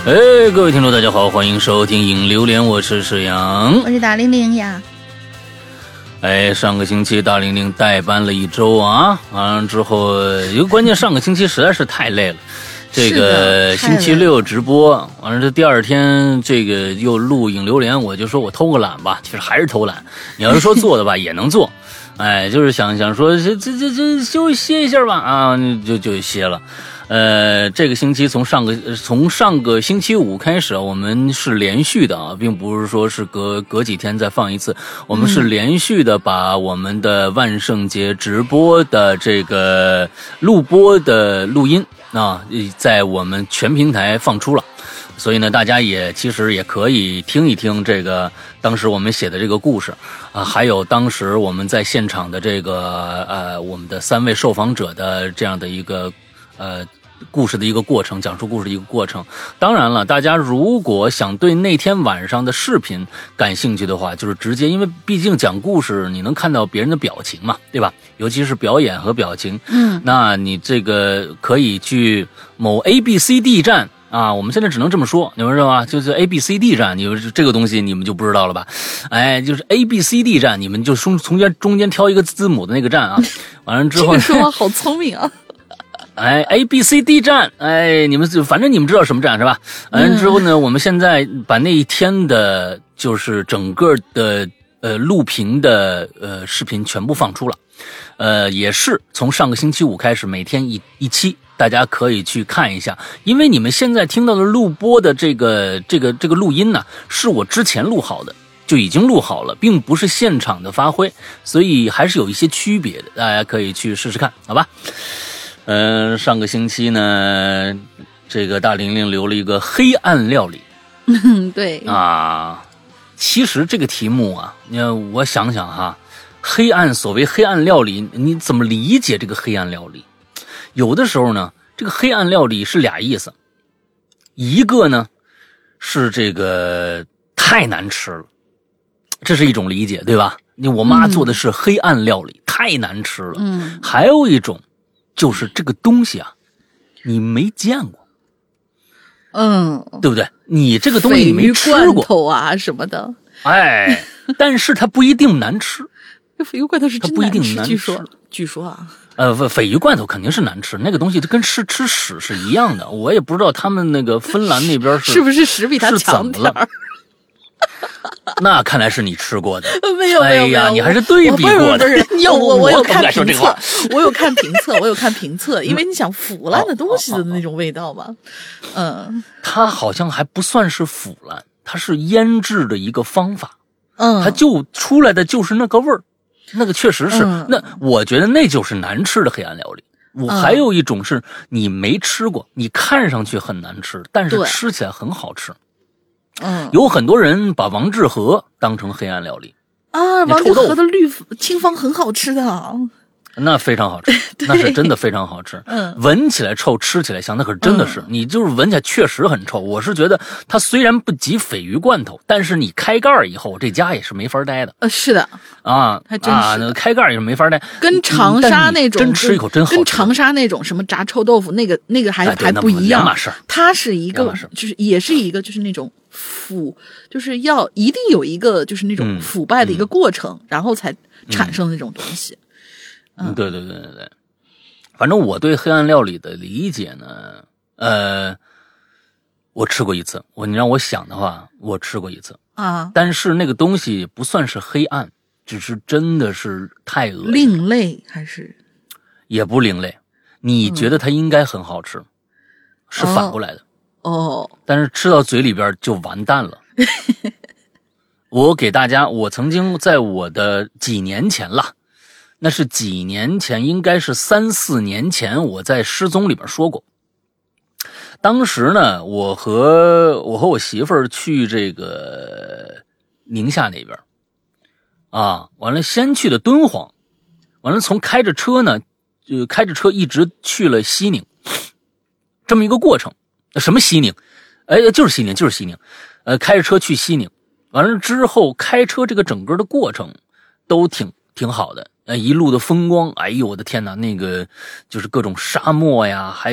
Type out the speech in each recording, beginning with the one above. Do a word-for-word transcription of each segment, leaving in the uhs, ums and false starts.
哎，各位听众大家好，欢迎收听影榴莲，我是沈阳， 我是大玲玲呀。 哎，上个星期大玲玲代班了一周啊，完了之后，因为关键上个星期实在是太累了，这个星期六直播，完了这第二天这个又录影榴莲，我就说我偷个懒吧，其实还是偷懒。你要是说做的吧，也能做，哎，就是想想说这这这这休歇一下吧啊，就就歇了。呃，这个星期从上个从上个星期五开始，我们是连续的啊，并不是说是隔隔几天再放一次，我们是连续的把我们的万圣节直播的这个录播的录音啊，在我们全平台放出了。所以呢，大家也其实也可以听一听这个当时我们写的这个故事啊，还有当时我们在现场的这个呃我们的三位受访者的这样的一个呃故事的一个过程，讲述故事的一个过程。当然了，大家如果想对那天晚上的视频感兴趣的话，就是直接，因为毕竟讲故事你能看到别人的表情嘛，对吧？尤其是表演和表情。嗯，那你这个可以去某 A B C D 站。啊，我们现在只能这么说，你们知道吗？就是 A B C D 站，你们这个东西你们就不知道了吧？哎，就是 A B C D 站，你们就从从间中间挑一个字母的那个站啊，完了之后， 这个说话好聪明啊！ 哎 ，A B C D 站，哎，你们就反正你们知道什么站是吧？完了之后呢，我们现在把那一天的，就是整个的呃录屏的呃视频全部放出了，呃，也是从上个星期五开始，每天一一期。大家可以去看一下，因为你们现在听到的录播的这个这个这个录音呢，是我之前录好的，就已经录好了，并不是现场的发挥，所以还是有一些区别的，大家可以去试试看，好吧？嗯、呃，上个星期呢，这个大玲玲留了一个黑暗料理， 嗯，对啊，其实这个题目啊，你看我想想哈，黑暗，所谓黑暗料理，你怎么理解这个黑暗料理？有的时候呢，这个黑暗料理是俩意思，一个呢是这个太难吃了，这是一种理解，对吧？我妈做的是黑暗料理，嗯、太难吃了。嗯，还有一种就是这个东西啊，你没见过， 嗯， 对不对？你这个东西你没吃过， 鲱鱼罐头啊什么的， 哎，但是它不一定难吃。 这鲱鱼罐头是真难吃， 它不一定难吃， 据说，据说啊。 呃，鲱鱼罐头肯定是难吃，那个东西跟吃吃屎是一样的。我也不知道他们那个芬兰那边是是不是屎比它强点儿？ 那看来是你吃过的。 没有没有没有， 哎呀，你还是对比过的。 不是不是，有我我有看评测， 我有看评测，我有看评测，因为你想腐烂的东西的那种味道嘛。嗯， 它好像还不算是腐烂，它是腌制的一个方法。 嗯， 它就出来的就是那个味儿。那个确实是，嗯、那我觉得那就是难吃的黑暗料理。我还有一种是你没吃过，你看上去很难吃，但是吃起来很好吃。 嗯， 有很多人把王致和当成黑暗料理啊，王致和的绿清芳很好吃的。 那非常好吃，那是真的非常好吃。嗯，闻起来臭，吃起来香，那可是真的是。嗯、你就是闻起来确实很臭。我是觉得它虽然不及鲱鱼罐头，但是你开盖以后，这家也是没法待的。 呃，是的， 啊， 还真是啊，那开盖也是没法待。 跟长沙那种， 真吃一口真好吃。 跟长沙那种什么炸臭豆腐，那个那个还、 哎、 还不一样。 两码事。 它是一个，就是也是一个，就是那种腐，就是要一定有一个就是那种腐败的一个过程，嗯、然后才产生的那种东西。 嗯嗯，对对对对对，反正我对黑暗料理的理解呢，呃，我吃过一次，我你让我想的话，我吃过一次啊， 但是那个东西不算是黑暗，只是真的是太恶心， 另类还是也不另类，你觉得它应该很好吃，嗯、是反过来的哦， 但是吃到嘴里边就完蛋了。我给大家，我曾经在我的几年前了。那是几年前，应该是三四年前，我在失踪里边说过。当时呢，我和我和我媳妇儿去这个宁夏那边，啊，完了先去的敦煌，完了从开着车呢，就开着车一直去了西宁，这么一个过程。什么西宁？哎，就是西宁，就是西宁。呃，开着车去西宁，完了之后开车这个整个的过程都挺挺好的。呃，一路的风光，哎呦我的天哪，那个就是各种沙漠呀，还有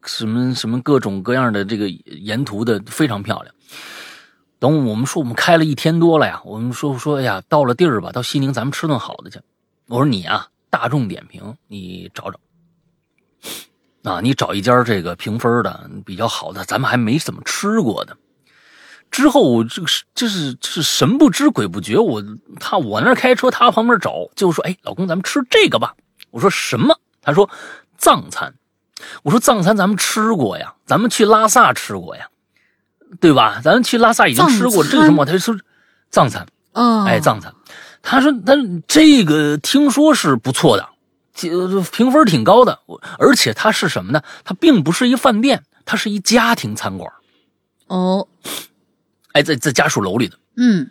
什么什么各种各样的这个沿途的非常漂亮。等我们说我们开了一天多了呀，我们说说哎呀，到了地儿吧，到西宁咱们吃顿好的去。我说你啊，大众点评你找找啊，你找一家这个评分的比较好的，咱们还没怎么吃过的。之后我这个是就是是神不知鬼不觉，我他我那开车，他旁边找，就说哎，老公咱们吃这个吧。我说什么？他说藏餐。我说藏餐咱们吃过呀，咱们去拉萨吃过呀，对吧？咱们去拉萨已经吃过这个什么？他说藏餐， 哦， 哎，藏餐。他说他这个听说是不错的，评分挺高的，而且它是什么呢？它并不是一饭店，它是一家庭餐馆。 哦， 哎，在在家属楼里的。 嗯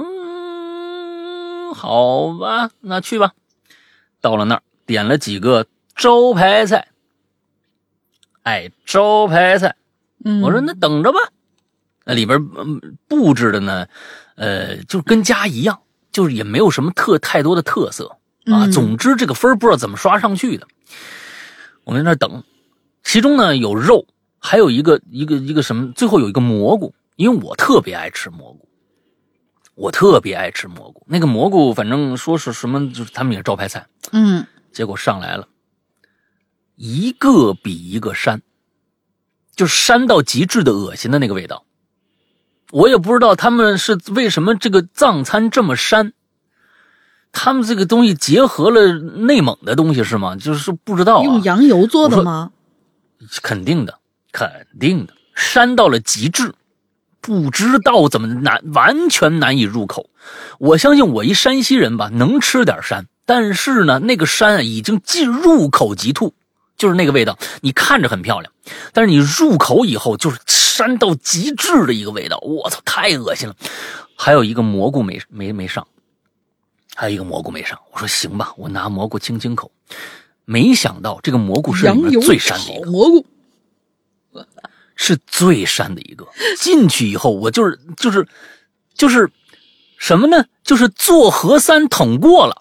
嗯，好吧，那去吧。到了那儿，点了几个招牌菜。哎，招牌菜。 嗯， 我说那等着吧。那里边、嗯、布置的呢，呃，就跟家一样，就是也没有什么特太多的特色啊。 嗯、 总之这个分不知道怎么刷上去的。我们在那等，其中呢有肉，还有一个一个一个什么，最后有一个蘑菇，因为我特别爱吃蘑菇，我特别爱吃蘑菇。那个蘑菇反正说是什么，就是他们也招牌菜。 嗯， 结果上来了，一个比一个膻，就是膻到极致的恶心的那个味道。我也不知道他们是为什么这个藏餐这么膻，他们这个东西结合了内蒙的东西是吗？就是不知道啊。 用羊油做的吗？ 肯定的，肯定的，膻到了极致，不知道怎么难，完全难以入口。我相信我一山西人吧，能吃点膻，但是呢，那个膻啊已经进入口即吐，就是那个味道。你看着很漂亮，但是你入口以后就是膻到极致的一个味道，我操，太恶心了。还有一个蘑菇没没没上，还有一个蘑菇没上。我说行吧，我拿蘑菇清清口。没想到这个蘑菇是里面最膻的一个蘑菇， 是最膻的一个。进去以后，我就是就是就是什么呢？就是做核酸捅过了，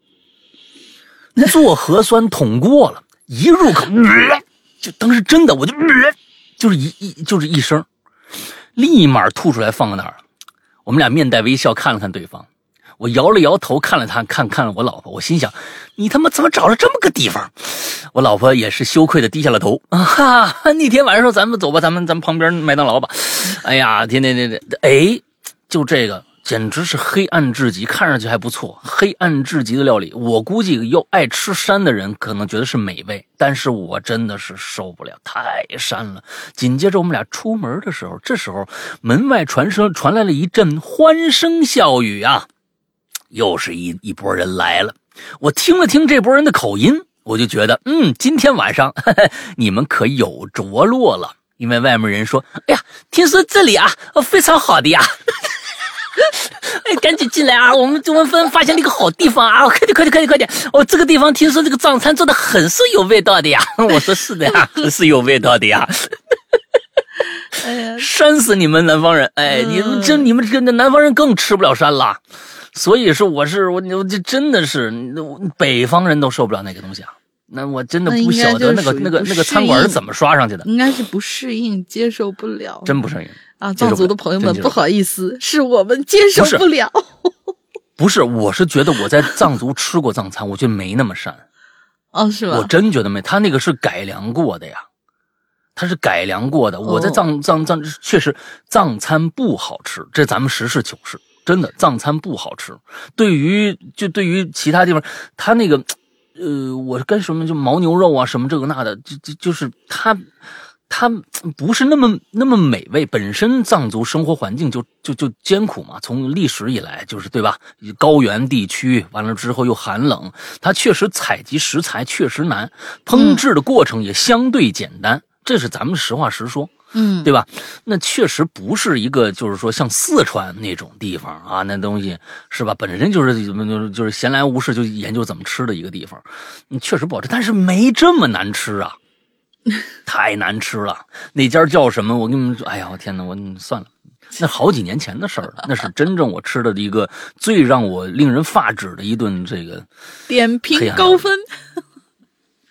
做核酸捅过了，一入口，呃、就当时真的我就、呃、就是一一就是一声，立马吐出来放在那儿。我们俩面带微笑看了看对方。我摇了摇头，看了他，看看了我老婆，我心想，你他妈怎么找了这么个地方？我老婆也是羞愧的低下了头。啊哈，那天晚上说咱们走吧，咱们咱们旁边麦当劳吧。哎呀，天天天天，哎，就这个简直是黑暗至极，看上去还不错，黑暗至极的料理。我估计要爱吃膻的人可能觉得是美味，但是我真的是受不了，太膻了。紧接着我们俩出门的时候，这时候门外传声传来了一阵欢声笑语啊。又是一一拨人来了，我听了听这拨人的口音，我就觉得，嗯，今天晚上呵呵你们可有着落了。因为外面人说，哎呀，听说这里啊，非常好的呀，哎，赶紧进来啊，我们我们发现了一个好地方啊，快点快点快点快点！哦，这个地方听说这个藏餐做的很是有味道的呀。我说是的呀，很是有味道的呀。 哎呀， 膻死你们南方人！哎，你们这你们这南方人更吃不了膻了。所以说我是我我这真的是北方人都受不了那个东西啊，那我真的不晓得那个那个那个餐馆是怎么刷上去的， 应该是不适应，接受不了， 真不适应啊！藏族的朋友们不好意思，是我们接受不了。 不是，我是觉得我在藏族吃过藏餐，我觉得没那么膻。 哦，是吧？ 我真觉得没，他那个是改良过的呀，他是改良过的。我在藏藏藏确实藏餐不好吃，这咱们实事求是。真的藏餐不好吃，对于就对于其他地方，他那个，呃，我跟什么就牦牛肉啊什么这个那的，就就就是他，他不是那么那么美味。本身藏族生活环境就就就艰苦嘛，从历史以来就是对吧？高原地区完了之后又寒冷，它确实采集食材确实难，烹制的过程也相对简单，嗯、这是咱们实话实说。 嗯， 对吧？那确实不是一个，就是说像四川那种地方啊，那东西是吧？本身就是就是就是闲来无事就研究怎么吃的一个地方，嗯，确实不好吃，但是没这么难吃啊，太难吃了。那家叫什么？我跟你们说，哎呀，我天哪，我算了，那好几年前的事儿了，那是真正我吃的一个最让我令人发指的一顿这个点评高分。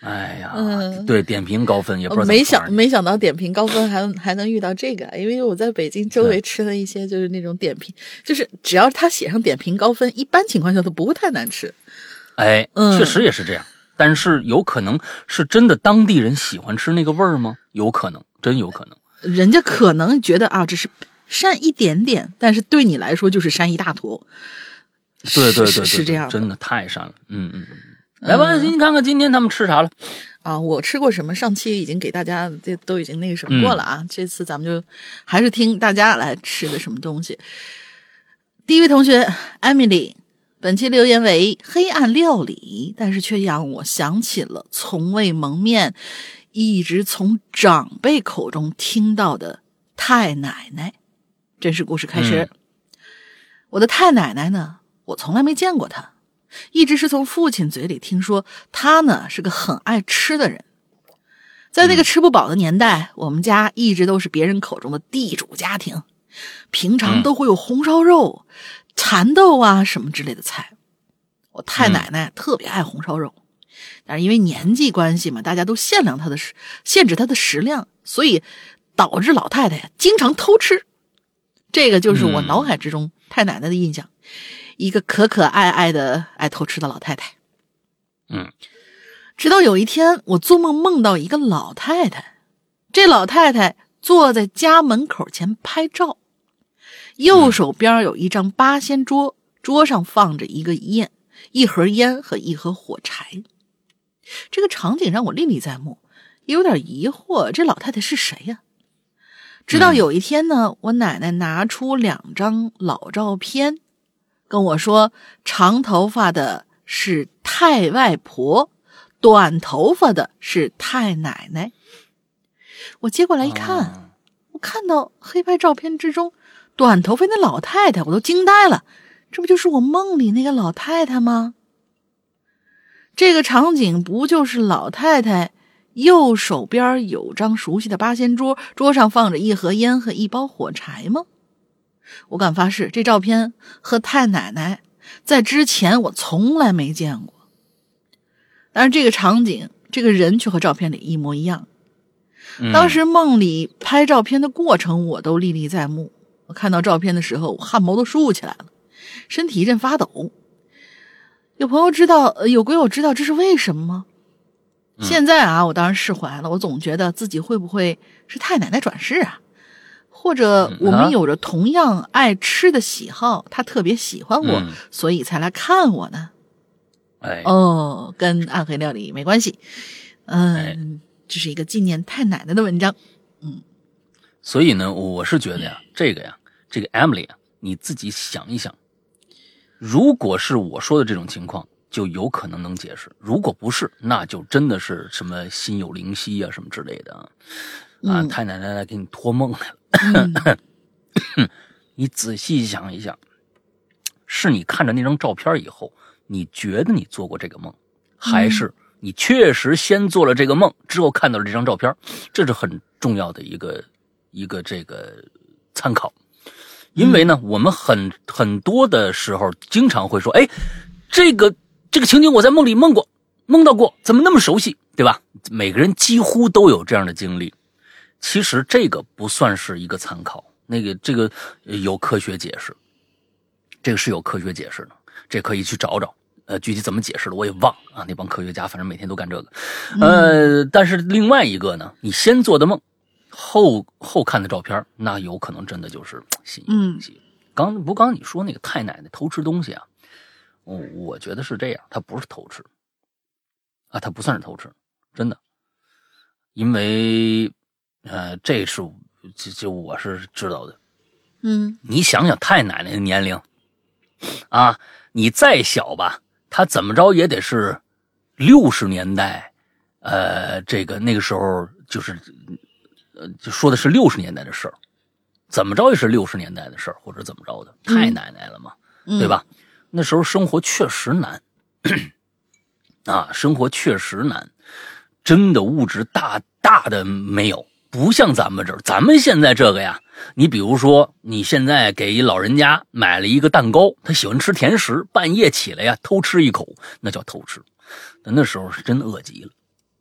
哎呀， 嗯， 对，点评高分也不知道没想没想到点评高分还还能遇到这个，因为我在北京周围对吃了一些就是那种点评，就是只要他写上点评高分，一般情况下都不会太难吃。 哎， 嗯确实也是这样，但是有可能是真的当地人喜欢吃那个味儿吗？有可能，真有可能。 人家可能觉得啊，这是膻一点点，但是对你来说就是膻一大坨。 对对对对， 是是这样的， 真的太膻了。嗯嗯嗯。来吧，你看看今天他们吃啥了。 啊，我吃过什么？上期已经给大家这都已经那个什么过了啊，嗯、这次咱们就还是听大家来吃的什么东西。第一位同学 Emily， 本期留言为黑暗料理，但是却让我想起了从未蒙面，一直从长辈口中听到的太奶奶。真实故事开始。嗯、我的太奶奶呢，我从来没见过她。一直是从父亲嘴里听说他呢是个很爱吃的人，在那个吃不饱的年代，我们家一直都是别人口中的地主家庭，平常都会有红烧肉、蚕豆啊什么之类的菜。我太奶奶特别爱红烧肉，但是因为年纪关系嘛，大家都限量她的限制她的食量，所以导致老太太呀经常偷吃。这个就是我脑海之中太奶奶的印象。一个可可爱爱的爱偷吃的老太太。 嗯， 直到有一天我做梦梦到一个老太太，这老太太坐在家门口前拍照，右手边有一张八仙桌，桌上放着一个烟一盒烟和一盒火柴。这个场景让我历历在目，也有点疑惑，这老太太是谁呀？直到有一天呢，我奶奶拿出两张老照片跟我说，长头发的是太外婆，短头发的是太奶奶。我接过来一看，哦、我看到黑白照片之中短头发那老太太，我都惊呆了，这不就是我梦里那个老太太吗？这个场景不就是老太太右手边有张熟悉的八仙桌，桌上放着一盒烟和一包火柴吗？我敢发誓，这照片和太奶奶在之前我从来没见过，但是这个场景这个人却和照片里一模一样。当时梦里拍照片的过程我都历历在目，我看到照片的时候我汗毛都竖起来了，身体一阵发抖。有朋友知道有鬼友知道这是为什么吗？现在啊，我当然释怀了，我总觉得自己会不会是太奶奶转世啊，或者我们有着同样爱吃的喜好，他特别喜欢我、嗯、所以才来看我呢。 哎， 哦，跟暗黑料理没关系。嗯、呃，这是一个纪念太奶奶的文章。嗯， 所以呢，我是觉得呀，这个呀，这个 Emily 啊，你自己想一想，如果是我说的这种情况，就有可能能解释；如果不是，那就真的是什么心有灵犀啊，什么之类的啊。 嗯、 啊，太奶奶来给你托梦来了。嗯、你仔细想一想，是你看着那张照片以后，你觉得你做过这个梦，还是你确实先做了这个梦之后看到了这张照片？这是很重要的一个一个这个参考。因为呢，我们很很多的时候经常会说，哎，这个这个情景我在梦里梦过，梦到过，怎么那么熟悉，对吧？每个人几乎都有这样的经历。其实这个不算是一个参考，那个这个有科学解释，这个是有科学解释的，这可以去找找。呃，具体怎么解释的我也忘啊，那帮科学家反正每天都干这个。呃，但是另外一个呢，你先做的梦，后后看的照片，那有可能真的就是心有灵犀。刚不刚你说那个太奶奶偷吃东西啊，我我觉得是这样，她不是偷吃啊，她不算是偷吃，真的，因为呃，这是就就我是知道的。 嗯， 你想想太奶奶的年龄啊，你再小吧，她怎么着也得是六十年代，呃，这个那个时候就是呃，就说的是六十年代的事儿，怎么着也是六十年代的事儿，或者怎么着的，太奶奶了嘛， 嗯、 对吧？那时候生活确实难啊，生活确实难，真的物质大大的没有，不像咱们这儿，咱们现在这个呀，你比如说你现在给一老人家买了一个蛋糕，他喜欢吃甜食，半夜起来呀偷吃一口，那叫偷吃，那时候是真饿极了。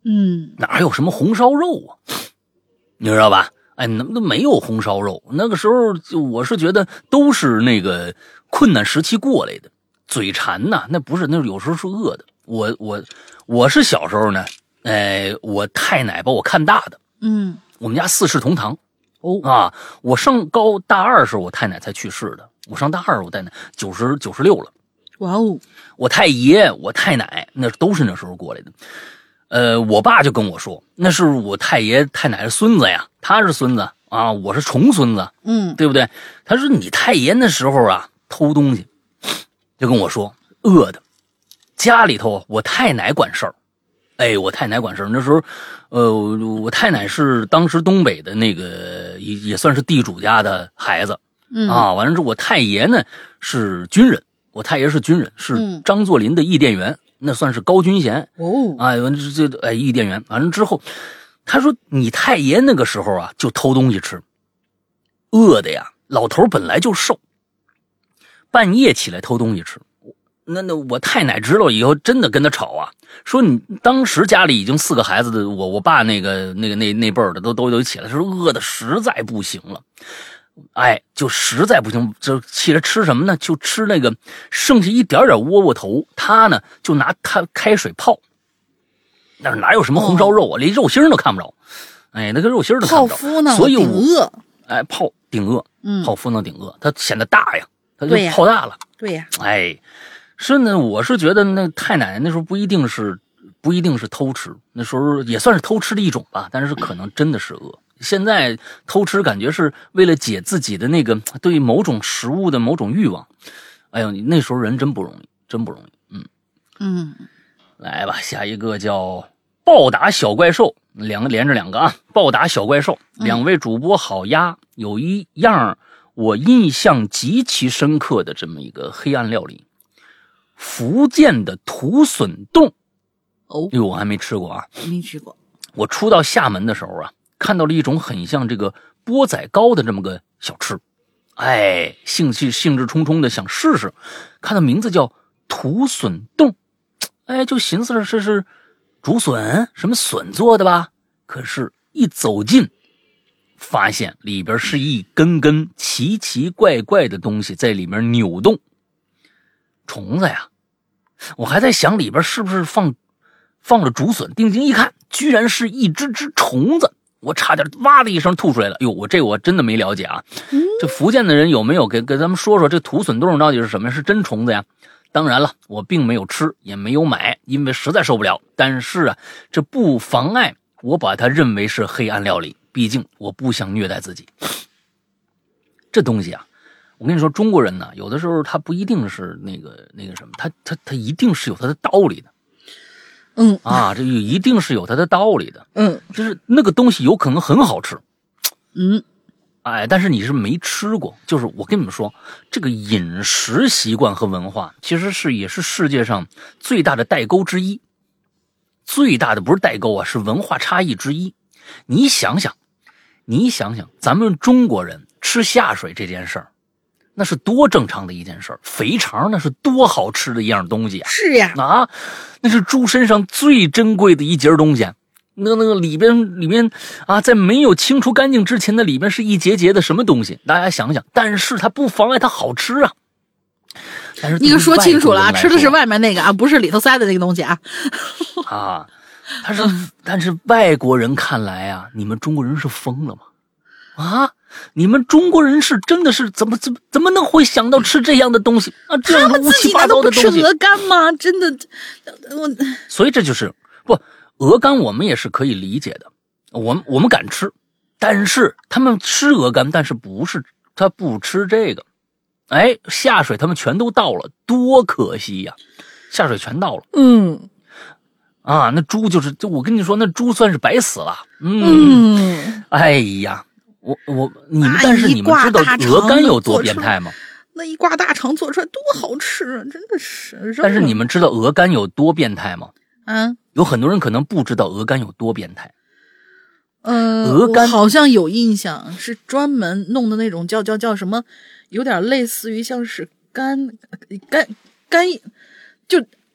嗯， 哪有什么红烧肉啊？你知道吧？哎，那都没有红烧肉。那个时候就我是觉得都是那个困难时期过来的，嘴馋呐，那不是，那有时候是饿的。我我我是小时候呢，哎，我太奶把我看大的。 嗯， 我们家四世同堂。 哦啊，我上高大二时候我太奶才去世的，我上大二我太奶九十九十六了。 哇哦， 我太爷我太奶那都是那时候过来的。呃，我爸就跟我说，那是我太爷太奶是孙子呀，他是孙子啊，我是重孙子， 嗯， 对不对？他说你太爷那时候啊偷东西，就跟我说饿的，家里头我太奶管事儿。哎，我太奶管事儿。那时候，呃，我太奶是当时东北的那个也也算是地主家的孩子， 嗯啊，完了之后我太爷呢是军人，我太爷是军人，是张作霖的译电员，那算是高军衔哦。 啊，这这哎译电员。完了之后，他说你太爷那个时候啊就偷东西吃，饿的呀，老头本来就瘦，半夜起来偷东西吃。那那我太奶知道以后，真的跟他吵啊，说你当时家里已经四个孩子的我，我爸那个那个那那辈儿的都都都起来，说饿的实在不行了，哎，就实在不行，就起来吃什么呢？就吃那个剩下一点点窝窝头，他呢就拿他开水泡，那哪有什么红烧肉啊，哦、连肉心都看不着，哎，那个肉心都看不着， 泡芙呢， 所以我顶饿， 哎，泡顶饿， 嗯， 泡芙能顶饿，它显得大呀，它就泡大了， 对呀， 对哎。是呢，我是觉得那太奶奶那时候不一定是不一定是偷吃，那时候也算是偷吃的一种吧，但是可能真的是饿。现在偷吃感觉是为了解自己的那个对某种食物的某种欲望。哎呦，那时候人真不容易，真不容易。嗯嗯， 来吧，下一个叫暴打小怪兽，两个连着两个啊，暴打小怪兽。两位主播好呀，有一样我印象极其深刻的这么一个黑暗料理。福建的土笋冻， 哦， 哎呦，我还没吃过啊， 没吃过。 我初到厦门的时候啊，看到了一种很像这个钵仔糕的这么个小吃，哎，兴趣兴致冲冲的想试试，看到名字叫土笋冻，哎，就寻思着这是竹笋什么笋做的吧？可是，一走近，发现里边是一根根奇奇怪怪的东西在里面扭动，虫子呀！我还在想里边是不是放放了竹笋，定睛一看，居然是一只只虫子，我差点哇的一声吐出来了。哟，我这我真的没了解啊。这福建的人有没有给给咱们说说这土笋冻到底是什么？是真虫子呀？当然了，我并没有吃，也没有买，因为实在受不了。但是啊，这不妨碍我把它认为是黑暗料理，毕竟我不想虐待自己。这东西啊。我跟你说，中国人呢，有的时候他不一定是那个那个什么，他他他一定是有他的道理的， 嗯啊，这一定是有他的道理的， 嗯， 就是那个东西有可能很好吃， 嗯， 哎，但是你是没吃过。就是我跟你们说，这个饮食习惯和文化其实是也是世界上最大的代沟之一，最大的不是代沟啊，是文化差异之一。你想想，你想想，咱们中国人吃下水这件事儿。那是多正常的一件事儿，肥肠那是多好吃的一样东西啊！ 是呀， 啊，那是猪身上最珍贵的一节东西。那那个里边里边啊，在没有清除干净之前，那里边是一节节的什么东西？大家想想，但是它不妨碍它好吃啊。但是你可说清楚了，吃的是外面那个啊，不是里头塞的那个东西啊。 啊，但是但是外国人看来啊，你们中国人是疯了吗？啊！你们中国人是真的是怎么怎么怎么能会想到吃这样的东西啊？这样的乌七八糟的东西。 他们自己难道不吃鹅肝吗？真的，我所以这就是不鹅肝，我们也是可以理解的。我们我们敢吃，但是他们吃鹅肝，但是不是他不吃这个？哎，下水他们全都到了，多可惜呀！下水全到了， 嗯， 啊，那猪就是就我跟你说，那猪算是白死了。嗯， 嗯哎呀。我我你们，但是你们知道鹅肝有多变态吗？ 那一挂大肠做出来多好吃啊，真的是。 但是你们知道鹅肝有多变态吗？ 嗯， 有很多人可能不知道鹅肝有多变态。 呃， 鹅肝好像有印象，是专门弄的那种叫叫叫什么，有点类似于像是肝肝肝，就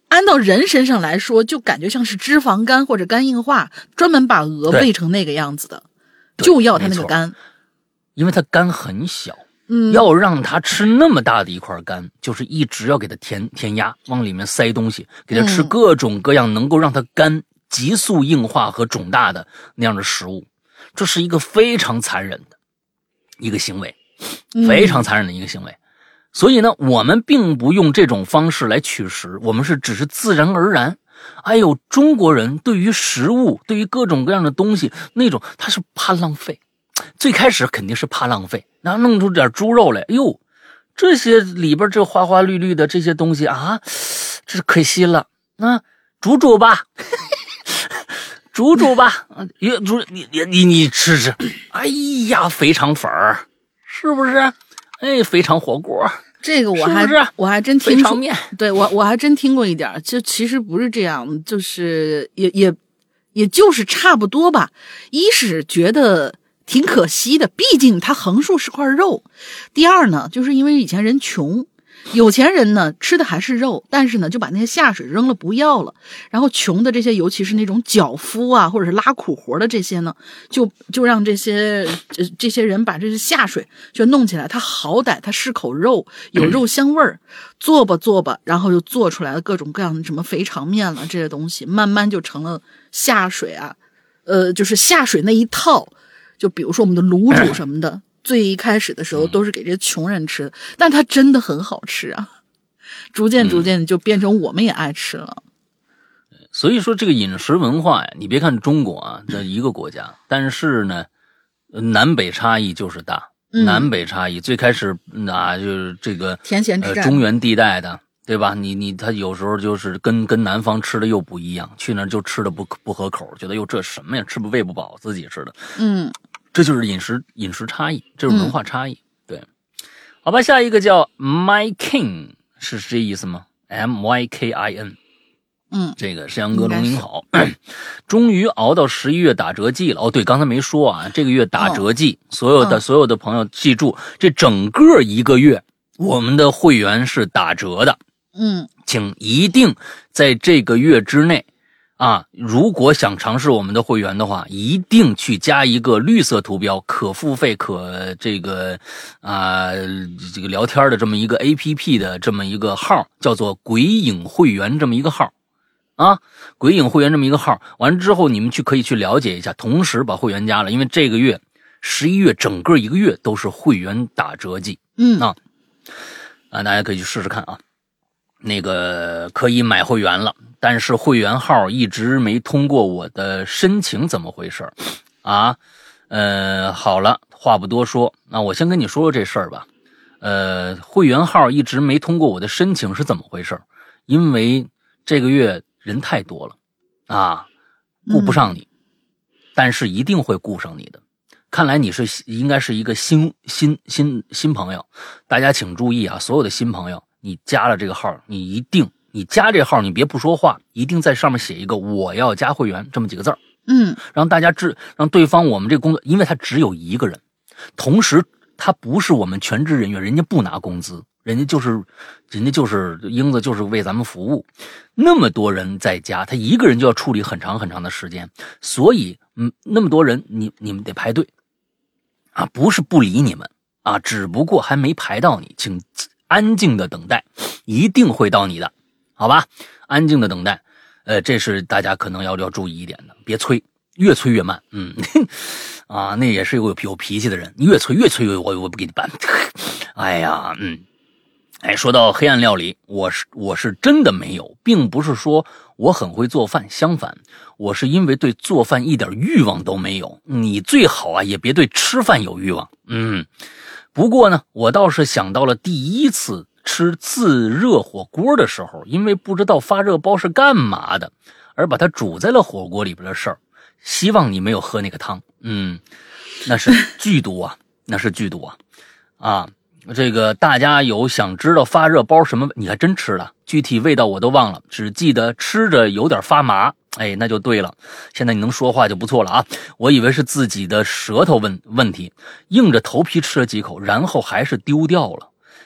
安到人身上来说，就感觉像是脂肪肝或者肝硬化，专门把鹅喂成那个样子的，就要它那个肝， 因为它肝很小。 嗯， 要让它吃那么大的一块肝，就是一直要给它填填鸭，往里面塞东西，给它吃各种各样能够让它肝急速硬化和肿大的那样的食物。这是一个非常残忍的一个行为，非常残忍的一个行为。嗯、所以呢，我们并不用这种方式来取食，我们是只是自然而然。哎呦，中国人对于食物，对于各种各样的东西，那种他是怕浪费。最开始肯定是怕浪费，然后弄出点猪肉来，哎呦，这些里边这花花绿绿的这些东西啊，这是可惜了，那煮煮吧，煮煮吧，你煮你你你你吃吃，哎呀，肥肠粉儿是不是？哎，肥肠火锅， 这个我还是不是我还真听肥肠面， 对我我还真听过一点，就其实不是这样，就是也也也就是差不多吧。一是觉得挺可惜的，毕竟它横竖是块肉。第二呢，就是因为以前人穷，有钱人呢吃的还是肉，但是呢就把那些下水扔了不要了。然后穷的这些，尤其是那种脚夫啊，或者是拉苦活的这些呢，就就让这些这这些人把这些下水就弄起来，它好歹它是口肉，有肉香味儿，做吧做吧，然后就做出来了各种各样的什么肥肠面了这些东西，慢慢就成了下水啊，呃，就是下水那一套。就比如说我们的卤煮什么的，最一开始的时候都是给这些穷人吃的，但它真的很好吃啊，逐渐逐渐就变成我们也爱吃了。 所以说这个饮食文化呀，你别看中国啊这一个国家，但是呢南北差异就是大， 嗯、 南北差异最开始啊就是这个甜咸之战、 呃、中原地带的，对吧？你你他有时候就是跟跟南方吃的又不一样，去那就吃的不不合口，觉得哟这什么呀，吃不喂不饱，自己吃的， 嗯， 这就是饮食饮食差异，这是文化差异。嗯、对，好吧，下一个叫 My King 是这意思吗 ？M Y K I N， 嗯， 这个山羊哥龙您好，终于熬到十一月打折季了。哦，对，刚才没说啊，这个月打折季，哦、所有的、哦、所有的朋友记住，这整个一个月我们的会员是打折的。 嗯， 请一定在这个月之内啊，如果想尝试我们的会员的话，一定去加一个绿色图标，可付费可这个啊这个聊天的这么一个 A P P 的这么一个号，叫做鬼影会员这么一个号啊，鬼影会员这么一个号，完了之后你们去可以去了解一下，同时把会员加了，因为这个月十一月整个一个月都是会员打折季。 嗯啊啊，大家可以去试试看啊。那个可以买会员了，但是会员号一直没通过我的申请，怎么回事啊？呃，好了，话不多说，那我先跟你说说这事儿吧。呃，会员号一直没通过我的申请是怎么回事？因为这个月人太多了啊，顾不上你，嗯、但是一定会顾上你的。看来你是应该是一个新新新新朋友，大家请注意啊，所有的新朋友。你加了这个号，你一定，你加这号，你别不说话，一定在上面写一个我要加会员这么几个字儿， 嗯， 让大家知，让对方我们这个工作，因为他只有一个人，同时他不是我们全职人员，人家不拿工资，人家就是，人家就是英子，就是为咱们服务，那么多人在家，他一个人就要处理很长很长的时间，所以，嗯，那么多人，你你们得排队，啊，不是不理你们啊，只不过还没排到你，请安静的等待，一定会到你的，好吧？安静的等待，呃，这是大家可能要要注意一点的，别催，越催越慢。嗯，啊，那也是有有脾气的人，你越催越催越我我不给你办。哎呀，嗯，哎，说到黑暗料理，我是我是真的没有，并不是说我很会做饭，相反，我是因为对做饭一点欲望都没有。你最好啊，也别对吃饭有欲望。嗯。不过呢，我倒是想到了第一次吃自热火锅的时候，因为不知道发热包是干嘛的，而把它煮在了火锅里边的事儿。希望你没有喝那个汤，嗯，那是剧毒啊，那是剧毒啊！啊，这个大家有想知道发热包什么？你还真吃了，具体味道我都忘了，只记得吃着有点发麻。哎，那就对了。现在你能说话就不错了啊！我以为是自己的舌头问问题，硬着头皮吃了几口，然后还是丢掉了。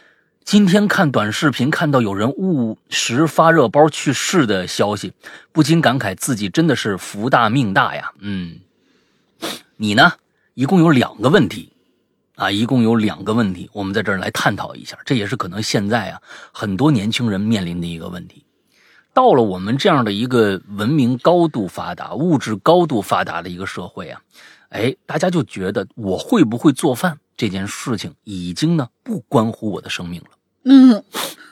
今天看短视频看到有人误食发热包去世的消息，不禁感慨自己真的是福大命大呀。嗯，你呢？一共有两个问题啊，一共有两个问题，我们在这儿来探讨一下，这也是可能现在啊很多年轻人面临的一个问题。到了我们这样的一个文明高度发达、物质高度发达的一个社会啊，哎，大家就觉得我会不会做饭这件事情已经呢不关乎我的生命了。 嗯，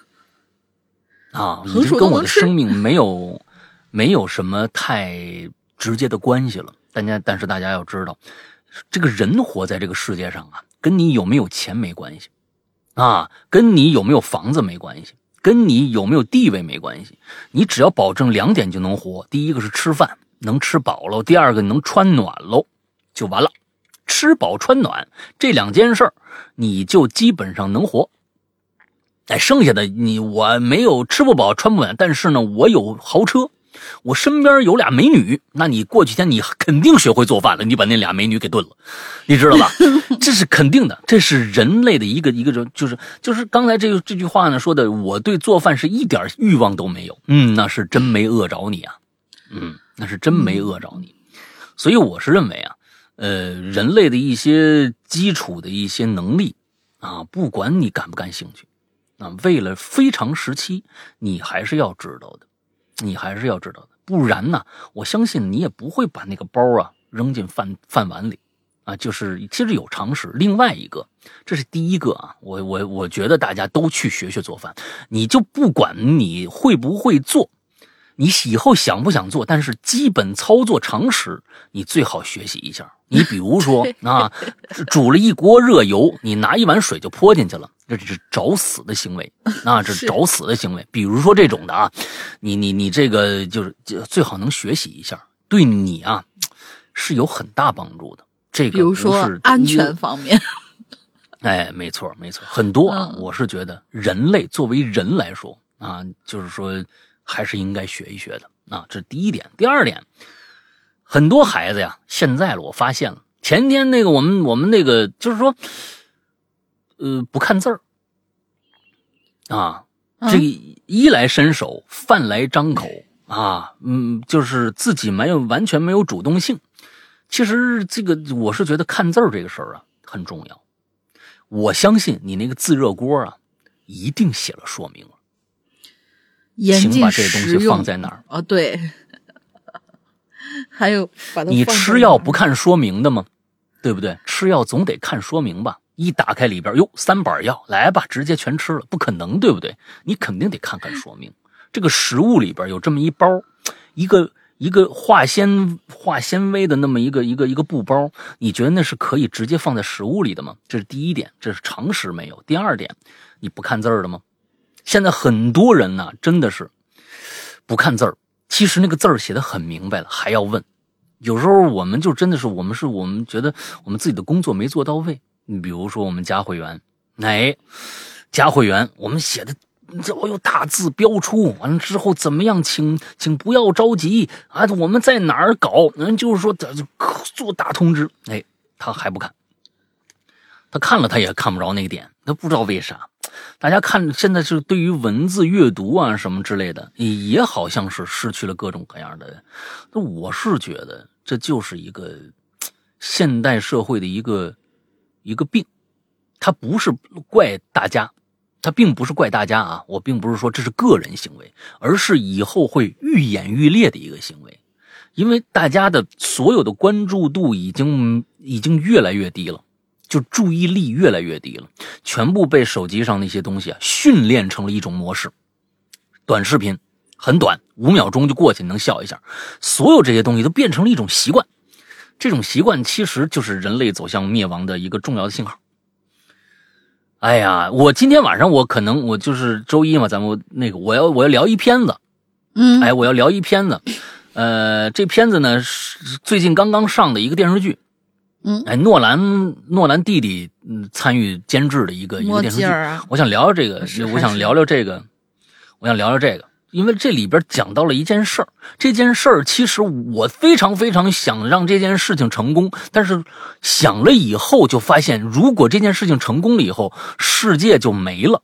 啊，已经跟我的生命没有没有什么太直接的关系了。大家，但是大家要知道，这个人活在这个世界上啊，跟你有没有钱没关系，啊，跟你有没有房子没关系，跟你有没有地位没关系。你只要保证两点就能活，第一个是吃饭能吃饱喽，第二个能穿暖喽，就完了。吃饱穿暖这两件事儿，你就基本上能活。哎，剩下的你我没有吃不饱穿不暖，但是呢，我有豪车，我身边有俩美女，那你过几天你肯定学会做饭了，你把那俩美女给炖了，你知道吧？这是肯定的，这是人类的一个一个就是就是刚才这这句话呢说的，我对做饭是一点欲望都没有，嗯，那是真没饿着你啊，嗯，那是真没饿着你，所以我是认为啊，呃，人类的一些基础的一些能力啊，不管你感不感兴趣。啊，为了非常时期，你还是要知道的，你还是要知道的，不然呢，我相信你也不会把那个包啊扔进饭饭碗里，啊，就是其实有常识。另外一个，这是第一个啊，我我我觉得大家都去学学做饭，你就不管你会不会做，你以后想不想做，但是基本操作常识，你最好学习一下。你比如说啊，煮了一锅热油，你拿一碗水就泼进去了，这是找死的行为啊！这是找死的行为。比如说这种的啊，你你你这个就是最好能学习一下，对你啊是有很大帮助的。这个比如说安全方面， 哎，没错没错，很多啊，我是觉得人类作为人来说啊，就是说还是应该学一学的啊，这是第一点。第二点。很多孩子呀，现在了，我发现了，前天那个我们我们那个就是说，呃，不看字儿啊，这个衣来伸手，饭来张口啊，嗯，就是自己没有完全没有主动性。其实这个我是觉得看字儿这个事儿啊很重要。我相信你那个自热锅啊，一定写了说明了，请把这东西放在哪儿？ 哦，对。还有把它你吃药不看说明的吗？对不对？吃药总得看说明吧。一打开里边，哟，三板药，来吧，直接全吃了，不可能，对不对？你肯定得看看说明。这个食物里边有这么一包，一个一个化纤化纤维的那么一个一个一个布包，你觉得那是可以直接放在食物里的吗？这是第一点，这是常识没有。第二点，你不看字儿的吗？现在很多人呢，真的是不看字儿。其实那个字儿写得很明白了，还要问。有时候我们就真的是，我们是我们觉得我们自己的工作没做到位。你比如说我们加会员，哎，加会员，我们写的这我有大字标出，完了之后怎么样，请请不要着急啊，我们在哪儿搞？人就是说做大通知，哎，他还不看，他看了他也看不着那个点，他不知道为啥。大家看，现在是对于文字阅读啊什么之类的，也好像是失去了各种各样的。那我是觉得这就是一个现代社会的一个一个病，它不是怪大家，它并不是怪大家啊，我并不是说这是个人行为，而是以后会愈演愈烈的一个行为，因为大家的所有的关注度已经已经越来越低了。就注意力越来越低了，全部被手机上那些东西啊训练成了一种模式。短视频很短，五秒钟就过去，能笑一下。所有这些东西都变成了一种习惯，这种习惯其实就是人类走向灭亡的一个重要的信号。哎呀，我今天晚上我可能我就是周一嘛，咱们那个我要我要聊一片子， 嗯， 哎，我要聊一片子，呃，这片子呢是最近刚刚上的一个电视剧。 嗯， 哎，诺兰，诺兰弟弟嗯参与监制的一个一个电视剧， 啊、 我想聊聊这个，我想聊聊这个，我想聊聊这个，因为这里边讲到了一件事儿，这件事儿其实我非常非常想让这件事情成功，但是想了以后就发现，如果这件事情成功了以后，世界就没了，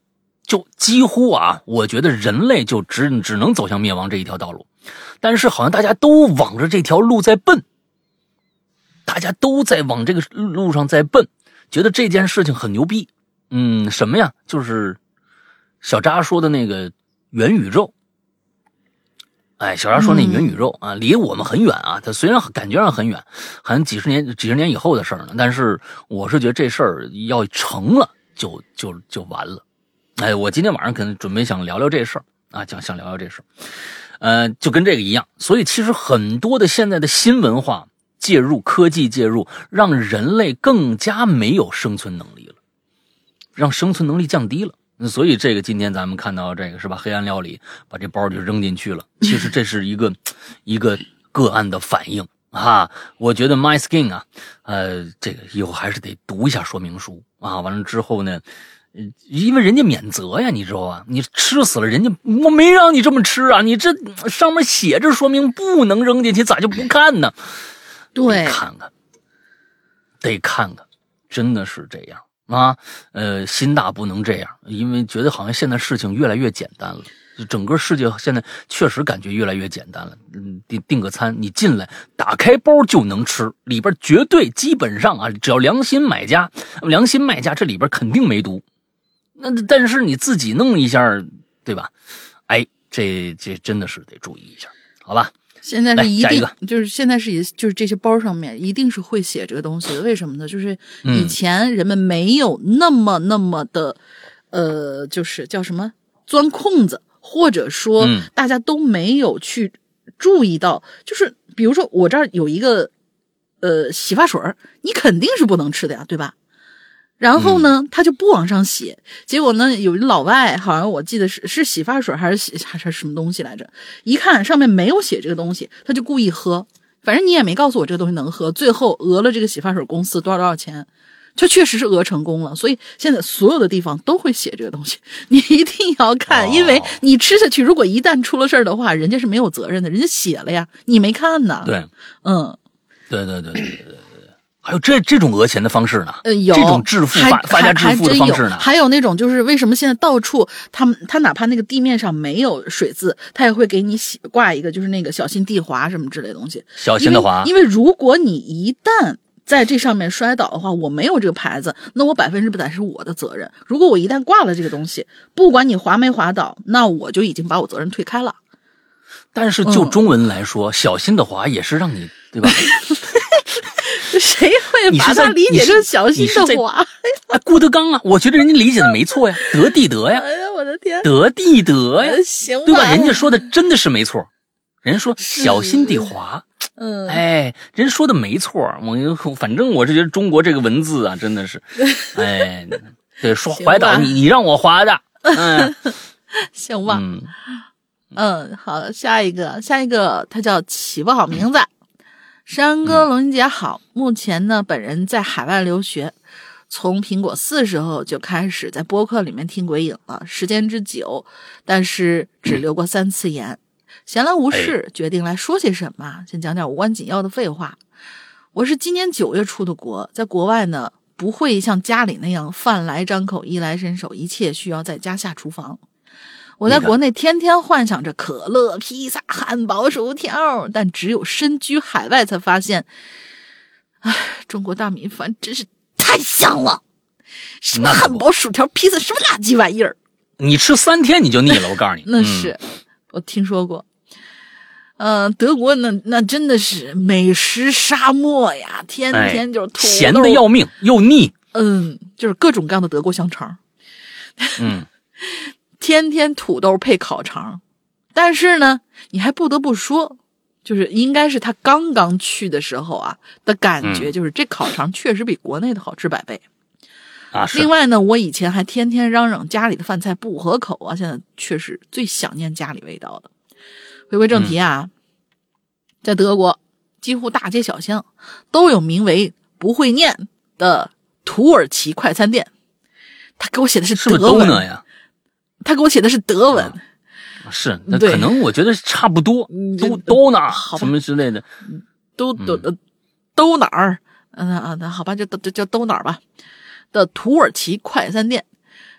就几乎啊，我觉得人类就只只能走向灭亡这一条道路。但是好像大家都往着这条路在奔，大家都在往这个路上在奔，觉得这件事情很牛逼。嗯，什么呀？就是小扎说的那个元宇宙。哎，小扎说那元宇宙啊，离我们很远啊。它虽然感觉上很远，好像几十年、几十年以后的事儿呢，但是我是觉得这事儿要成了，就就就完了。哎，我今天晚上可能准备想聊聊这事儿啊，想想聊聊这事儿。呃，就跟这个一样，所以其实很多的现在的新文化介入、科技介入，让人类更加没有生存能力了，让生存能力降低了。所以这个今天咱们看到这个是吧？黑暗料理把这包就扔进去了。其实这是一个一个个案的反应啊。我觉得 My Skin 啊，呃，这个以后还是得读一下说明书啊。完了之后呢，因为人家免责呀，你知道吧？你吃死了人家，我没让你这么吃啊！你这上面写着说明不能扔进去，咋就不看呢？ 对， 得看看，得看看，真的是这样啊！呃，心大不能这样，因为觉得好像现在事情越来越简单了，整个世界现在确实感觉越来越简单了。嗯，订订个餐，你进来打开包就能吃，里边绝对基本上啊，只要良心买家、良心卖家，这里边肯定没毒。那但是你自己弄一下，对吧？哎，这这真的是得注意一下，好吧？ 现在是一定一个就是现在是也就是这些包上面一定是会写这个东西的，为什么呢？就是以前人们没有那么那么的，呃，就是叫什么钻空子，或者说大家都没有去注意到，就是比如说我这儿有一个呃洗发水，你肯定是不能吃的呀，对吧？然后呢，他就不往上写，结果呢，有一老外，好像我记得是是洗发水还是洗还是什么东西来着？一看上面没有写这个东西，他就故意喝，反正你也没告诉我这个东西能喝，最后讹了这个洗发水公司多少多少钱，就确实是讹成功了。所以现在所有的地方都会写这个东西，你一定要看，因为你吃下去，如果一旦出了事儿的话，人家是没有责任的，人家写了呀，你没看呢。 对， 嗯， 对对对对对对。还有这这种讹钱的方式呢？ 呃，有这种致富发发家致富的方式呢？ 还有那种就是为什么现在到处他们他哪怕那个地面上没有水渍，他也会给你写挂一个就是那个小心地滑什么之类的东西。 小心地滑， 因为因为如果你一旦在这上面摔倒的话，我没有这个牌子，那我百分之百是我的责任。如果我一旦挂了这个东西，不管你滑没滑倒，那我就已经把我责任推开了。 但是就中文来说，嗯、小心地滑也是让你对吧？ 谁会把它理解成小心的滑？ 啊，郭德纲啊，我觉得人家理解的没错呀，得地得呀。 哎呀，我的天， 得地得呀， 行吧， 对吧？人家说的真的是没错，人家说小心地滑， 嗯， 哎，人说的没错。我反正我是觉得中国这个文字啊，真的是，哎，对，说滑倒你你让我滑的，嗯， 行吧， 嗯嗯，好，下一个，下一个，他叫起不好名字。山哥龙姐好，目前呢，本人在海外留学，从苹果四时候就开始在播客里面听鬼影了，时间之久，但是只留过三次言。闲来无事，决定来说些什么，先讲点无关紧要的废话。我是今年九月出的国，在国外呢，不会像家里那样饭来张口，衣来伸手，一切需要在家下厨房。我在国内天天幻想着可乐、披萨、汉堡、薯条，但只有身居海外才发现，唉，中国大米饭真是太香了！什么汉堡、薯条、披萨，什么垃圾玩意儿？ 你吃三天你就腻了，我告诉你。 那是、嗯、我听说过。呃，德国那那真的是美食沙漠呀，天天就是土豆、 哎、咸的要命又腻。 嗯，就是各种各样的德国香肠。 嗯。 天天土豆配烤肠，但是呢，你还不得不说，就是应该是他刚刚去的时候啊的感觉，就是这烤肠确实比国内的好吃百倍。 啊，是。 另外呢，我以前还天天嚷嚷家里的饭菜不合口啊，现在确实最想念家里味道的。回归正题啊，嗯、在德国几乎大街小巷都有名为不会念的土耳其快餐店，他给我写的是德文呀。 他给我写的是德文， 啊、是那可能我觉得差不多，都都哪什么之类的， 都都、嗯、都哪儿，嗯啊，那好吧，就就叫都哪儿吧的土耳其快餐店，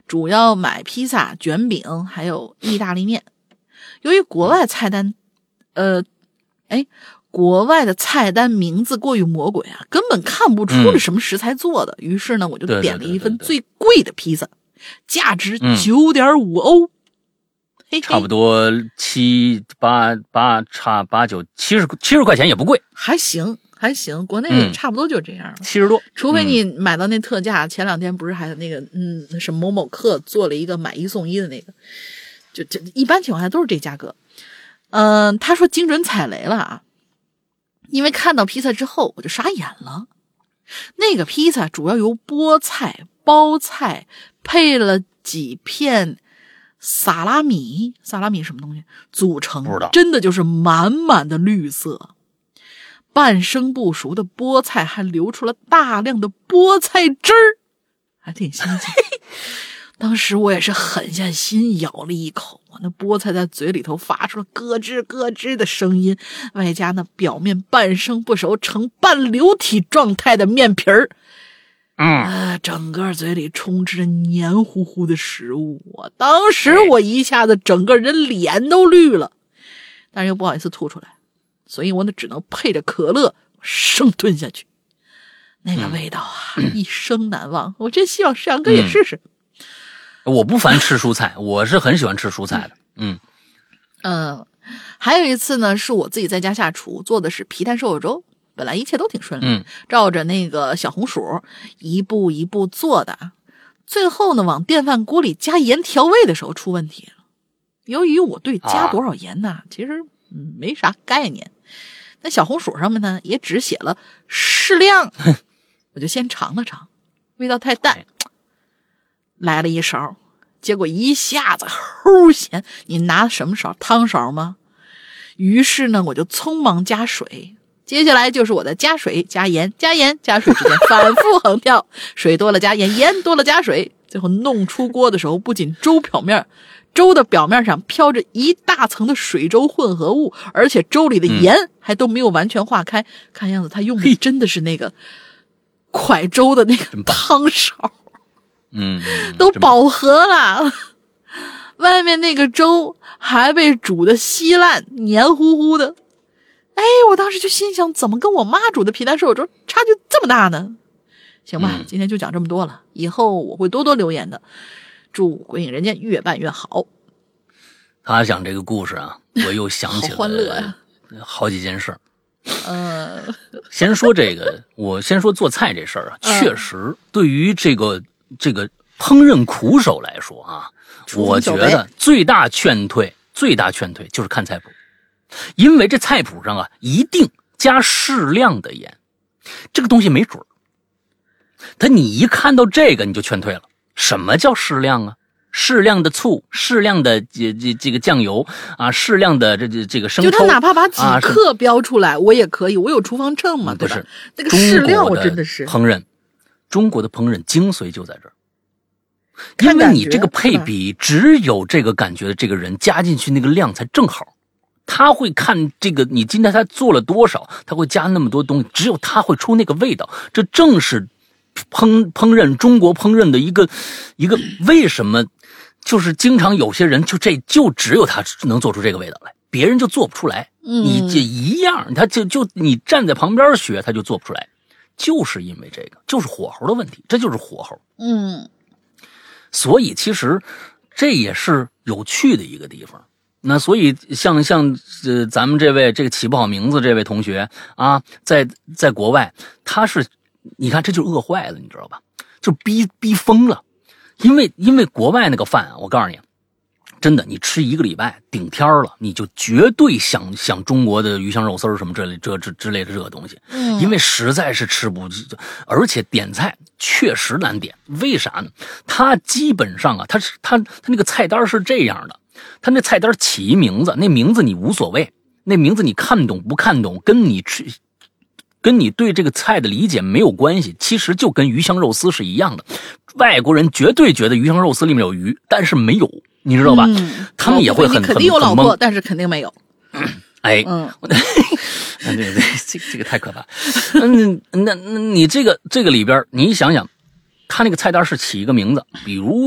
主要买披萨、卷饼还有意大利面。由于国外菜单，呃，哎，国外的菜单名字过于魔鬼啊，根本看不出是什么食材做的。嗯、于是呢，我就点了一份最贵的披萨，价值九点五欧。嘿嘿差不多七八八差八九七十七十块钱也不贵， 还行还行，国内也差不多就这样了， 七十多。 除非你买到那特价，嗯、前两天不是还有那个嗯什么某某客做了一个买一送一的那个，就就一般情况下都是这价格。嗯、呃，他说精准踩雷了啊，因为看到披萨之后我就傻眼了。那个披萨主要由菠菜、包菜配了几片。萨拉米，萨拉米什么东西组成？ 不知道， 真的就是满满的绿色。半生不熟的菠菜还流出了大量的菠菜汁儿，还挺新鲜。当时我也是狠下心咬了一口，那菠菜在嘴里头发出了咯吱咯吱的声音，外加那表面半生不熟呈半流体状态的面皮儿。 嗯、 啊，整个嘴里充斥着黏糊糊的食物，我当时我一下子整个人脸都绿了，但是又不好意思吐出来，所以我呢只能配着可乐生吞下去。那个味道啊，嗯、一生难忘。我真希望世阳哥也试试。 嗯、我不烦吃蔬菜，我是很喜欢吃蔬菜的。嗯嗯，还有一次呢，是我自己在家下厨，做的是皮蛋瘦肉粥。本来一切都挺顺利， 嗯， 照着那个小红薯一步一步做的，最后呢，往电饭锅里加盐调味的时候出问题了。由于我对加多少盐呢，啊、其实嗯没啥概念，那小红薯上面呢也只写了适量，我就先尝了尝，味道太淡，来了一勺，结果一下子齁咸。你拿什么勺？汤勺吗？于是呢，我就匆忙加水。接下来就是我的加水、加盐、加盐、加水之间反复横跳，水多了加盐，盐多了加水，最后弄出锅的时候，不仅粥表面，粥的表面上飘着一大层的水粥混合物，而且粥里的盐还都没有完全化开，嗯、看样子他用的真的是那个蒯粥的那个汤勺， 嗯， 都饱和了，外面那个粥还被煮的稀烂，黏糊糊的。哎，我当时就心想，怎么跟我妈煮的皮蛋瘦肉粥差距这么大呢？行吧，嗯、今天就讲这么多了，以后我会多多留言的。祝《鬼影人间》越办越好。 他讲这个故事啊，我又想起了好欢乐呀， 好几件事。 呃， 先说这个，我先说做菜这事儿啊， 嗯、 确实对于这个这个烹饪苦手来说啊，我觉得最大劝退，最大劝退就是看菜谱。因为这菜谱上啊，一定加适量的盐，这个东西没准儿。他你一看到这个你就劝退了。什么叫适量啊？适量的醋，适量的这这这个酱油啊，适量的这这这个生抽。 就他哪怕把几克标出来，啊、我也可以，我有厨房秤嘛，对吧？ 不是那个适量，我真的是烹饪，中国的烹饪精髓就在这儿。因为你这个配比只有这个感觉的这个人加进去那个量才正好。他会看这个，你今天他做了多少，他会加那么多东西，只有他会出那个味道。这正是烹烹饪中国烹饪的一个一个为什么，就是经常有些人就这就只有他能做出这个味道来，别人就做不出来。 嗯， 你这一样，他就就你站在旁边学，他就做不出来，就是因为这个，就是火候的问题，这就是火候。 嗯， 所以其实这也是有趣的一个地方。那所以像像呃咱们这位这个起不好名字这位同学啊，在在国外他是你看这就饿坏了，你知道吧？就逼逼疯了，因为因为国外那个饭啊，我告诉你，真的你吃一个礼拜顶天了，你就绝对想想中国的鱼香肉丝什么这类这这之类的这个东西， 嗯， 因为实在是吃不，而且点菜确实难点，为啥呢？他基本上啊，他是他他那个菜单是这样的。他那菜单起一名字，那名字你无所谓，那名字你看懂不看懂，跟你吃，跟你对这个菜的理解没有关系。其实就跟鱼香肉丝是一样的，外国人绝对觉得鱼香肉丝里面有鱼，但是没有，你知道吧？ 嗯、 他们也会很肯定有老婆，但是肯定没有。 哎， 嗯， 对对对，这这个太可怕。嗯，那那你这个这个里边，你想想，他那个菜单是起一个名字，比如说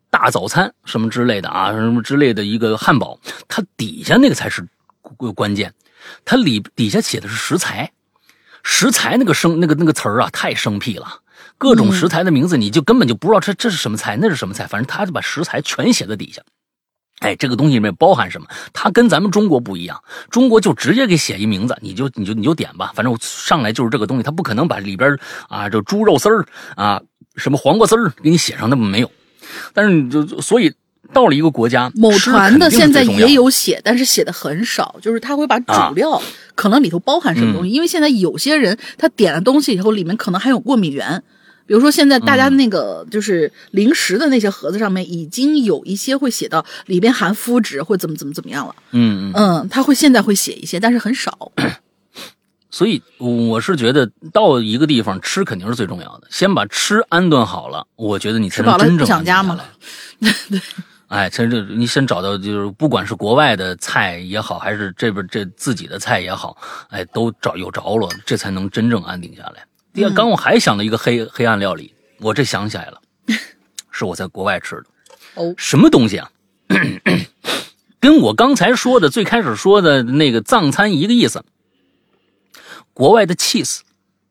大早餐什么之类的啊，什么之类的一个汉堡，它底下那个才是关键，它里底下写的是食材，食材那个生那个那个词儿啊太生僻了，各种食材的名字你就根本就不知道这这是什么菜，那是什么菜，反正他就把食材全写在底下。哎，这个东西里面包含什么？它跟咱们中国不一样，中国就直接给写一名字，你就你就你就点吧，反正我上来就是这个东西，它不可能把里边啊这猪肉丝儿啊什么黄瓜丝儿给你写上，那么没有。但是你就所以到了一个国家， 某团的现在也有写，但是写的很少，就是他会把主料、啊、可能里头包含什么东西、嗯，因为现在有些人他点了东西以后，里面可能还有过敏源。比如说现在大家那个就是零食的那些盒子上面已经有一些会写到里边含麸质或怎么怎么怎么样了， 嗯嗯，他会现在会写一些，但是很少。 所以我是觉得到一个地方吃肯定是最重要的，先把吃安顿好了，我觉得你才能真正安定下来。 对， 哎，真是你先找到就是不管是国外的菜也好，还是这边这自己的菜也好，哎，都找有着了，这才能真正安定下来。第二，刚我还想了一个黑、嗯、黑暗料理，我这想起来了，是我在国外吃的。 哦， 什么东西啊？跟我刚才说的最开始说的那个藏餐一个意思。国外的 cheese，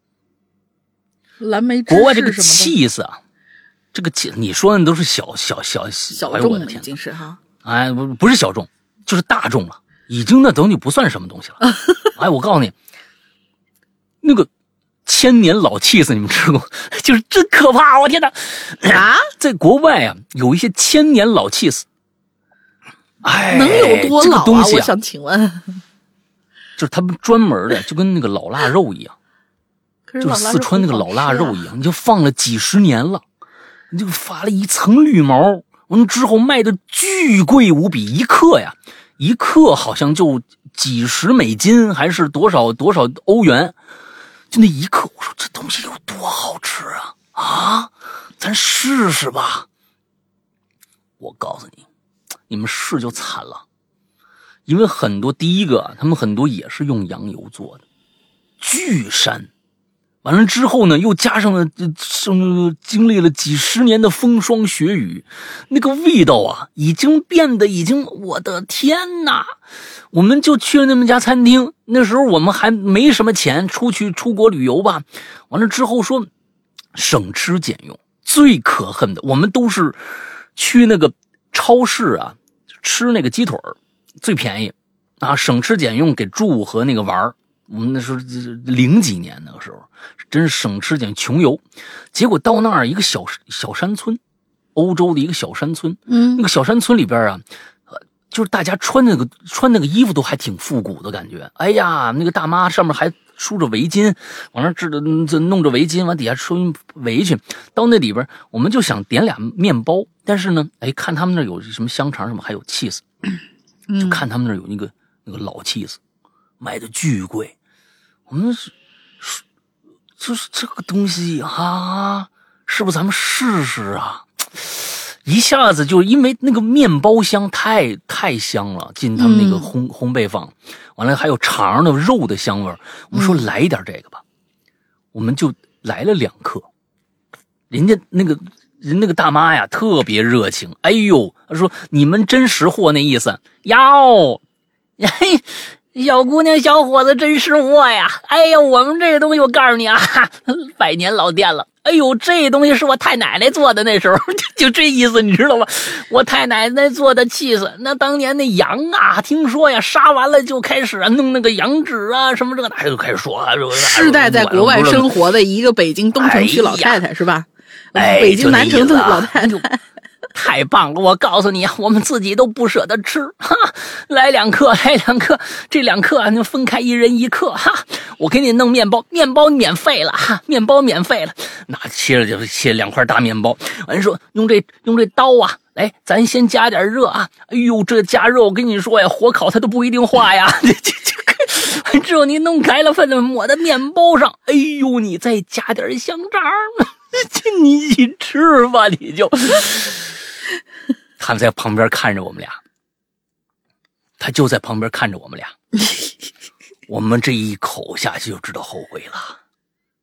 蓝莓芝士， 国外这个 cheese 啊，这个 cheese 你说的都是小小小小众的，已经是哈。 哎，不不是小众，就是大众了，已经那东西不算什么东西了。哎，我告诉你，那个。千年老气死，你们吃过？就是真可怕！我天哪！ 啊， 在国外啊，有一些千年老气死，哎， 能有多老啊？ 这个东西啊我想请问， 就是他们专门的，就跟那个老腊肉一样， 就四川那个老腊肉一样，你就放了几十年了，你就发了一层绿毛，完了之后卖的巨贵无比，一克呀，一克好像就几十美金，还是多少多少欧元。就那一刻，我说这东西有多好吃啊！啊，咱试试吧。我告诉你，你们试就惨了，因为很多第一个，他们很多也是用羊油做的，巨膻。完了之后呢，又加上了呃，经历了几十年的风霜雪雨，那个味道啊，已经变得已经，我的天哪！我们就去了那么家餐厅，那时候我们还没什么钱，出去出国旅游吧。完了之后说省吃俭用，最可恨的，我们都是去那个超市啊吃那个鸡腿儿，最便宜啊，省吃俭用给住和那个玩儿。我们那时候零几年那个时候，真是省吃俭穷游。结果到那儿一个小小山村，欧洲的一个小山村， 嗯，那个小山村里边啊，呃，就是大家穿那个穿那个衣服都还挺复古的感觉。哎呀，那个大妈上面还梳着围巾，往上织的弄着围巾，往底下穿围裙。到那里边，我们就想点俩面包，但是呢，哎，看他们那有什么香肠什么，还有 cheese， 就看他们那有那个那个老 cheese， 卖的巨贵。我们是，就是这个东西啊，是不是咱们试试啊？一下子就因为那个面包香太太香了，进他们那个烘、嗯、烘焙坊，完了还有肠的肉的香味儿。我们说来一点这个吧，嗯、我们就来了两克。人家那个人那个大妈呀，特别热情。哎呦，她说你们真识货那意思，哟，嘿。小姑娘小伙子真识货呀！哎呀，我们这个东西我告诉你啊，百年老店了。哎呦，这东西是我太奶奶做的，那时候就这意思，你知道吗？我太奶奶做的cheese，那当年那羊啊，听说呀，杀完了就开始啊弄那个羊脂啊，什么这个那就开始说啊， 世代在国外生活的一个北京东城区老太太、哎、是吧？ 哎， 北京南城的老太太。 太棒了！我告诉你啊，我们自己都不舍得吃，哈，来两克，来两克，这两克啊，就分开一人一克，哈，我给你弄面包，面包免费了，哈，面包免费了。那切了就切两块大面包，完说用这用这刀啊，来，咱先加点热啊。哎呦，这加热我跟你说呀，火烤它都不一定化呀。这这这，完之后你弄开了，放在抹在面包上，哎呦，你再加点香肠，这你一起吃吧，你就。他在旁边看着我们俩，他就在旁边看着我们俩，我们这一口下去就知道后悔了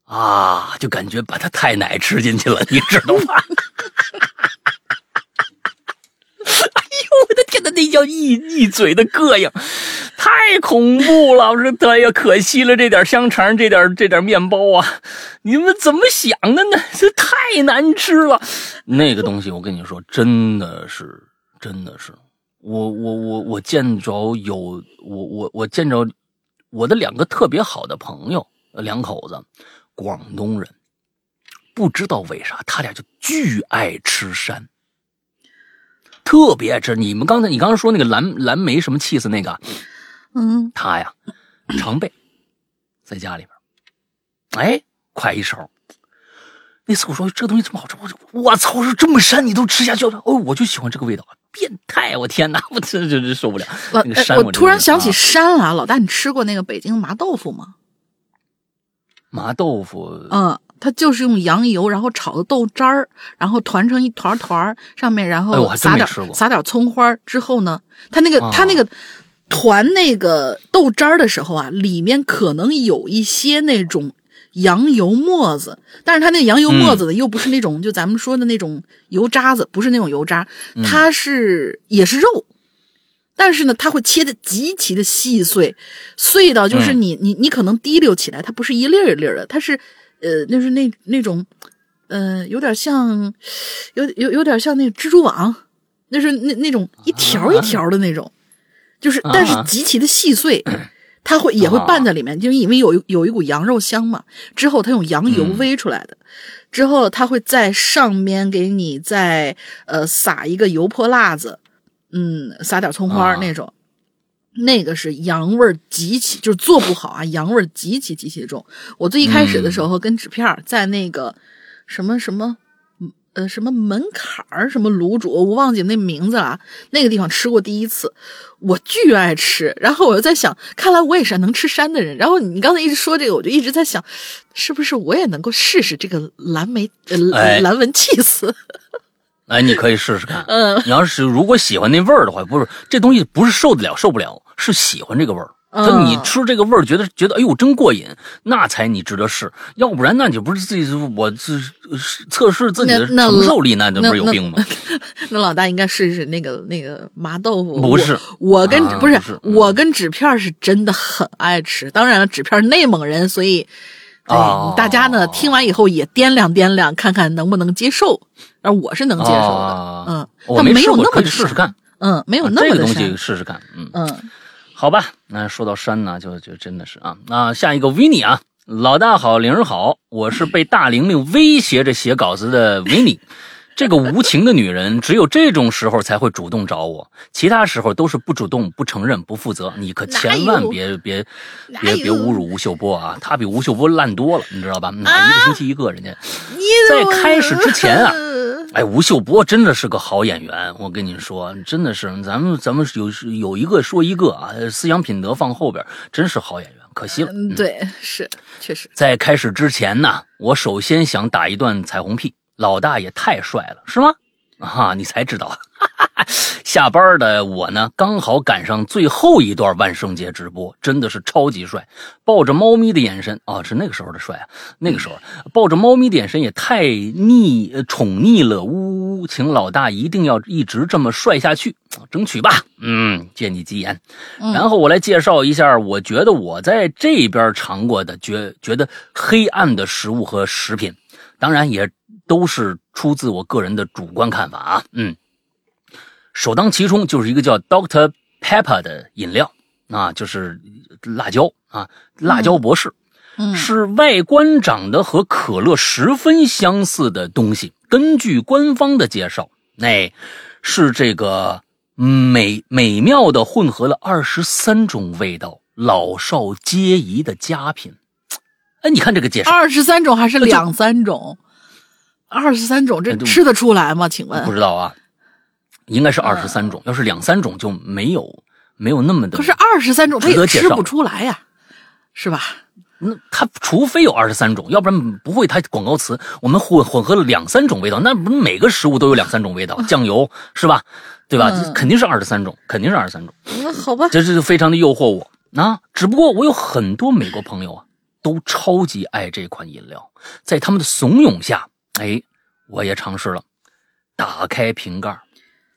啊，就感觉把他太奶吃进去了，你知道吗？ 要一一嘴的膈应，太恐怖了！我说哎呀，可惜了这点香肠，这点这点面包啊，你们怎么想的呢？这太难吃了。那个东西我跟你说，真的是，真的是，我我我我见着有我我我见着我的两个特别好的朋友，两口子，广东人，不知道为啥他俩就巨爱吃山。特别爱吃，你们刚才你刚才说那个蓝蓝莓什么气死那个， 嗯， 他呀常备在家里边，哎，快一勺。那次我说这个东西这么好吃，我我操，说这么膻你都吃下去了？哦，我就喜欢这个味道，变态！我天哪，我真真是受不了。 老、 那个山我突然想起啊山了，老大，你吃过那个北京麻豆腐吗？ 麻豆腐， 嗯，它就是用羊油，然后炒的豆渣儿，然后团成一团团，上面然哎我还真后撒点、 没吃过撒点葱花之后呢，它那个、 啊它那个团那个豆渣儿的时候啊，里面可能有一些那种羊油沫子，但是它那个羊油沫子呢，又不是那种、就咱们说的那种油渣子，不是那种油渣，它是、也是肉。但是呢，它会切的极其的细碎，碎到就是你、嗯、你你可能提溜起来，它不是一粒儿一粒儿的，它是呃，那是那那种呃，有点像有有有点像那个蜘蛛网，那是那那种一条一条的那种，啊、就是但是极其的细碎，啊、它会也会拌在里面，就因为有有一股羊肉香嘛，之后它用羊油煨出来的，嗯、之后它会在上面给你再呃撒一个油泼辣子。嗯，撒点葱花那种，啊、那个是羊味儿极其，就是做不好啊，羊味儿极其极其的重。我最一开始的时候跟纸片在那个什么什么呃什么门槛儿什么卤煮，我忘记那名字了，那个地方吃过第一次，我巨爱吃。然后我又在想，看来我也是能吃山的人。然后你刚才一直说这个，我就一直在想，是不是我也能够试试这个蓝莓呃、哎、蓝纹气死。 哎，你可以试试看。 嗯， 你要是如果喜欢那味儿的话，不是这东西不是受得了受不了，是喜欢这个味儿。 嗯， 他你吃这个味儿，觉得觉得哎呦真过瘾，那才你值得试。要不然那你不是自己我自测试自己的承受力，那那不是有病吗？ 那, 那, 那老大应该试试那个那个麻豆腐。 不是， 我, 我跟、 啊、 不是、 是我跟纸片是真的很爱吃。当然了，纸片内蒙人，所以。对、哦，大家呢听完以后也掂量掂量，看看能不能接受。而我是能接受的， 哦、 嗯， 我没有那么可以试试看， 嗯，没有那么的、 啊、这个东西试试看，嗯嗯， 好吧。那说到山呢，就就真的是啊，那下一个维尼啊，老大好，玲儿好，我是被大玲玲威胁着写稿子的维尼。这个无情的女人，只有这种时候才会主动找我，其他时候都是不主动、不承认、不负责。你可千万别别别别侮辱吴秀波啊！他比吴秀波烂多了，你知道吧？哪、啊、一个星期一个，人家在开始之前啊，哎，吴秀波真的是个好演员，我跟你说，真的是咱们咱们有有一个说一个啊，思想品德放后边，真是好演员，可惜了。 嗯，对，是确实。 在开始之前呢，我首先想打一段彩虹屁。老大也太帅了，是吗？啊，你才知道。下班的我呢，刚好赶上最后一段万圣节直播，真的是超级帅。抱着猫咪的眼神，哦，是那个时候的帅啊，那个时候抱着猫咪的眼神也太腻宠溺了，呜呜！请老大一定要一直这么帅下去，争取吧。嗯，借你吉言。然后我来介绍一下，我觉得我在这边尝过的觉觉得黑暗的食物和食品，当然也。都是出自我个人的主观看法啊，嗯，首当其冲就是一个叫 Doctor Pepper 的饮料啊，就是辣椒啊，辣椒博士， 嗯， 是外观长得和可乐十分相似的东西。根据官方的介绍，那是这个美美妙的混合了二十三种味道，老少皆宜的佳品。哎，你看这个介绍， 二十三种还是两三种？二十三种，这吃得出来吗？请问？ 不知道啊，应该是二十三种。嗯、要是两三种就没有没有那么的。 可是二十三种它也吃不出来呀，是吧？ 那它除非有二十三种，要不然不会。它广告词我们混混合了两三种味道，那不是每个食物都有两三种味道？酱油是吧？对吧？嗯、肯定是二十三种，肯定是二十三种。 那好吧， 这是非常的诱惑我啊！只不过我有很多美国朋友啊，都超级爱这款饮料，在他们的怂恿下。哎，我也尝试了，打开瓶盖，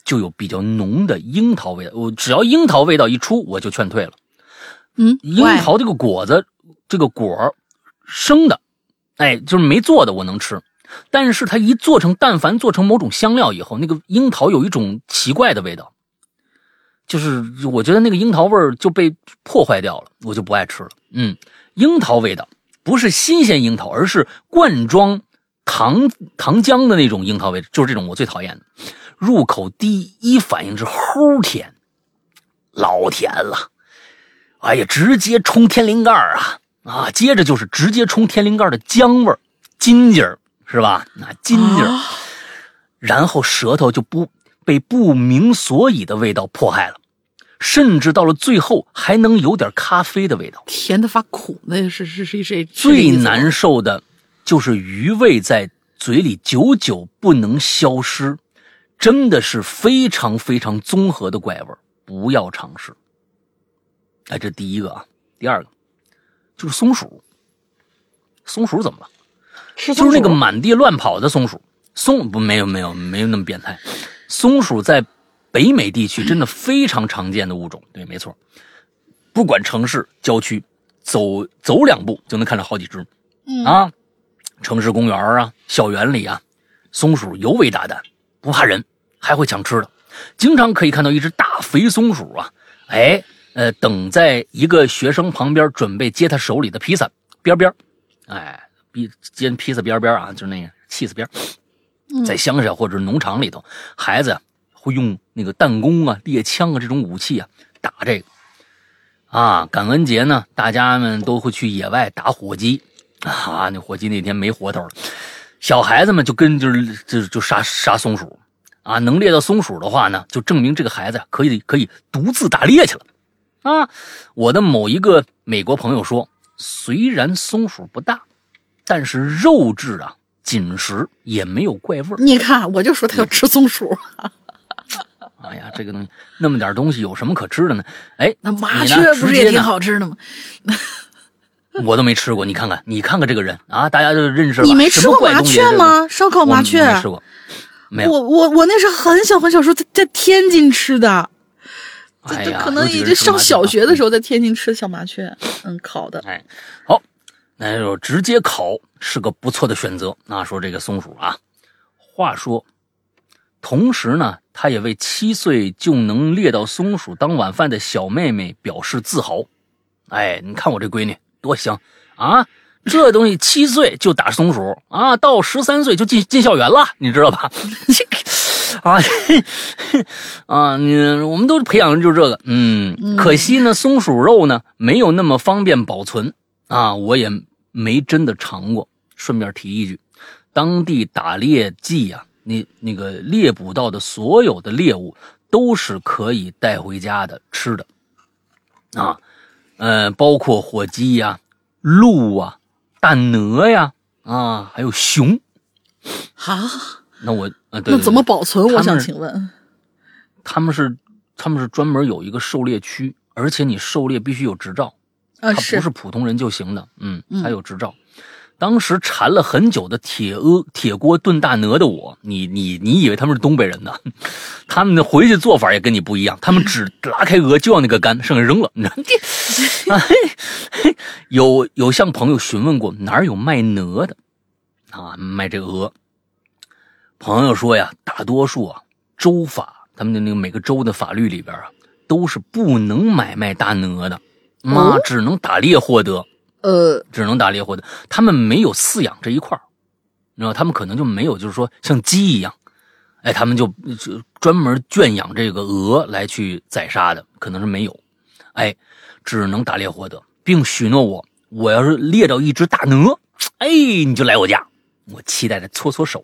就有比较浓的樱桃味道。我只要樱桃味道一出，我就劝退了。 嗯， 樱桃这个果子，这个果生的，哎，就是没做的我能吃，但是它一做成，但凡做成某种香料以后，那个樱桃有一种奇怪的味道，就是我觉得那个樱桃味儿就被破坏掉了，我就不爱吃了。嗯，樱桃味道不是新鲜樱桃，而是罐装糖糖浆的那种樱桃味，就是这种我最讨厌的。入口第一反应是齁甜，老甜了，哎呀，直接冲天灵盖啊啊！接着就是直接冲天灵盖的姜味儿，筋劲儿是吧？那筋劲儿，然后舌头就不被不明所以的味道迫害了，甚至到了最后还能有点咖啡的味道， 甜的发苦，那是是是是最难受的就是余味在嘴里久久不能消失。真的是非常非常综合的怪味，不要尝试。哎，这第一个啊，第二个就是松鼠。松鼠怎么了？ 是就是那个满地乱跑的松鼠。松不没有没有没有那么变态。松鼠在北美地区真的非常常见的物种，对，没错。不管城市、郊区，走走两步就能看到好几只。 嗯啊，城市公园啊，校园里啊，松鼠尤为大胆。不怕人，还会抢吃的，经常可以看到一只大肥松鼠啊，哎，呃，等在一个学生旁边，准备接他手里的披萨边边，哎，接披萨边边啊，就是那个气死边，在乡下或者农场里头，孩子会用那个弹弓啊、猎枪啊这种武器啊打这个啊。感恩节呢，大家们都会去野外打火鸡啊，那火鸡那天没活头了。小孩子们就跟就是就就杀杀松鼠啊，能猎到松鼠的话呢，就证明这个孩子可以可以独自打猎去了啊。我的某一个美国朋友说，虽然松鼠不大，但是肉质啊紧实，也没有怪味儿。 你看，我就说他要吃松鼠。 哎呀，这个东西那么点东西有什么可吃的呢？哎， 那麻雀不是也挺好吃的吗？ 我都没吃过，你看看，你看看这个人啊，大家就认识了。 你没吃过麻雀吗？烧烤麻雀？ 我没吃过，没有。 我我我那是很小很小时候在在天津吃的， 哎呀， 可能也就上小学的时候在天津吃的小麻雀，嗯，烤的。 哎，好，那就直接烤是个不错的选择。那说这个松鼠啊，话说，同时呢，他也为七岁就能猎到松鼠当晚饭的小妹妹表示自豪。哎，你看我这闺女多香啊！这东西七岁就打松鼠啊，到十三岁就进进校园了，你知道吧？啊啊，你我们都培养的就是这个，嗯，可惜呢，松鼠肉呢没有那么方便保存啊，我也没真的尝过。顺便提一句，当地打猎季啊，那那个猎捕到的所有的猎物都是可以带回家的吃的啊。呃，包括火鸡呀、鹿啊、大鹅呀，啊，还有熊。 啊？ 那我呃，对对对， 那怎么保存？我想请问。 他们是他们是专门有一个狩猎区，而且你狩猎必须有执照， 啊， 他不是普通人就行的，嗯，他有执照。当时馋了很久的铁鹅铁锅炖大鹅的我，你你你以为他们是东北人呢？他们的回去做法也跟你不一样，他们只拉开鹅就要那个肝，剩下扔了。啊、有有向朋友询问过哪儿有卖鹅的啊，卖这个鹅。朋友说呀，大多数啊州法，他们的那个每个州的法律里边啊，都是不能买卖大鹅的，啊， 哦、 只能打猎获得。 呃， 只能打猎获得，他们没有饲养这一块儿，然后他们可能就没有，就是说像鸡一样，哎，他们就就专门圈养这个鹅来去宰杀的，可能是没有，哎，只能打猎获得，并许诺我，我要是猎到一只大鹅，哎，你就来我家，我期待的搓搓手。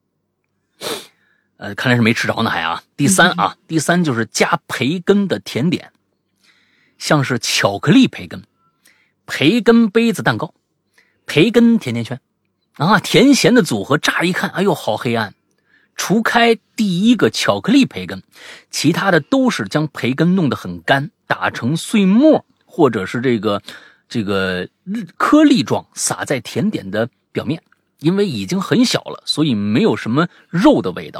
呃，看来是没吃着呢还啊。第三啊，第三就是加培根的甜点，像是巧克力培根。培根杯子蛋糕，培根甜甜圈，啊，甜咸的组合，乍一看，哎呦，好黑暗。除开第一个巧克力培根，其他的都是将培根弄得很干，打成碎末，或者是这个这个颗粒状撒在甜点的表面。因为已经很小了，所以没有什么肉的味道。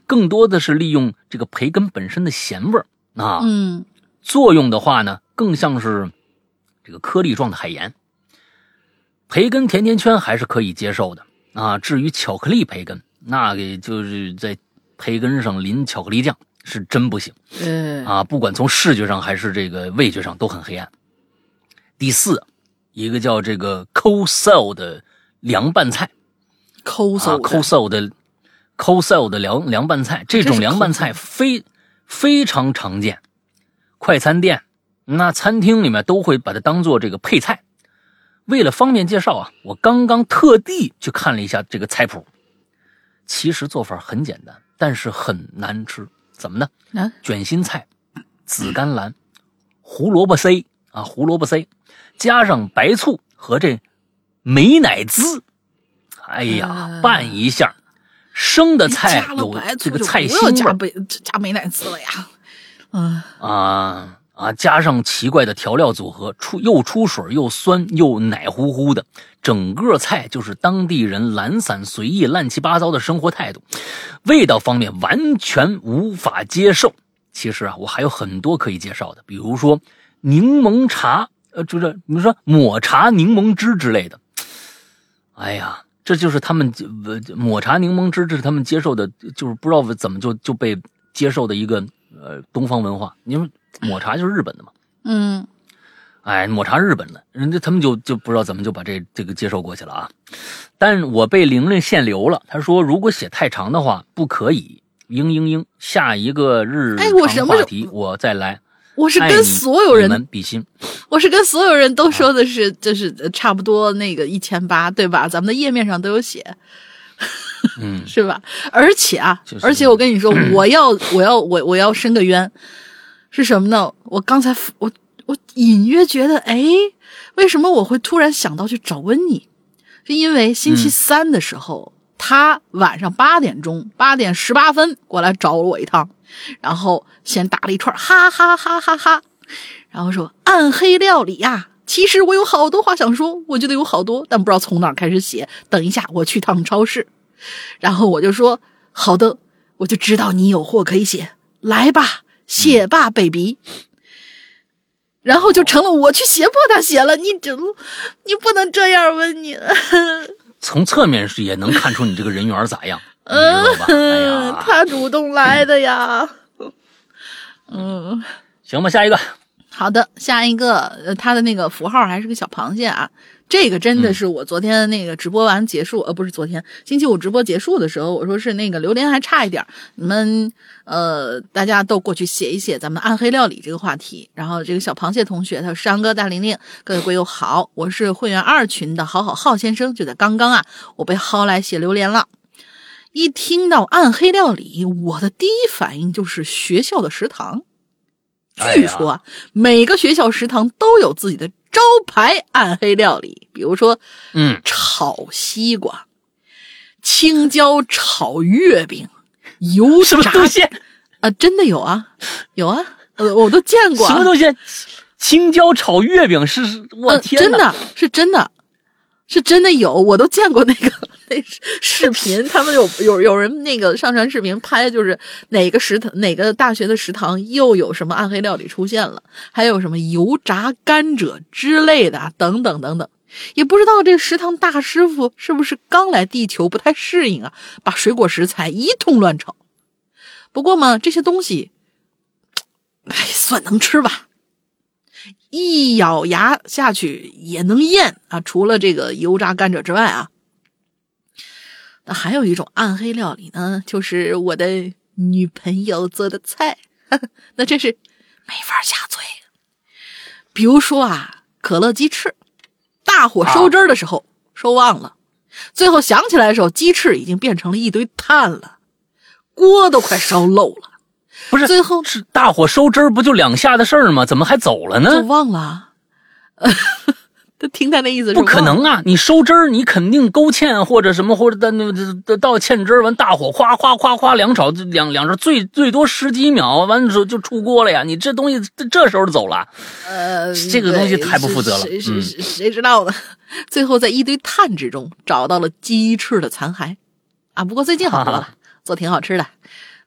更多的是利用这个培根本身的咸味儿啊。 嗯， 作用的话呢，更像是这个颗粒状的海盐。培根甜甜圈还是可以接受的啊，至于巧克力培根，那个就是在培根上淋巧克力酱是真不行。 嗯啊，不管从视觉上还是这个味觉上都很黑暗。第四，一个叫这个 coleslaw 的凉拌菜。 coleslaw 啊 coleslaw 的 coleslaw 的凉凉拌菜，这种凉拌菜非非常常见，快餐店、那餐厅里面都会把它当做这个配菜。为了方便介绍啊，我刚刚特地去看了一下这个菜谱。其实做法很简单，但是很难吃。怎么呢？ 啊， 卷心菜、紫甘蓝、胡萝卜丝啊，胡萝卜丝，加上白醋和这美乃滋。哎呀， 啊、 拌一下，生的菜有这个菜腥味， 加美加美乃滋了呀。嗯啊啊，加上奇怪的调料组合，出又出水又酸又奶乎乎的，整个菜就是当地人懒散随意、乱七八糟的生活态度。味道方面完全无法接受。其实啊，我还有很多可以介绍的，比如说柠檬茶，呃，就是比如说抹茶柠檬汁之类的。哎呀。这就是他们抹茶柠檬汁，这是他们接受的，就是不知道怎么就就被接受的一个呃东方文化。因为抹茶就是日本的嘛， 嗯， 哎，抹茶日本的，人家他们就就不知道怎么就把这这个接受过去了啊。但我被玲玲限流了，他说如果写太长的话不可以。嘤嘤嘤，下一个日常话题我再来。 我是跟所有人比心， 我是跟所有人都说的是，就是差不多那个一千八，对吧？咱们的页面上都有写， 嗯， 是吧？而且啊， 就是、 而且我跟你说，我要我要我我要申个冤，是什么呢？我刚才我我隐约觉得，哎，为什么我会突然想到去找温妮？是因为星期三的时候，嗯、他晚上八点钟，八点十八分过来找了我一趟。然后先打了一串哈哈哈哈哈，然后说暗黑料理呀、啊，其实我有好多话想说，我觉得有好多，但不知道从哪儿开始写。等一下我去趟超市，然后我就说好的，我就知道你有货可以写，来吧，写吧 baby。然后就成了我去胁迫他写了，你这你不能这样问你。 从侧面是也能看出你这个人缘咋样。 嗯， 哎呀， 他主动来的呀。嗯， 行吧，下一个。 好的，下一个，呃，他的那个符号还是个小螃蟹啊。这个真的是我昨天那个直播完结束，嗯、呃，不是昨天，星期五直播结束的时候，我说是那个榴莲还差一点，你们呃大家都过去写一写咱们暗黑料理这个话题。然后这个小螃蟹同学他说：“山哥大玲玲，各位贵友好，我是会员二群的好好好先生，就在刚刚啊，我被薅来写榴莲了。”一听到暗黑料理，我的第一反应就是学校的食堂。据说啊，哎、每个学校食堂都有自己的招牌暗黑料理，比如说， 嗯， 炒西瓜、青椒炒月饼、油炸， 什么东西啊？真的有啊，有啊，呃，我都见过、啊。 什么东西？青椒炒月饼是？我天、 呃，真的是真的。是真的有，我都见过那个那视频，他们有有有人那个上传视频拍，就是哪个食堂哪个大学的食堂又有什么暗黑料理出现了，还有什么油炸甘蔗之类的啊，等等等等，也不知道这个食堂大师傅是不是刚来地球不太适应啊，把水果食材一通乱炒。不过嘛，这些东西，哎，算能吃吧。一咬牙下去也能咽啊！除了这个油炸甘蔗之外啊，那还有一种暗黑料理呢，就是我的女朋友做的菜，呵呵那真是没法下嘴。比如说啊，可乐鸡翅，大火收汁儿的时候、啊、收忘了，最后想起来的时候，鸡翅已经变成了一堆炭了，锅都快烧漏了。 不是， 最后是大火收汁儿，不就两下的事儿吗？怎么还走了呢？ 就忘了，他听他那意思是不可能啊！你收汁儿，你肯定勾芡或者什么，或者那那倒芡汁儿，完大火夸夸夸夸两炒，两两勺最最多十几秒，完之后就出锅了呀！你这东西这这时候走了， 呃， 这个东西太不负责了。 谁谁谁谁知道呢？最后在一堆炭之中找到了鸡翅的残骸啊！不过最近好多了，做挺好吃的。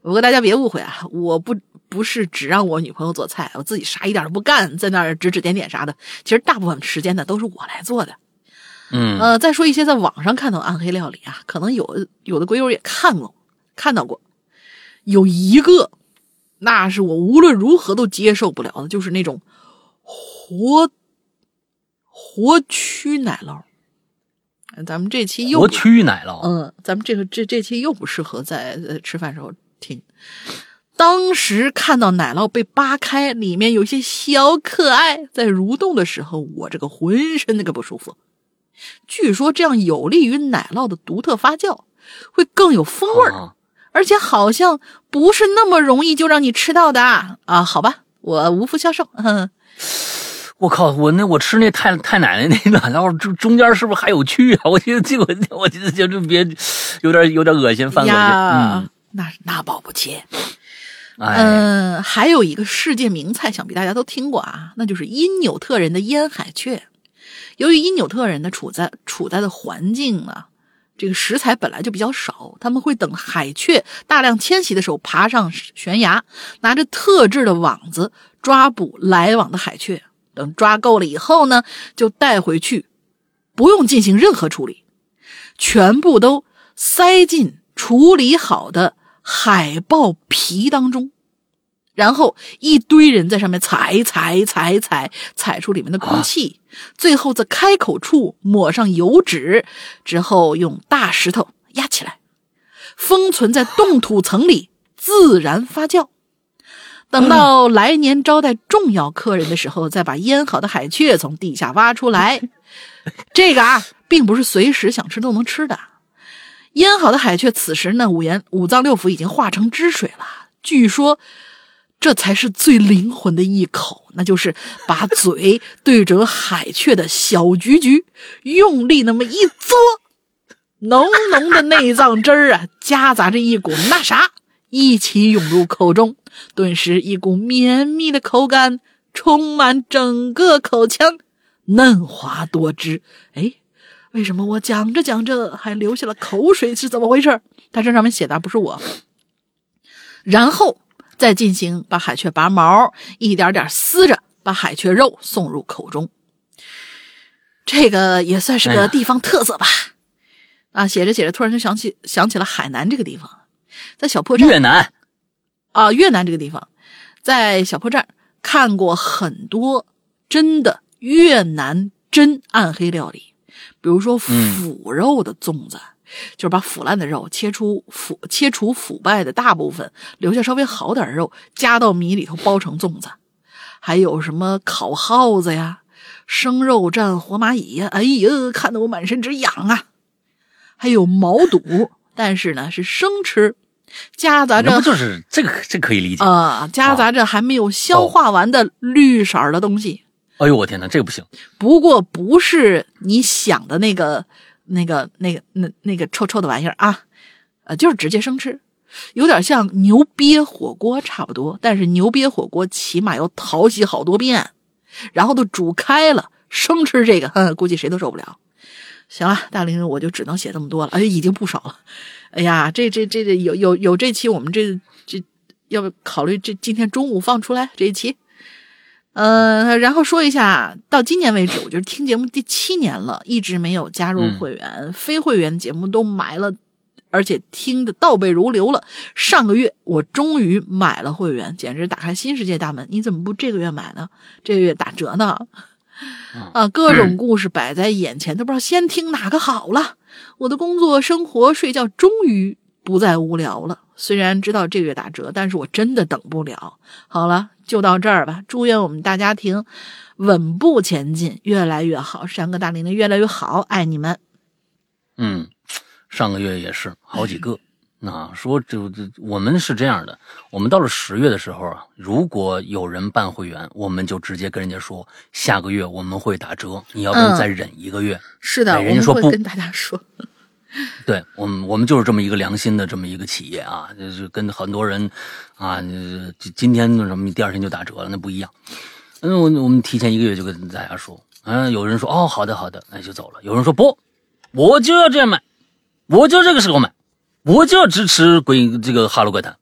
不过大家别误会啊，我不不是只让我女朋友做菜，我自己啥一点都不干，在那儿指指点点啥的。其实大部分时间呢都是我来做的。 嗯， 呃，再说一些在网上看到暗黑料理啊，可能有有的龟友也看过，看到过。有一个，那是我无论如何都接受不了的，就是那种活活蛆奶酪。咱们这期又活蛆奶酪， 嗯，咱们这个这这期又不适合在呃吃饭时候听。当时看到奶酪被扒开，里面有一些小可爱在蠕动的时候，我这个浑身那个不舒服。据说这样有利于奶酪的独特发酵，会更有风味儿、啊，而且好像不是那么容易就让你吃到的啊！啊好吧，我无福消受。呵我靠，我那我吃那太太奶奶那奶酪，中中间是不是还有蛆啊？我觉得这个，我觉得就就别有点有点恶心，犯恶心。嗯， 那那保不齐。 哎、 嗯，还有一个世界名菜，想必大家都听过啊，那就是因纽特人的腌海雀。由于因纽特人呢处在处在的环境呢，这个食材本来就比较少，他们会等海雀大量迁徙的时候爬上悬崖，拿着特制的网子抓捕来往的海雀，等抓够了以后呢，就带回去，不用进行任何处理，全部都塞进处理好的海豹皮当中，然后一堆人在上面踩踩踩踩踩出里面的空气、啊、最后在开口处抹上油脂，之后用大石头压起来，封存在冻土层里自然发酵，等到来年招待重要客人的时候，再把腌好的海雀从地下挖出来。这个啊并不是随时想吃都能吃的，腌好的海雀此时呢五颜五脏六腑已经化成汁水了，据说这才是最灵魂的一口，那就是把嘴对准海雀的小菊菊，用力那么一嘬，浓浓的内脏汁儿啊，夹杂着一股那啥，一起涌入口中，顿时一股绵密的口感充满整个口腔，嫩滑多汁。哎，为什么我讲着讲着还流下了口水，是怎么回事？它这上面写的不是我。然后再进行把海雀拔毛，一点点撕着把海雀肉送入口中，这个也算是个地方特色吧。哎、啊，写着写着突然就想起想起了海南这个地方，在小破站越南啊，越南这个地方，在小破站看过很多真的越南真暗黑料理，比如说腐肉的粽子。嗯，就是把腐烂的肉切出腐切除腐败的大部分，留下稍微好点的肉，加到米里头包成粽子。还有什么烤耗子呀，生肉蘸活蚂蚁呀，哎呀，看得我满身直痒啊。还有毛肚，但是呢是生吃，夹杂着那不就是这个这可以理解啊、呃，夹杂着还没有消化完的绿色的东西。 哦、哎呦我天哪，这个不行。 不过不是你想的那个。那个、那个、那那个臭臭的玩意儿啊，呃，就是直接生吃，有点像牛瘪火锅差不多，但是牛瘪火锅起码要淘洗好多遍，然后都煮开了，生吃这个，哼，估计谁都受不了。行了，大玲我就只能写这么多了，哎，已经不少了。哎呀，这这这这有有有这期我们这这要不考虑这今天中午放出来这一期。呃，然后说一下，到今年为止，我觉得听节目第七年了，一直没有加入会员，嗯、非会员节目都买了，而且听得倒背如流了。上个月我终于买了会员，简直打开新世界大门。你怎么不这个月买呢？这个月打折呢？啊，各种故事摆在眼前，都不知道先听哪个好了。我的工作、生活、睡觉终于不再无聊了。虽然知道这个月打折，但是我真的等不了。好了，就到这儿吧。祝愿我们大家庭稳步前进，越来越好。山哥大玲玲越来越好，爱你们。 嗯，上个月也是好几个。那说就我们是这样的，我们到了十月的时候啊，如果有人办会员，我们就直接跟人家说，下个月我们会打折，你要不然再忍一个月。嗯、 是的， 人家说不， 我们会跟大家说。 对我们，我们就是这么一个良心的这么一个企业啊，就是跟很多人啊，今天什么第二天就打折了，那不一样。嗯，我我们提前一个月就跟大家说，嗯，有人说哦，好的好的，那就走了。有人说不，我就要这样买，我就这个时候买，我就要支持鬼这个哈喽怪谈。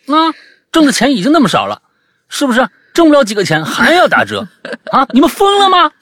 啊，挣的钱已经那么少了，是不是？挣不了几个钱还要打折啊？你们疯了吗？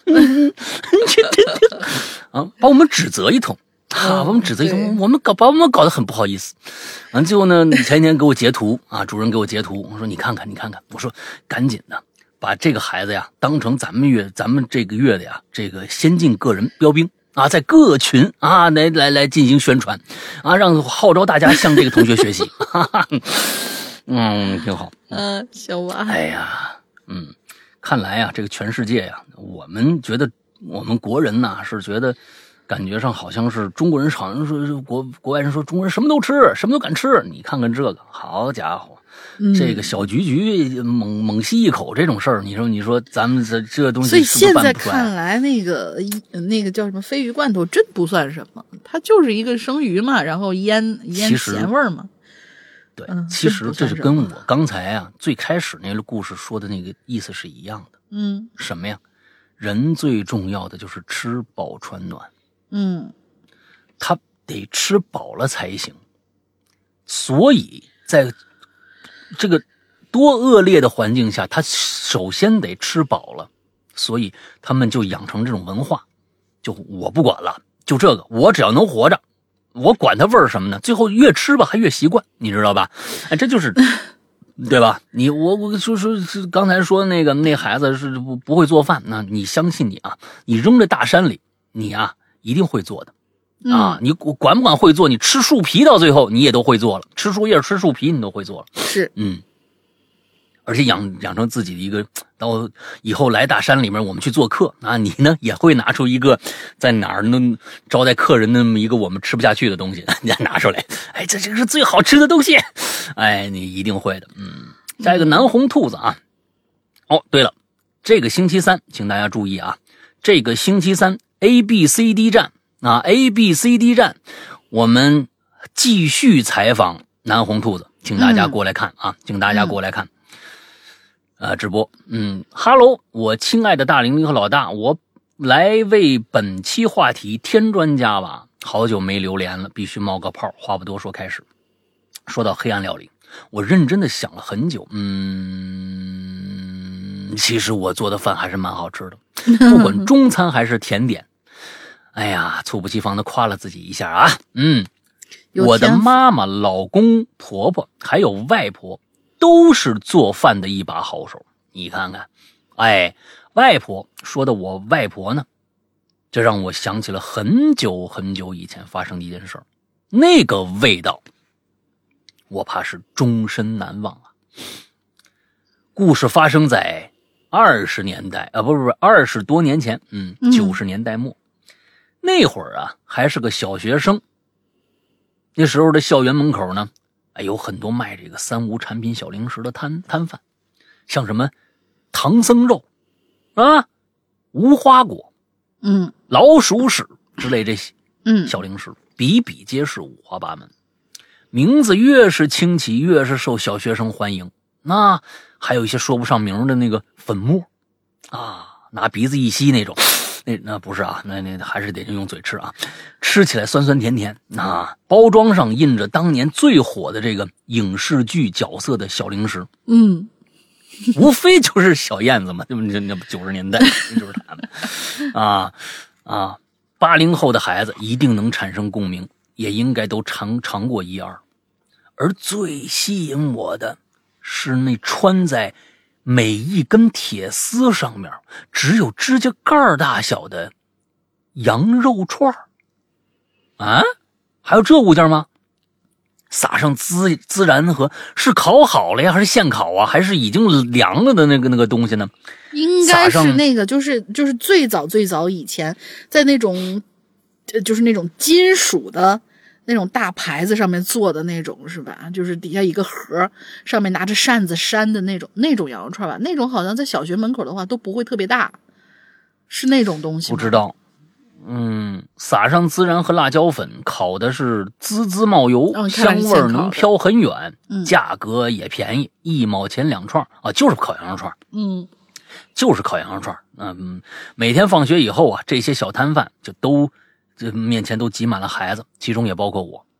啊，把我们指责一通。啊，我们指责一通，我们搞把我们搞得很不好意思。完最后呢，前一天给我截图啊，主任给我截图，我说你看看，你看看，我说赶紧的把这个孩子呀当成咱们月咱们这个月的呀这个先进个人标兵啊，在各群啊来来来进行宣传啊，让号召大家向这个同学学习。哈哈，嗯，挺好。 嗯、呃，小娃。 哎呀，嗯，看来呀，这个全世界呀，我们觉得我们国人呐是觉得。感觉上好像是中国人，好像说国国外人说中国人什么都吃，什么都敢吃。你看看这个，好家伙，嗯、这个小菊菊猛猛吸一口这种事儿，你说你说咱们这这东西所以现在是不是办不出来看来，那个那个叫什么鲱鱼罐头真不算什么，它就是一个生鱼嘛，然后腌腌咸味嘛。 对， 嗯、 其实这是跟我刚才啊最开始那个故事说的那个意思是一样的。 嗯， 什么呀？人最重要的就是吃饱穿暖。 嗯， 他得吃饱了才行，所以在这个多恶劣的环境下，他首先得吃饱了，所以他们就养成这种文化，就我不管了，就这个，我只要能活着，我管它味儿什么呢？最后越吃吧还越习惯，你知道吧？哎，这就是。对吧？你我我说说是刚才说那个那孩子是不不会做饭，那你相信你啊，你扔在大山里，你啊。一定会做的啊！你管不管会做？你吃树皮到最后你也都会做了，吃树叶、吃树皮你都会做了。 是， 嗯，而且养养成自己的一个，到以后来大山里面我们去做客啊，你呢也会拿出一个在哪儿能招待客人那么一个我们吃不下去的东西，你拿出来，哎，这这个是最好吃的东西，哎，你一定会的。嗯，下一个南红兔子啊，哦，对了，这个星期三，请大家注意啊，这个星期三。A B C D 站啊 ，A B C D 站，我们继续采访南红兔子，请大家过来看啊，嗯、请大家过来看，呃，直播，嗯哈喽，我亲爱的大玲玲和老大，我来为本期话题添砖加瓦，好久没留连了，必须冒个泡。话不多说，开始说到黑暗料理，我认真的想了很久，嗯，其实我做的饭还是蛮好吃的，不管中餐还是甜点。哎呀，猝不及防的夸了自己一下啊！嗯，我的妈妈、老公、婆婆还有外婆都是做饭的一把好手。你看看，哎，外婆说的我外婆呢，这让我想起了很久很久以前发生的一件事，那个味道，我怕是终身难忘啊。故事发生在二十年代啊，不不不，二十多年前，嗯，九十年代末。嗯那会儿啊，还是个小学生。那时候的校园门口呢，哎，有很多卖这个三无产品小零食的摊摊贩，像什么唐僧肉啊、无花果、 嗯、 老鼠屎之类这些嗯小零食，比比皆是，五花八门。名字越是清奇，越是受小学生欢迎。那还有一些说不上名的那个粉末啊，拿鼻子一吸那种。那那不是啊，那那还是得用嘴吃啊，吃起来酸酸甜甜啊。包装上印着当年最火的这个影视剧角色的小零食， 嗯， 无非就是小燕子嘛，对不对？那九十年代就是他们啊啊，八零后的孩子一定能产生共鸣，也应该都尝尝过一二。而最吸引我的是那穿在每一根铁丝上面只有指甲盖大小的羊肉串啊，还有这物件吗？撒上孜孜然和是烤好了呀，还是现烤啊，还是已经凉了的那个那个东西呢？ 应该是那个，就是就是最早最早以前在那种，就是那种金属的那种大牌子上面做的那种是吧？就是底下一个盒，上面拿着扇子扇的那种那种羊肉串吧？那种好像在小学门口的话都不会特别大，是那种东西吗？ 不知道。嗯，撒上孜然和辣椒粉，烤的是滋滋冒油， 哦、 香味能飘很远， 嗯、 价格也便宜，一毛钱两串啊，就是烤羊肉串。 嗯， 就是烤羊肉串。嗯，每天放学以后啊，这些小摊贩就都这面前都挤满了孩子，其中也包括我。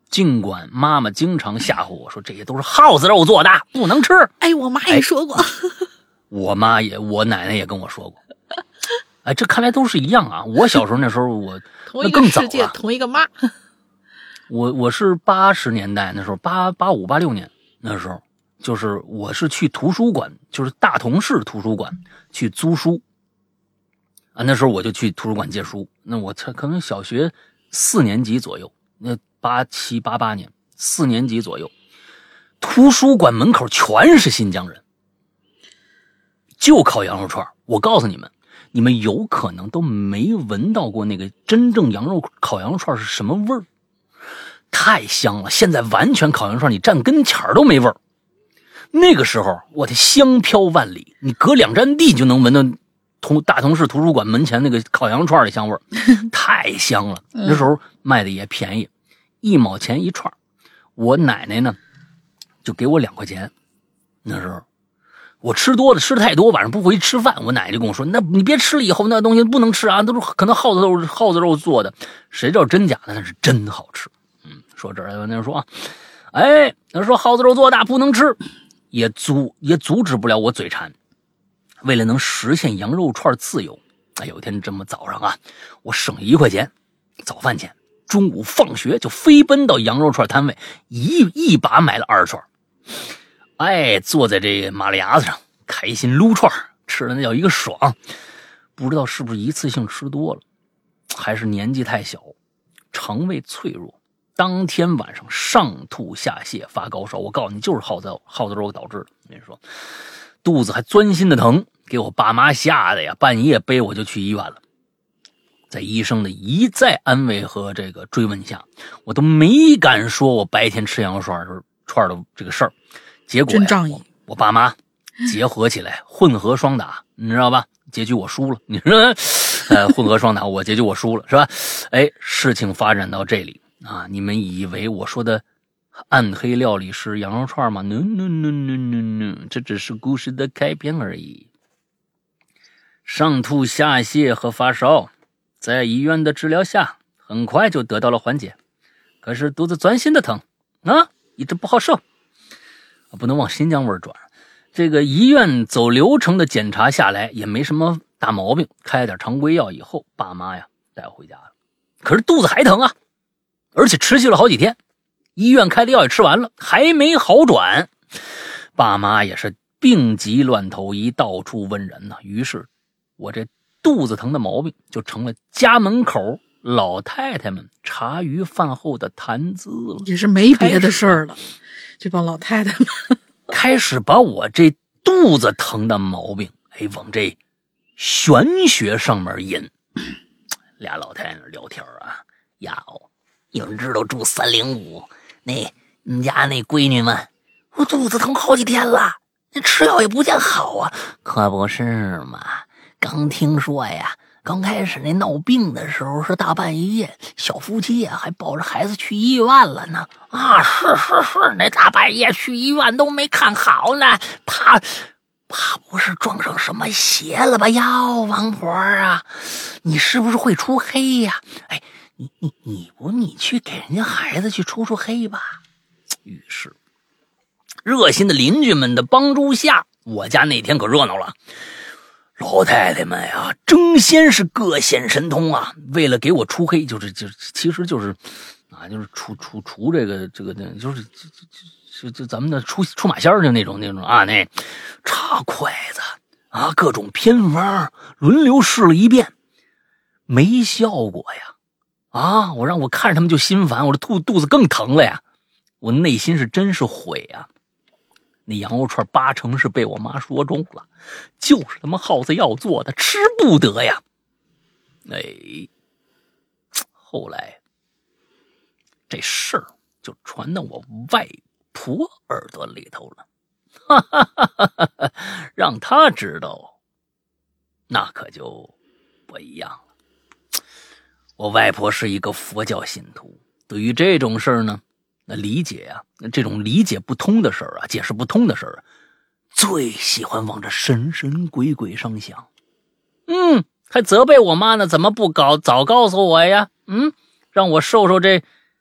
尽管妈妈经常吓唬我说这些都是耗子肉做的，不能吃。 哎，我妈也说过。哎、 我妈也，我奶奶也跟我说过。哎，这看来都是一样啊！我小时候那时候我同一个世界，同一个妈。 我我是八十年代那时候，八八五八六年那时候，就是我是去图书馆，就是大同市图书馆去租书啊。那时候我就去图书馆借书，那我才可能小学四年级左右，那八七八八年四年级左右，图书馆门口全是新疆人，就烤羊肉串。我告诉你们。你们有可能都没闻到过那个真正羊肉烤羊肉串是什么味儿，太香了！现在完全烤羊肉串，你站跟前儿都没味儿。那个时候，我的香飘万里，你隔两站地就能闻到同大同市图书馆门前那个烤羊肉串的香味儿，太香了。那时候卖的也便宜，一毛钱一串。我奶奶呢，就给我两块钱。那时候。我吃多了，吃的太多，晚上不回去吃饭，我奶奶就跟我说：“那你别吃了，以后那东西不能吃啊，都是可能耗子肉耗子肉做的，谁知道真假的？那是真好吃。”嗯，说这儿那说啊，哎，那说耗子肉做的不能吃，也阻也阻止不了我嘴馋。为了能实现羊肉串自由，哎，有一天这么早上啊，我省一块钱早饭钱，中午放学就飞奔到羊肉串摊位，一一把买了二十串。哎，坐在这马路牙子上，开心撸串，吃的那叫一个爽。不知道是不是一次性吃多了，还是年纪太小，肠胃脆弱，当天晚上上吐下泻，发高烧。我告诉你，就是耗子耗子肉导致的。我跟你说，肚子还钻心的疼，给我爸妈吓得呀，半夜背我就去医院了。在医生的一再安慰和这个追问下，我都没敢说我白天吃羊肉串的串的这个事儿。结果呀，我, 我爸妈结合起来混合双打，你知道吧？结局我输了，你说，呃，混合双打，我结局我输了，是吧？哎，事情发展到这里啊，你们以为我说的暗黑料理是羊肉串吗 ？No no no no no no， 这只是故事的开篇而已。上吐下泻和发烧，在医院的治疗下，很快就得到了缓解，可是肚子钻心的疼啊，一直不好受。不能往新疆味儿转。这个医院走流程的检查下来也没什么大毛病，开了点常规药以后，爸妈呀带回家了。可是肚子还疼啊，而且持续了好几天。医院开的药也吃完了，还没好转。爸妈也是病急乱投医，到处问人呢。于是我这肚子疼的毛病就成了家门口老太太们茶余饭后的谈资了， 也是没别的事儿了。这帮老太太们开始把我这肚子疼的毛病，哎，往这玄学上面引。俩老太太聊天啊，呀哦，有人知道住三零五那你们家那闺女们，我肚子疼好几天了，那吃药也不见好啊。可不是嘛，刚听说呀，刚开始那闹病的时候是大半夜，小夫妻啊还抱着孩子去医院了呢。啊，是是是，那大半夜去医院都没看好呢，怕怕不是撞上什么邪了吧？哟，王婆啊，你是不是会出黑呀？哎，你你你不你去给人家孩子去出出黑吧？于是，热心的邻居们的帮助下，我家那天可热闹了。老太太们呀，争先是各显神通啊！为了给我出黑，就是就其实就是啊，就是除除除这个这个就是就就就咱们的出出马仙儿就那种那种啊，那插筷子啊，各种偏方轮流试了一遍，没效果呀！啊，我让我看着他们就心烦，我这肚肚子更疼了呀！我内心是真是悔呀！那羊肉串八成是被我妈说中了，就是他妈耗子药做的，吃不得呀！哎，后来这事儿就传到我外婆耳朵里头了，哈哈哈哈哈！让她知道，那可就不一样了。我外婆是一个佛教信徒，对于这种事儿呢，那理解啊，这种理解不通的事儿啊，解释不通的事儿，最喜欢往这神神鬼鬼上想。嗯，还责备我妈呢，怎么不搞早告诉我呀？嗯，让我受受这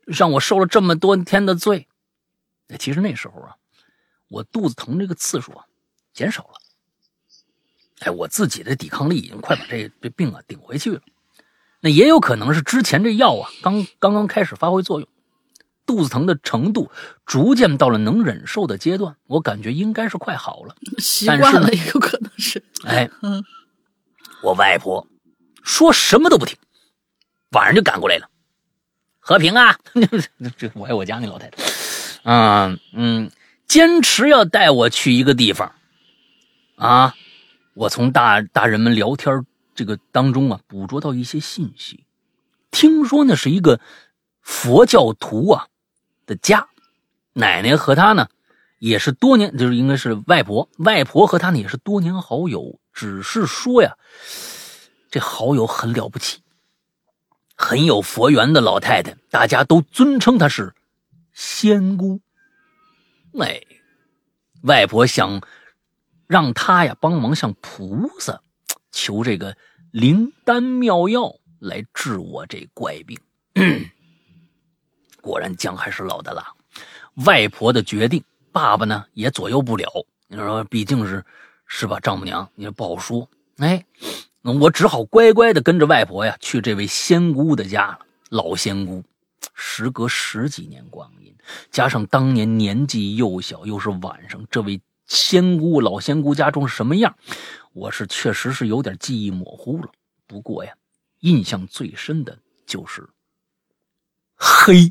让我受了这么多天的罪。其实那时候啊，我肚子疼这个次数啊减少了。哎，我自己的抵抗力已经快把这这病啊顶回去了。那也有可能是之前这药啊刚刚刚开始发挥作用，肚子疼的程度逐渐到了能忍受的阶段，我感觉应该是快好了。 习惯了也有可能是。 哎，嗯，我外婆说什么都不听，晚上就赶过来了。和平啊，这我爱我家那老太太，啊嗯，坚持要带我去一个地方啊。我从大大人们聊天这个当中啊，捕捉到一些信息。听说那是一个佛教徒啊的家，奶奶和他呢也是多年，就是应该是外婆，外婆和他呢也是多年好友。只是说呀，这好友很了不起，很有佛缘的老太太，大家都尊称她是仙姑。哎，外婆想让他呀帮忙向菩萨求这个灵丹妙药来治我这怪病。果然姜还是老的辣，外婆的决定爸爸呢也左右不了，你说毕竟是是吧丈母娘，你不好说。哎，我只好乖乖的跟着外婆呀去这位仙姑的家了。老仙姑时隔十几年光阴，加上当年年纪幼小，又是晚上，这位仙姑老仙姑家中是什么样，我是确实是有点记忆模糊了。不过呀，印象最深的就是黑，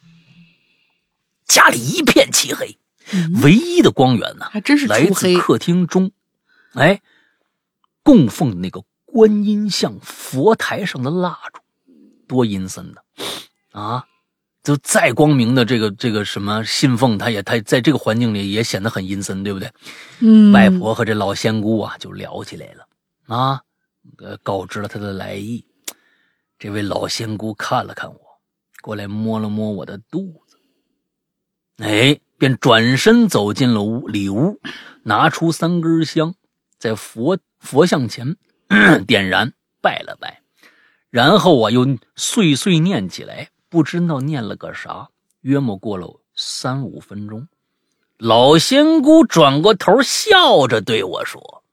家里一片漆黑，嗯、唯一的光源呢， 还真是来自客厅中，哎，供奉的那个观音像佛台上的蜡烛，多阴森的啊！就再光明的这个这个什么信奉，他也他在这个环境里也显得很阴森，对不对？ 嗯， 外婆和这老仙姑啊就聊起来了啊，呃，告知了他的来意。这位老仙姑看了看我，过来摸了摸我的肚子，哎，便转身走进了屋里屋，拿出三根香，在佛佛像前点燃拜了拜，然后啊又碎碎念起来。不知道念了个啥，约莫过了三五分钟，老仙姑转过头笑着对我说：“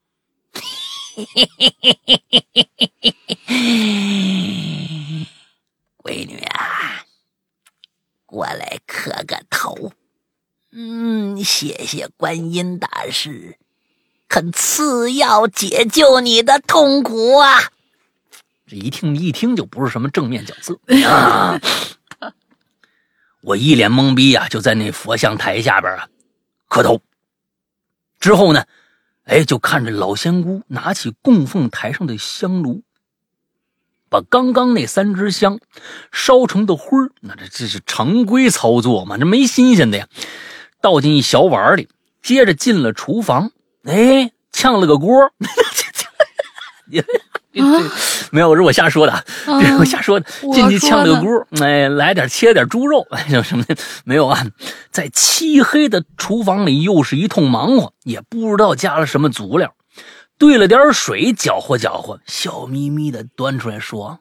闺女啊，过来磕个头，嗯，谢谢观音大师，肯赐药解救你的痛苦啊。”这一听一听就不是什么正面角色啊！我一脸懵逼啊，就在那佛像台下边啊磕头。之后呢，哎，就看着老仙姑拿起供奉台上的香炉，把刚刚那三支香烧成的灰儿，那这这是常规操作嘛，这没新鲜的呀，倒进一小碗里，接着进了厨房，哎，炝了个锅。这没有，是我瞎说的，这是我瞎说的。进去炝了个锅，哎，来点切点猪肉，哎，什么的没有啊？在漆黑的厨房里又是一通忙活，也不知道加了什么佐料，兑了点水搅和搅和，笑眯眯的端出来说：“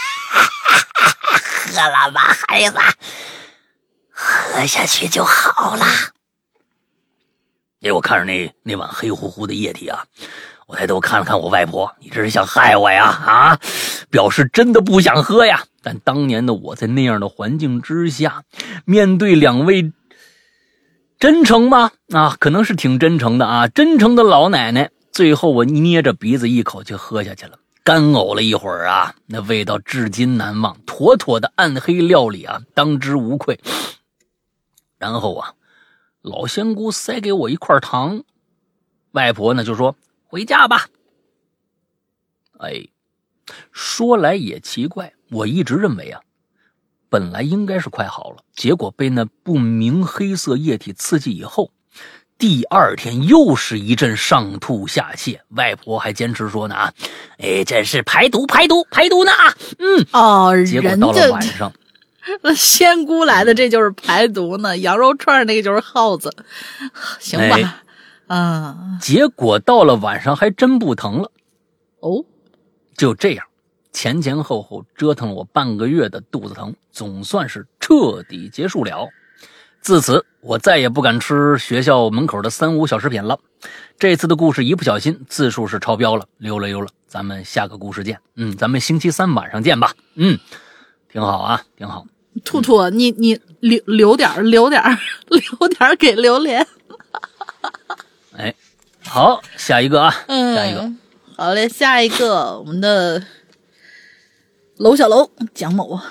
喝了吧，孩子，喝下去就好了。”哎，我看着那那碗黑乎乎的液体啊。我抬头看了看我外婆，你这是想害我呀？啊，表示真的不想喝呀。但当年的我在那样的环境之下，面对两位真诚吗？啊，可能是挺真诚的啊，真诚的老奶奶。最后我捏着鼻子一口就喝下去了，干呕了一会儿啊，那味道至今难忘，妥妥的暗黑料理啊，当之无愧。然后啊，老仙姑塞给我一块糖，外婆呢就说：“回家吧。”哎，说来也奇怪，我一直认为啊，本来应该是快好了，结果被那不明黑色液体刺激以后，第二天又是一阵上吐下泻。外婆还坚持说呢啊，哎，这是排毒排毒排毒呢啊，嗯哦， 结果到了晚上， 那仙姑来的这就是排毒呢，羊肉串那个就是耗子，行吧。哎啊！结果到了晚上还真不疼了， 哦， 就这样，前前后后折腾了我半个月的肚子疼，总算是彻彻底结束了。自此，我再也不敢吃学校门口的三无小食品了。这次的故事一不小心字数是超标了，溜了溜了。咱们下个故事见。嗯，咱们星期三晚上见吧。嗯，挺好啊，挺好。 兔兔，你你留留点留点留点给榴莲。 哎，好，下一个啊， 嗯， 下一个。 好嘞，下一个我们的楼小楼蒋某，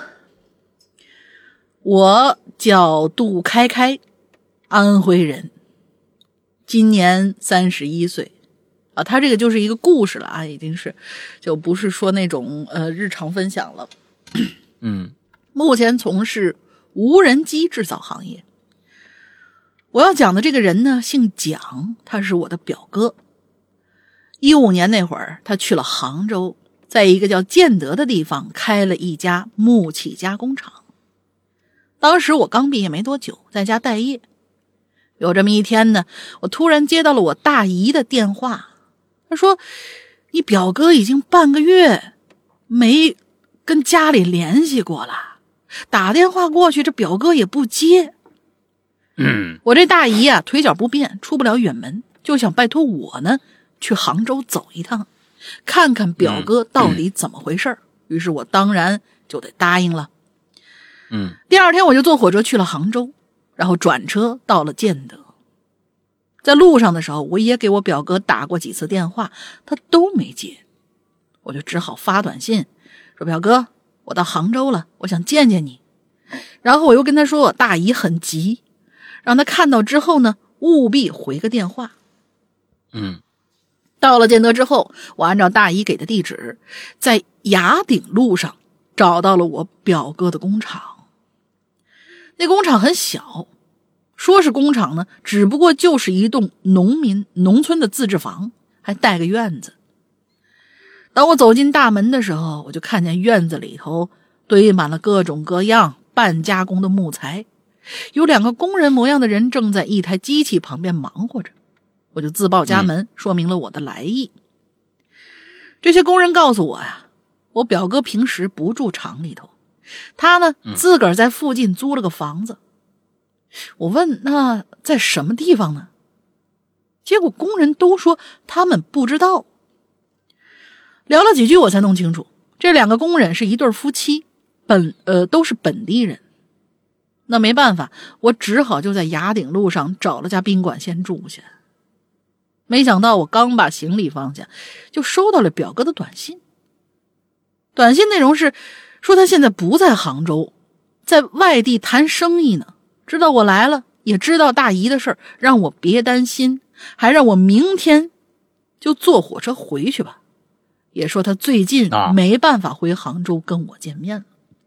我叫杜开开，安徽人，今年三十一岁啊。他这个就是一个故事了啊，已经是就不是说那种呃日常分享了。 嗯， 目前从事无人机制造行业。我要讲的这个人呢，姓蒋，他是我的表哥。一五年那会儿，他去了杭州，在一个叫建德的地方开了一家木器加工厂。当时我刚毕业没多久，在家待业。有这么一天呢，我突然接到了我大姨的电话，她说：“你表哥已经半个月没跟家里联系过了，打电话过去，这表哥也不接。” 嗯， 我这大姨啊，腿脚不便，出不了远门，就想拜托我呢，去杭州走一趟，看看表哥到底怎么回事。嗯嗯、于是我当然就得答应了。 嗯， 第二天我就坐火车去了杭州，然后转车到了建德。在路上的时候，我也给我表哥打过几次电话，他都没接，我就只好发短信说：“表哥，我到杭州了，我想见见你。”然后我又跟他说我大姨很急，让他看到之后呢，务必回个电话。 嗯， 到了建德之后，我按照大姨给的地址，在雅鼎路上找到了我表哥的工厂。那工厂很小，说是工厂呢，只不过就是一栋农民农村的自治房，还带个院子。当我走进大门的时候，我就看见院子里头堆满了各种各样半加工的木材，有两个工人模样的人正在一台机器旁边忙活着。我就自报家门，说明了我的来意。这些工人告诉我呀，我表哥平时不住厂里头，他呢自个儿在附近租了个房子。我问那在什么地方呢？结果工人都说他们不知道。聊了几句我才弄清楚，这两个工人是一对夫妻，本呃都是本地人。那没办法，我只好就在雅鼎路上找了家宾馆先住下。没想到我刚把行李放下，就收到了表哥的短信。短信内容是说他现在不在杭州，在外地谈生意呢，知道我来了，也知道大姨的事儿，让我别担心，还让我明天就坐火车回去吧。也说他最近没办法回杭州跟我见面了。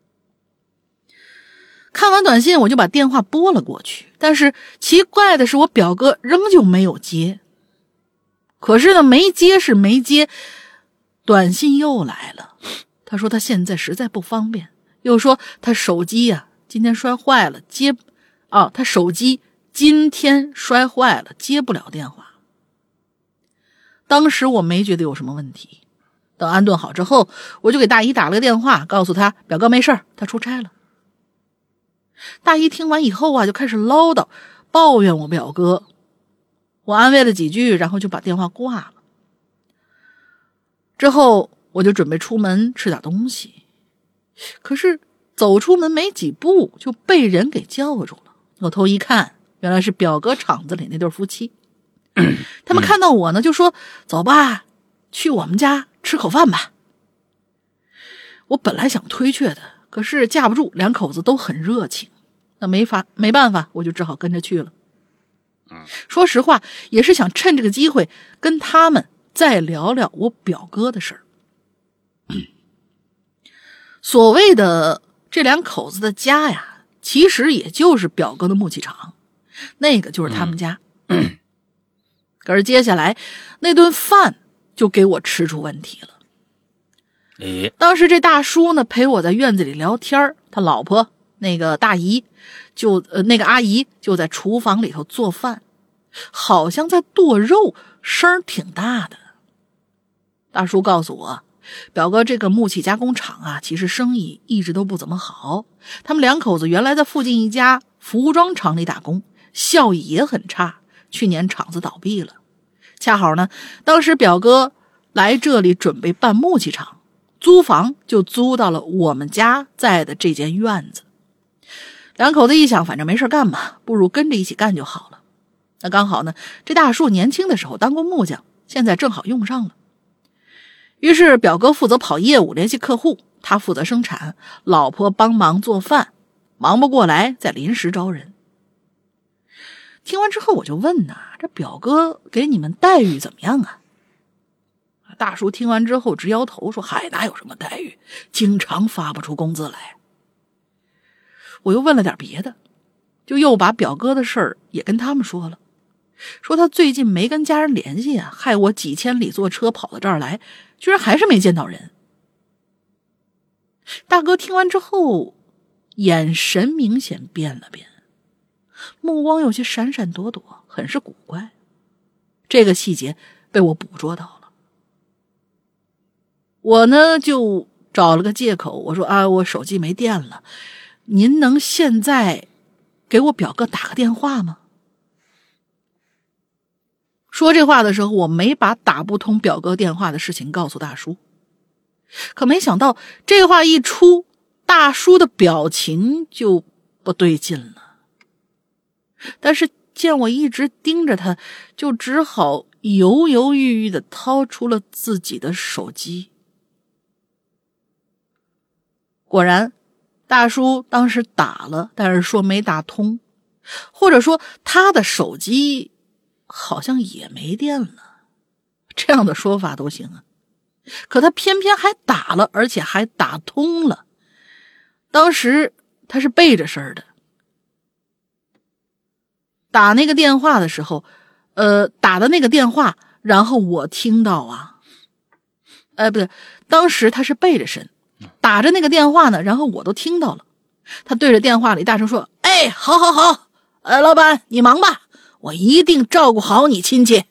看完短信，我就把电话拨了过去，但是奇怪的是，我表哥仍旧没有接。可是呢，没接是没接，短信又来了。他说他现在实在不方便，又说他手机呀、啊、今天摔坏了，接啊，他手机今天摔坏了，接不了电话。当时我没觉得有什么问题，等安顿好之后，我就给大姨打了个电话，告诉他表哥没事儿，他出差了。大姨听完以后啊，就开始唠叨，抱怨我表哥。我安慰了几句，然后就把电话挂了。之后我就准备出门吃点东西，可是走出门没几步就被人给叫住了。扭头一看，原来是表哥厂子里那对夫妻。他们看到我呢，就说：“走吧，去我们家吃口饭吧。”我本来想推却的，可是架不住两口子都很热情，那没法没办法，我就只好跟着去了。说实话，也是想趁这个机会跟他们再聊聊我表哥的事儿。所谓的这两口子的家呀，其实也就是表哥的木器厂，那个就是他们家。嗯、可是接下来那顿饭就给我吃出问题了。当时这大叔呢陪我在院子里聊天，他老婆那个大姨就呃那个阿姨就在厨房里头做饭，好像在剁肉，声儿挺大的。大叔告诉我， 表哥这个木器加工厂啊，其实生意一直都不怎么好。他们两口子原来在附近一家服装厂里打工，效益也很差，去年厂子倒闭了。恰好呢，当时表哥来这里准备办木器厂，租房就租到了我们家在的这间院子。两口子一想，反正没事干嘛，不如跟着一起干就好了。那刚好呢，这大叔年轻的时候当过木匠，现在正好用上了。于是表哥负责跑业务联系客户，他负责生产，老婆帮忙做饭，忙不过来再临时招人。听完之后我就问呐、啊，这表哥给你们待遇怎么样啊？大叔听完之后直摇头说，嗨，哪有什么待遇，经常发不出工资来。我又问了点别的，就又把表哥的事儿也跟他们说了，说他最近没跟家人联系啊，害我几千里坐车跑到这儿来，居然还是没见到人。大哥听完之后，眼神明显变了变，目光有些闪闪躲躲，很是古怪。这个细节被我捕捉到了。我呢就找了个借口，我说啊，我手机没电了，您能现在给我表哥打个电话吗？说这话的时候，我没把打不通表哥电话的事情告诉大叔，可没想到这话一出，大叔的表情就不对劲了。但是见我一直盯着他，就只好犹犹豫豫地掏出了自己的手机。果然，大叔当时打了，但是说没打通，或者说他的手机好像也没电了，这样的说法都行啊。可他偏偏还打了，而且还打通了。当时他是背着身的，打那个电话的时候，呃，打的那个电话，然后我听到啊，哎，不对，当时他是背着身，打着那个电话呢，然后我都听到了。他对着电话里大声说：“哎，好好好，呃，老板你忙吧，我一定照顾好你亲戚。”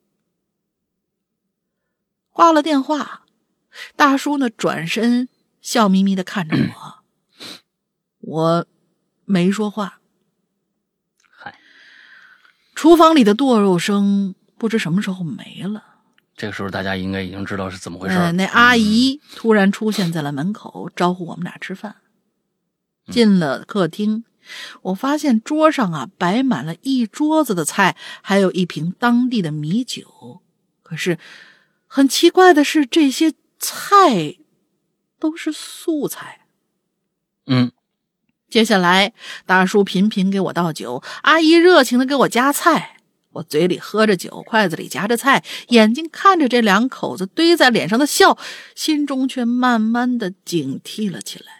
挂了电话，大叔呢转身笑眯眯地看着我，我没说话。 嗨， 厨房里的剁肉声不知什么时候没了。 这个时候大家应该已经知道是怎么回事、 呃、那阿姨突然出现在了门口，招呼我们俩吃饭。进了客厅，我发现桌上啊摆满了一桌子的菜，还有一瓶当地的米酒。可是很奇怪的是，这些菜都是素菜。 嗯， 接下来大叔频频给我倒酒，阿姨热情的给我夹菜。我嘴里喝着酒，筷子里夹着菜，眼睛看着这两口子堆在脸上的笑，心中却慢慢的警惕了起来。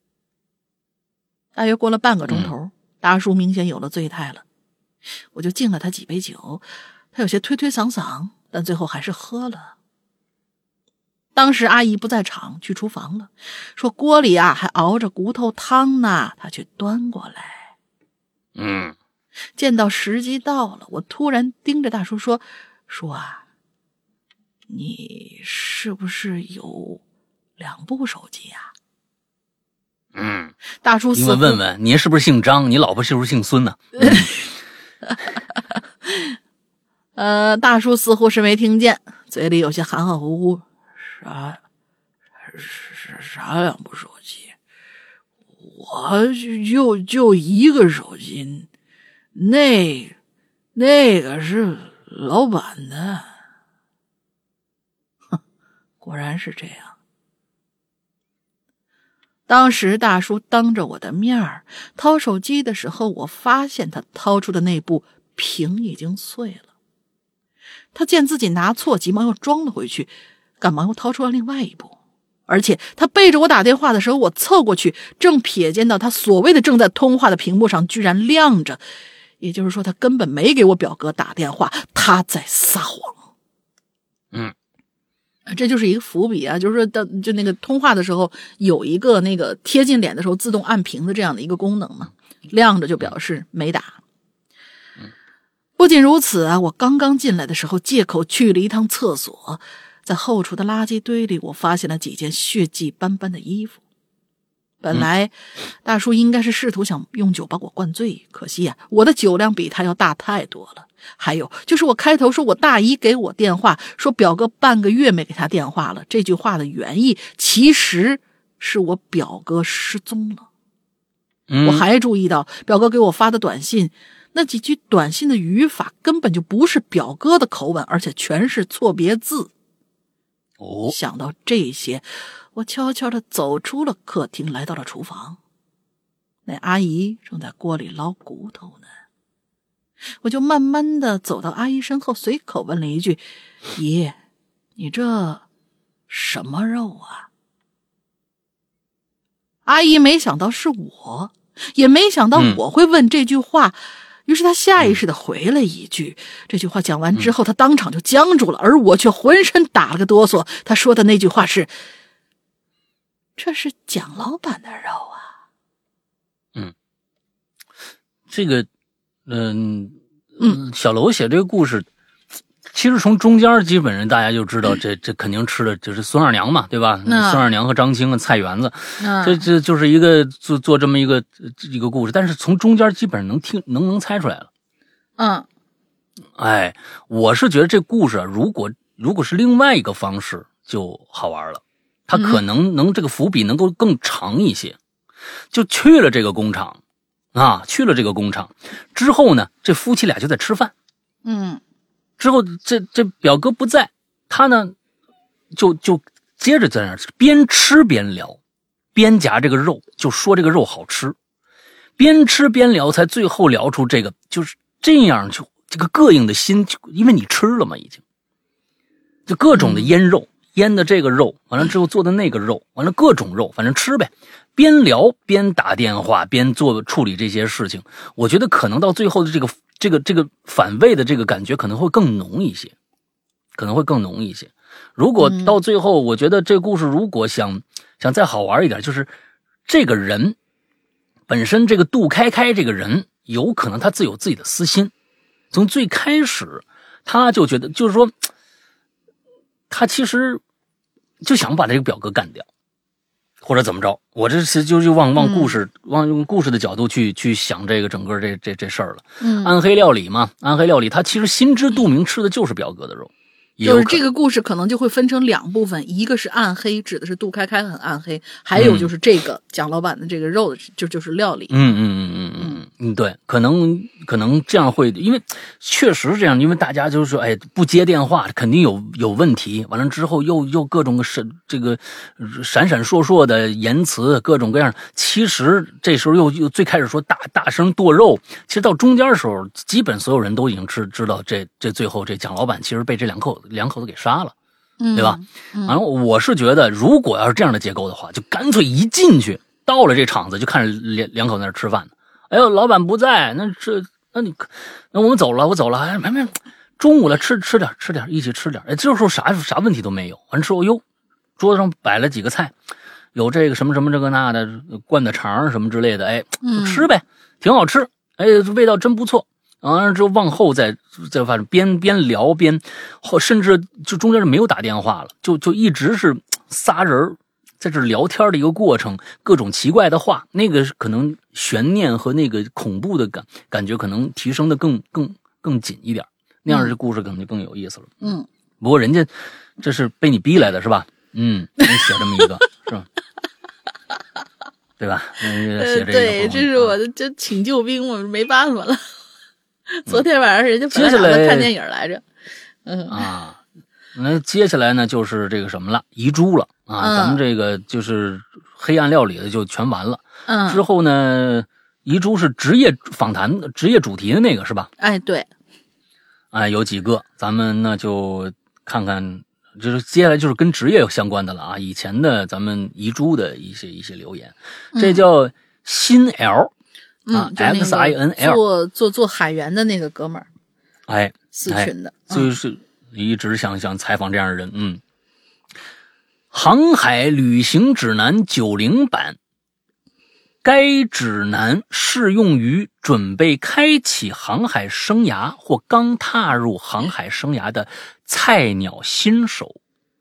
大约过了半个钟头、嗯、大叔明显有了醉态了，我就敬了他几杯酒，他有些推推搡搡，但最后还是喝了。当时阿姨不在场，去厨房了，说锅里啊还熬着骨头汤呢，她去端过来。 嗯， 见到时机到了，我突然盯着大叔说：“叔啊，你是不是有两部手机呀、啊？” 嗯， 大叔似乎问问你是不是姓张，你老婆是不是姓孙呢？ 呃，大叔似乎是没听见，嘴里有些含含糊糊。啥？啥啥两部手机？我就就一个手机，那那个是老板的。哼，果然是这样。当时大叔当着我的面儿掏手机的时候，我发现他掏出的那部屏已经碎了。他见自己拿错，急忙又装了回去，赶忙又掏出了另外一部。而且他背着我打电话的时候，我凑过去，正瞥见到他所谓的正在通话的屏幕上居然亮着，也就是说他根本没给我表哥打电话，他在撒谎。 嗯， 这就是一个伏笔啊，就是说当就那个通话的时候有一个那个贴近脸的时候自动按屏的这样的一个功能嘛，亮着就表示没打。不仅如此啊，我刚刚进来的时候借口去了一趟厕所， 在后厨的垃圾堆里，我发现了几件血迹斑斑的衣服。本来大叔应该是试图想用酒把我灌醉，可惜呀、啊，我的酒量比他要大太多了。还有就是我开头说我大姨给我电话，说表哥半个月没给他电话了，这句话的原意其实是我表哥失踪了。 嗯、 我还注意到表哥给我发的短信，那几句短信的语法根本就不是表哥的口吻，而且全是错别字。 哦， 想到这些，我悄悄地走出了客厅，来到了厨房。那阿姨正在锅里捞骨头呢，我就慢慢地走到阿姨身后，随口问了一句：“姨，你这什么肉啊？”阿姨没想到是我，也没想到我会问这句话，嗯、于是她下意识地回了一句。嗯、这句话讲完之后，她当场就僵住了，而我却浑身打了个哆嗦。她说的那句话是：“这是蒋老板的肉啊。” 嗯，这个，嗯嗯，小楼写这个故事，其实从中间基本上大家就知道这，这这肯定吃的就是孙二娘嘛，对吧？ 嗯、 孙二娘和张青啊，菜园子， 嗯、 这这就是一个做做这么一个一个故事，但是从中间基本上能听能能猜出来了。 嗯， 哎，我是觉得这故事啊，如果如果是另外一个方式就好玩了，它可能能这个伏笔能够更长一些。就去了这个工厂啊，去了这个工厂之后呢，这夫妻俩就在吃饭。 嗯， 之后这这表哥不在，他呢就就接着在那儿边吃边聊，边夹这个肉，就说这个肉好吃，边吃边聊，才最后聊出这个就是这样，就这个膈应的心，就因为你吃了嘛，已经就各种的腌肉。嗯，腌的这个肉，完了之后做的那个肉，完了各种肉，反正吃呗。边聊边打电话，边做处理这些事情，我觉得可能到最后的这个这个这个反胃的这个感觉可能会更浓一些，可能会更浓一些。如果到最后，我觉得这故事如果想想再好玩一点，就是这个人本身，这个杜开开这个人，有可能他自有自己的私心，从最开始他就觉得，就是说。他其实就想把这个表哥干掉，或者怎么着。我这是就就往往故事、嗯、往用故事的角度去去想这个整个这这这事儿了。 嗯， 暗黑料理嘛，暗黑料理，他其实心知肚明吃的就是表哥的肉。 就是这个故事可能就会分成两部分，一个是暗黑，指的是杜开开很暗黑，还有就是这个蒋老板的这个肉的，就就是料理。 嗯嗯嗯嗯嗯嗯，对，可能可能这样会，因为确实这样，因为大家就是说，哎，不接电话肯定有有问题，完了之后又又各种闪这个闪闪烁烁的言辞，各种各样。其实这时候又又最开始说大大声剁肉，其实到中间的时候，基本所有人都已经知知道这这最后这蒋老板其实被这两口两口子给杀了，对吧？然后、嗯、我是觉得，如果要是这样的结构的话，就干脆一进去到了这场子就看着两两口在那吃饭呢。哎呦，老板不在，那这那你那我们走了，我走了。哎，没没，中午了，吃吃点吃点，一起吃点。哎，这时候啥啥问题都没有。完之后，哟，桌子上摆了几个菜，有这个什么什么这个那的灌的肠什么之类的。哎，吃呗，挺好吃。哎，味道真不错。完了之后往后再再反正边边聊边，后甚至就中间是没有打电话了，就就一直是仨人在这聊天的一个过程，各种奇怪的话，那个可能悬念和那个恐怖的感感觉可能提升的更更更紧一点，那样这故事可能就更有意思了。 嗯， 不过人家这是被你逼来的是吧？嗯，你写这么一个是吧？对吧？写这个、 呃、对，这是我的这请救兵，我没办法了。昨天晚上人家本来打算看电影来着，嗯啊，那接下来呢就是这个什么了，遗珠了啊、嗯，咱们这个就是黑暗料理的就全完了。 嗯， 之后呢，遗珠是职业访谈、职业主题的那个是吧？ 哎，对， 哎，有几个，咱们呢就看看，就是接下来就是跟职业相关的了啊。以前的咱们遗珠的一些一些留言，这叫新 L。 嗯，就 X I N L 做做做海员的那个哥们儿， 哎， 四群的， 哎、就是一直想想采访这样的人，嗯，航海旅行指南九零版，该指南适用于准备开启航海生涯或刚踏入航海生涯的菜鸟新手，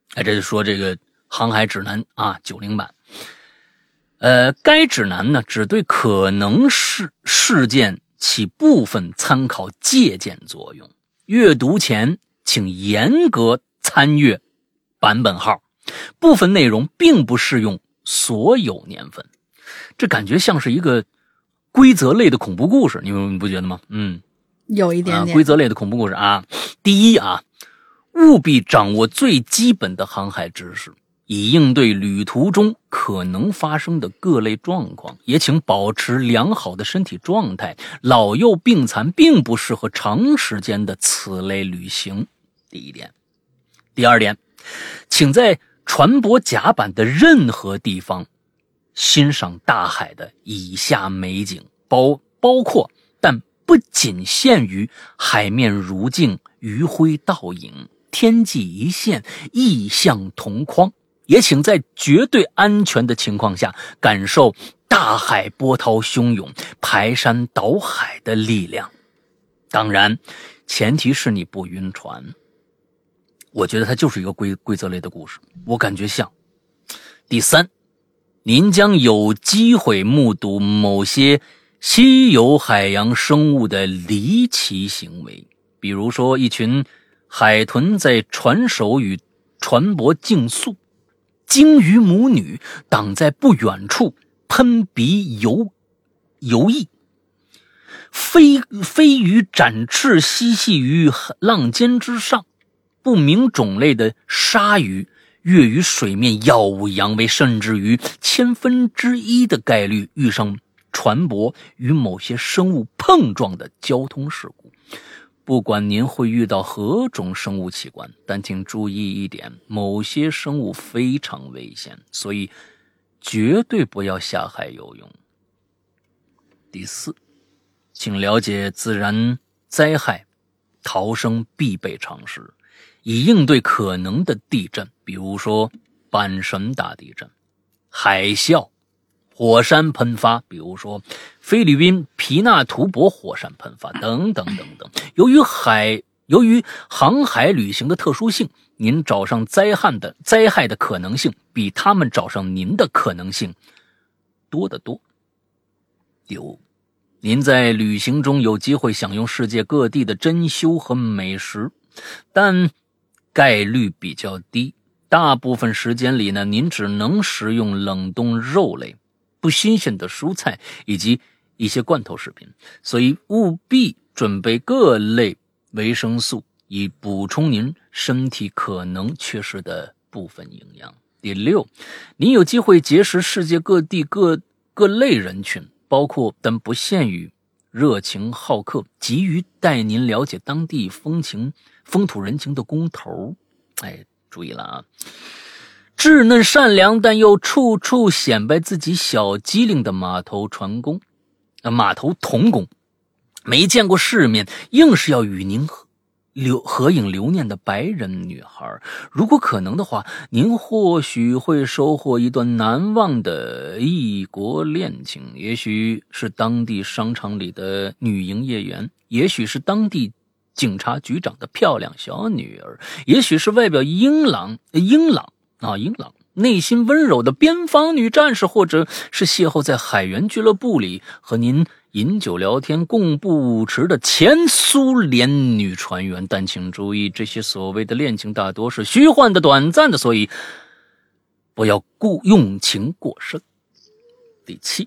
哎，这就说这个航海指南啊，九零版。呃，该指南呢，只对可能事事件起部分参考借鉴作用。阅读前，请严格参阅版本号，部分内容并不适用所有年份。这感觉像是一个规则类的恐怖故事，你们不觉得吗？嗯， 有一点点、 啊、规则类的恐怖故事啊。第一啊，务必掌握最基本的航海知识，以应对旅途中可能发生的各类状况，也请保持良好的身体状态。老幼病残并不适合长时间的此类旅行。第一点。第二点，请在船舶甲板的任何地方欣赏大海的以下美景，包包括但不仅限于海面如镜、余晖倒影、天际一线、异象同框，也请在绝对安全的情况下感受大海波涛汹涌、排山倒海的力量。当然，前提是你不晕船。我觉得它就是一个规规则类的故事，我感觉像。第三，您将有机会目睹某些稀有海洋生物的离奇行为，比如说一群海豚在船首与船舶竞速，鲸鱼母女挡在不远处喷鼻游游弋，飞飞鱼展翅嬉戏于浪尖之上，不明种类的鲨鱼跃于水面耀武扬威，甚至于千分之一的概率遇上船舶与某些生物碰撞的交通事故。不管您会遇到何种生物器官，但请注意一点，某些生物非常危险，所以绝对不要下海游泳。第四，请了解自然灾害逃生必备常识，以应对可能的地震，比如说阪神大地震、海啸、火山喷发，比如说菲律宾皮纳图博火山喷发等等等等。由于海由于航海旅行的特殊性，您找上灾害的灾害的可能性比他们找上您的可能性多得多。第五，您在旅行中有机会享用世界各地的珍馐和美食，但概率比较低。大部分时间里呢，您只能食用冷冻肉类、不新鲜的蔬菜以及一些罐头食品，所以务必准备各类维生素，以补充您身体可能缺失的部分营养。第六，您有机会结识世界各地各各类人群，包括但不限于热情好客、急于带您了解当地风情、风土人情的工头。哎，注意了啊！稚嫩善良但又处处显摆自己小机灵的码头船工、呃、码头童工，没见过世面，硬是要与您留合影留念的白人女孩。如果可能的话，您或许会收获一段难忘的异国恋情，也许是当地商场里的女营业员，也许是当地警察局长的漂亮小女儿，也许是外表英朗英朗啊英朗内心温柔的边防女战士，或者是邂逅在海员俱乐部里和您饮酒聊天共步舞池的前苏联女船员。但请注意，这些所谓的恋情大多是虚幻的、短暂的，所以不要故用情过深。第七，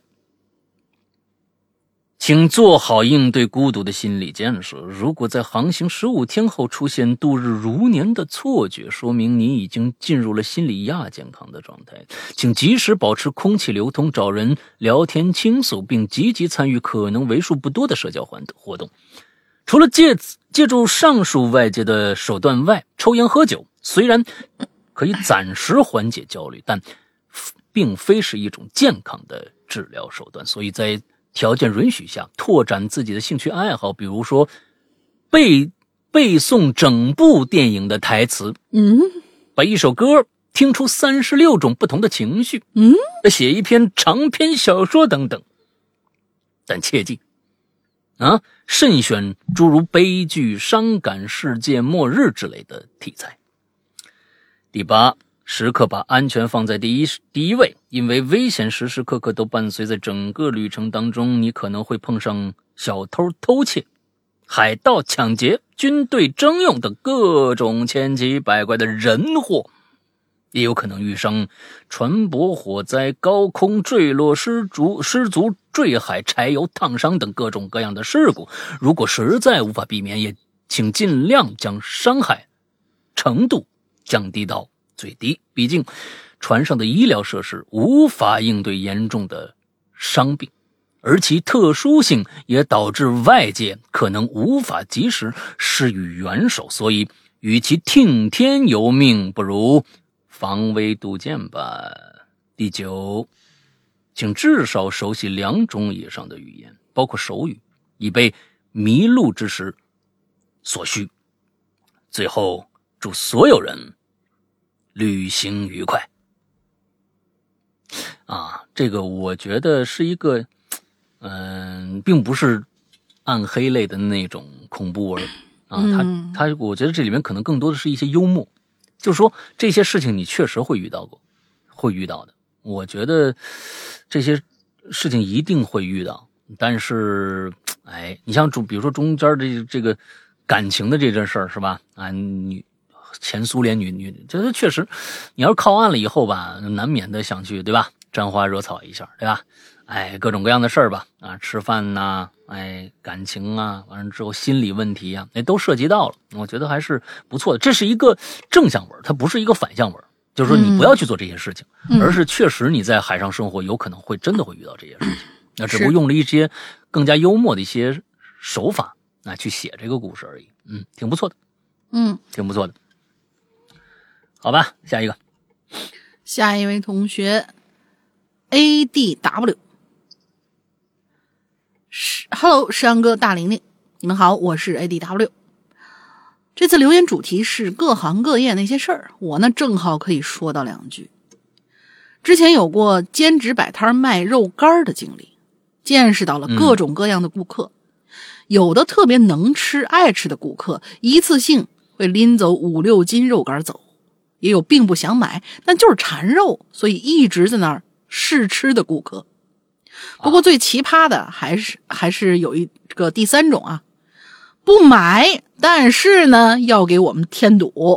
请做好应对孤独的心理建设。如果在航行十五天后出现度日如年的错觉，说明你已经进入了心理亚健康的状态。请及时保持空气流通，找人聊天倾诉，并积极参与可能为数不多的社交活动。除了借借助上述外界的手段外，抽烟喝酒虽然可以暂时缓解焦虑，但并非是一种健康的治疗手段。所以在条件允许下，拓展自己的兴趣爱好，比如说背背诵整部电影的台词， 嗯， 把一首歌听出三十六种不同的情绪， 嗯， 写一篇长篇小说等等。但切记啊，慎选诸如悲剧、伤感、世界末日之类的题材。 第八，时刻把安全放在第一第一位，因为危险时时刻刻都伴随在整个旅程当中，你可能会碰上小偷偷窃、海盗抢劫、军队征用等各种千奇百怪的人祸，也有可能遇上船舶火灾、高空坠落、失足失足坠海、柴油烫伤等各种各样的事故。如果实在无法避免，也请尽量将伤害程度降低到最低，毕竟船上的医疗设施无法应对严重的伤病，而其特殊性也导致外界可能无法及时施予援手，所以与其听天由命，不如防微杜渐吧。第九，请至少熟悉两种以上的语言，包括手语，以备迷路之时所需。最后，祝所有人旅行愉快。啊，这个我觉得是一个嗯、呃，并不是暗黑类的那种恐怖文啊， 嗯、 它它我觉得这里面可能更多的是一些幽默，就是说这些事情你确实会遇到过，会遇到的。我觉得这些事情一定会遇到，但是哎，你像比如说中间这这个感情的这件事儿是吧？啊，女前苏联女女，这确实，你要是靠岸了以后吧，难免的想去，对吧？沾花惹草一下，对吧？哎，各种各样的事儿吧，啊，吃饭呐，哎，感情啊，完了之后心理问题啊，那都涉及到了。我觉得还是不错的，这是一个正向文，它不是一个反向文，就是说你不要去做这些事情， 嗯、 而是确实你在海上生活，有可能会真的会遇到这些事情。那只不过用了一些更加幽默的一些手法啊去写这个故事而已。嗯，挺不错的， 嗯， 挺不错的。好吧，下一个， 下一位同学 A D W。Hello， 石阳哥、大玲玲，你们好，我是 A D W。这次留言主题是各行各业那些事儿，我呢正好可以说到两句。之前有过兼职摆摊卖肉干的经历，见识到了各种各样的顾客，嗯、有的特别能吃爱吃的顾客，一次性会拎走五六斤肉干走，也有并不想买但就是馋肉，所以一直在那儿试吃的顾客。不过最奇葩的还是还是有一个第三种啊，不买，但是呢要给我们添堵。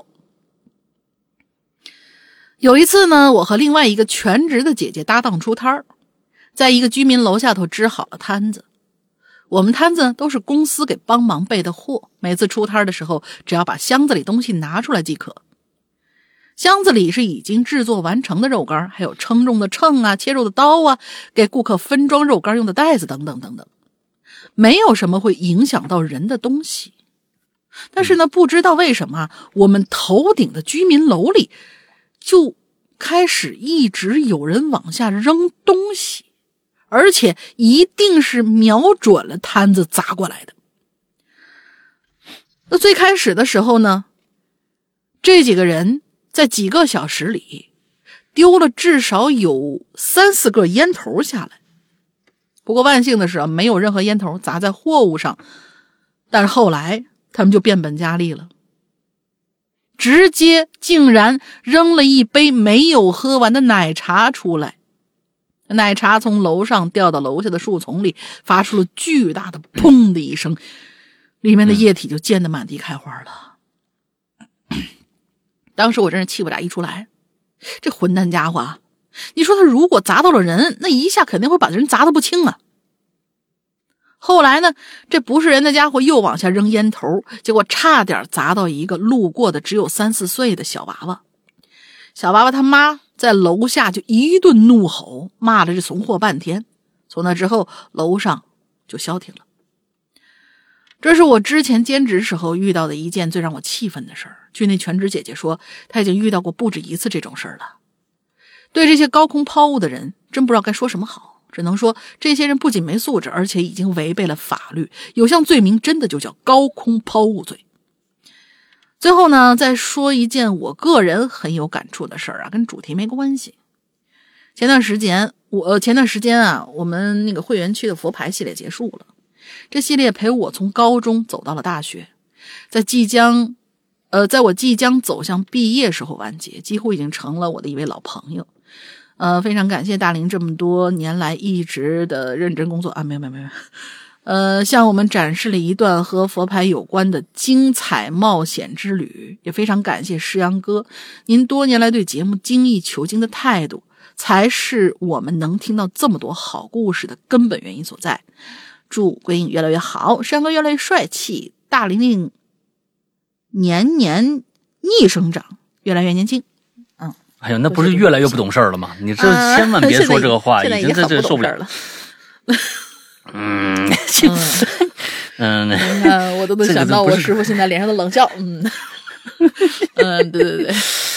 有一次呢，我和另外一个全职的姐姐搭档出摊儿，在一个居民楼下头支好了摊子。我们摊子都是公司给帮忙备的货，每次出摊的时候只要把箱子里东西拿出来即可。箱子里是已经制作完成的肉干，还有称重的秤啊、切肉的刀啊，给顾客分装肉干用的袋子等等等等，没有什么会影响到人的东西。但是呢，不知道为什么我们头顶的居民楼里就开始一直有人往下扔东西，而且一定是瞄准了摊子砸过来的。那最开始的时候呢，这几个人在几个小时里丢了至少有三四个烟头下来。不过万幸的是没有任何烟头砸在货物上，但是后来他们就变本加厉了，直接竟然扔了一杯没有喝完的奶茶出来。奶茶从楼上掉到楼下的树丛里，发出了巨大的砰的一声，里面的液体就溅得满地开花了。当时我真是气不打一处来，这混蛋家伙啊，你说他如果砸到了人，那一下肯定会把人砸得不轻啊。后来呢，这不是人的家伙又往下扔烟头，结果差点砸到一个路过的只有三四岁的小娃娃。小娃娃他妈在楼下就一顿怒吼，骂了这怂货半天。从那之后，楼上就消停了。这是我之前兼职时候遇到的一件最让我气愤的事儿。据那全职姐姐说，她已经遇到过不止一次这种事儿了。对这些高空抛物的人，真不知道该说什么好，只能说这些人不仅没素质，而且已经违背了法律，有项罪名真的就叫高空抛物罪。最后呢，再说一件我个人很有感触的事儿啊，跟主题没关系。前段时间我前段时间啊，我们那个会员区的佛牌系列结束了。这系列陪我从高中走到了大学，在即将呃，在我即将走向毕业时候完结，几乎已经成了我的一位老朋友。呃，非常感谢大林这么多年来一直的认真工作啊，没有没有没有，呃，向我们展示了一段和佛牌有关的精彩冒险之旅，也非常感谢石阳哥，您多年来对节目精益求精的态度，才是我们能听到这么多好故事的根本原因所在。祝鬼影越来越好，石阳哥越来越帅气，大玲玲年年逆生长，越来越年轻。嗯， 哎呀，那不是越来越不懂事儿了吗？你这千万别说这个话，已经这这受不了了。 嗯嗯，你看我都能想到我师傅现在脸上的冷笑。嗯嗯，对对对。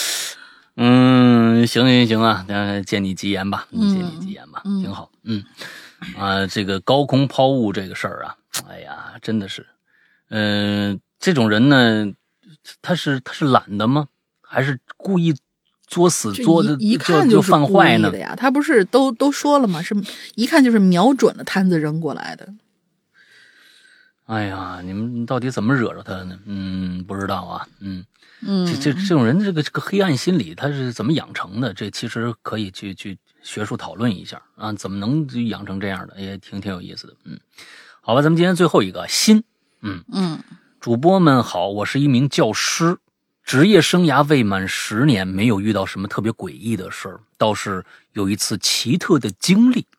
嗯，行行行啊，呃，借你吉言吧，嗯、借你吉言吧，嗯、挺好。嗯啊，这个高空抛物这个事儿啊，哎呀，真的是，嗯、呃，这种人呢，他是他是懒的吗？还是故意作死作的？ 一看就是犯坏呢的呀，他不是都都说了吗？是一看就是瞄准了摊子扔过来的。 哎呀，你们到底怎么惹着他呢？嗯，不知道啊，嗯。 嗯， 这这这种人，这个这个黑暗心理，他是怎么养成的？这其实可以去去学术讨论一下啊，怎么能养成这样的？也挺挺有意思的。嗯，好吧，咱们今天最后一个心，嗯嗯， 主播们好，我是一名教师，职业生涯未满十年，没有遇到什么特别诡异的事儿，倒是有一次奇特的经历。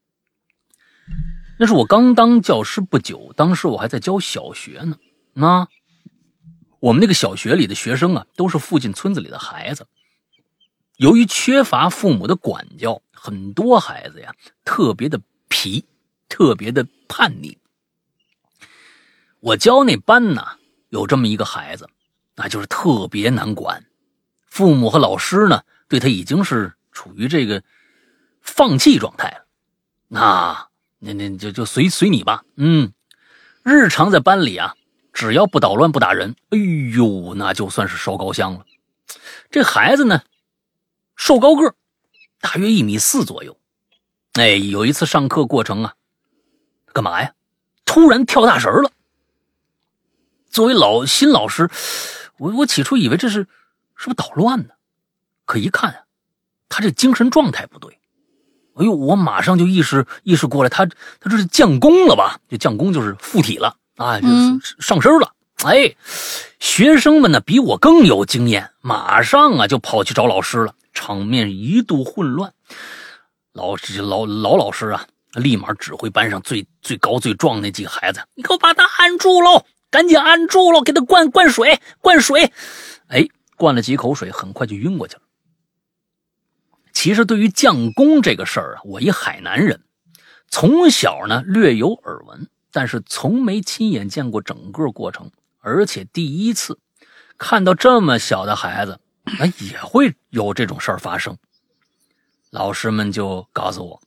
那是我刚当教师不久，当时我还在教小学呢，那。我们那个小学里的学生啊，都是附近村子里的孩子。由于缺乏父母的管教，很多孩子呀特别的皮，特别的叛逆。我教那班呢，有这么一个孩子，那就是特别难管。父母和老师呢，对他已经是处于这个放弃状态了。那那那就就随随你吧。嗯，日常在班里啊。只要不捣乱不打人，哎呦，那就算是烧高香了。这孩子呢，瘦高个，大约一米四左右。哎，有一次上课过程啊，干嘛呀？突然跳大神了。作为老新老师，我我起初以为这是是不是捣乱呢？可一看啊，他这精神状态不对。哎呦，我马上就意识意识过来，他他这是降功了吧？这降功就是附体了。啊，就是上身了。嗯、哎，学生们呢比我更有经验，马上啊就跑去找老师了，场面一度混乱。老老老老师啊，立马指挥班上最最高最壮那几个孩子，你给我把他按住喽，赶紧按住喽，给他灌灌水，灌水。哎，灌了几口水，很快就晕过去了。其实对于降功这个事儿啊，我一海南人，从小呢略有耳闻。但是从没亲眼见过整个过程，而且第一次看到这么小的孩子，哎，也会有这种事儿发生。老师们就告诉我，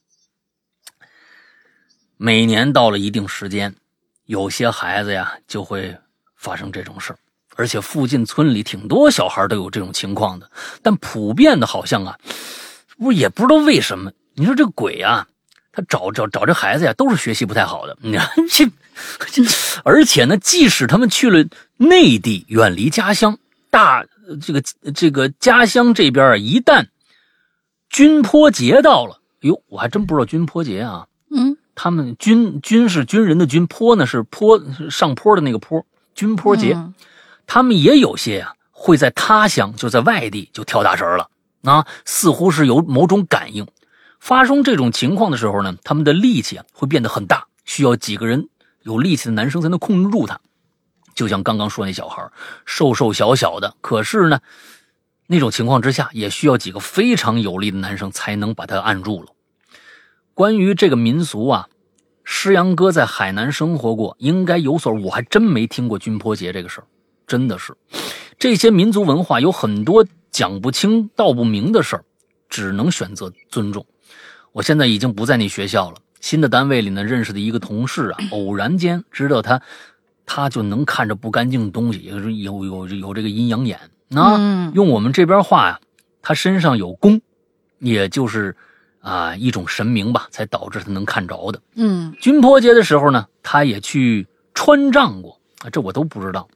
每年到了一定时间，有些孩子呀就会发生这种事儿，而且附近村里挺多小孩都有这种情况的，但普遍的好像啊，我也不知道为什么。你说这个鬼啊，他找找找这孩子呀，都是学习不太好的。你看这，而且呢，即使他们去了内地，远离家乡，大这个这个家乡这边啊，一旦军坡节到了，哟，我还真不知道军坡节啊。 嗯， 他们军军是军人的军，坡呢是坡上坡的那个坡，军坡节，嗯、他们也有些呀、啊、会在他乡，就在外地就跳大神了啊，似乎是有某种感应。发生这种情况的时候呢，他们的力气啊会变得很大，需要几个人有力气的男生才能控制住他。就像刚刚说那小孩，瘦瘦小小的，可是呢，那种情况之下也需要几个非常有力的男生才能把他按住了。关于这个民俗啊，师阳哥在海南生活过，应该有所，我还真没听过军坡节这个事儿，真的是。这些民族文化有很多讲不清道不明的事儿，只能选择尊重。我现在已经不在那学校了，新的单位里呢，认识的一个同事啊，偶然间知道他，他就能看着不干净的东西，有有有有这个阴阳眼。那、嗯、用我们这边话呀，他身上有功，也就是啊一种神明吧，才导致他能看着的。 嗯， 军坡节的时候呢，他也去穿帐过，这我都不知道。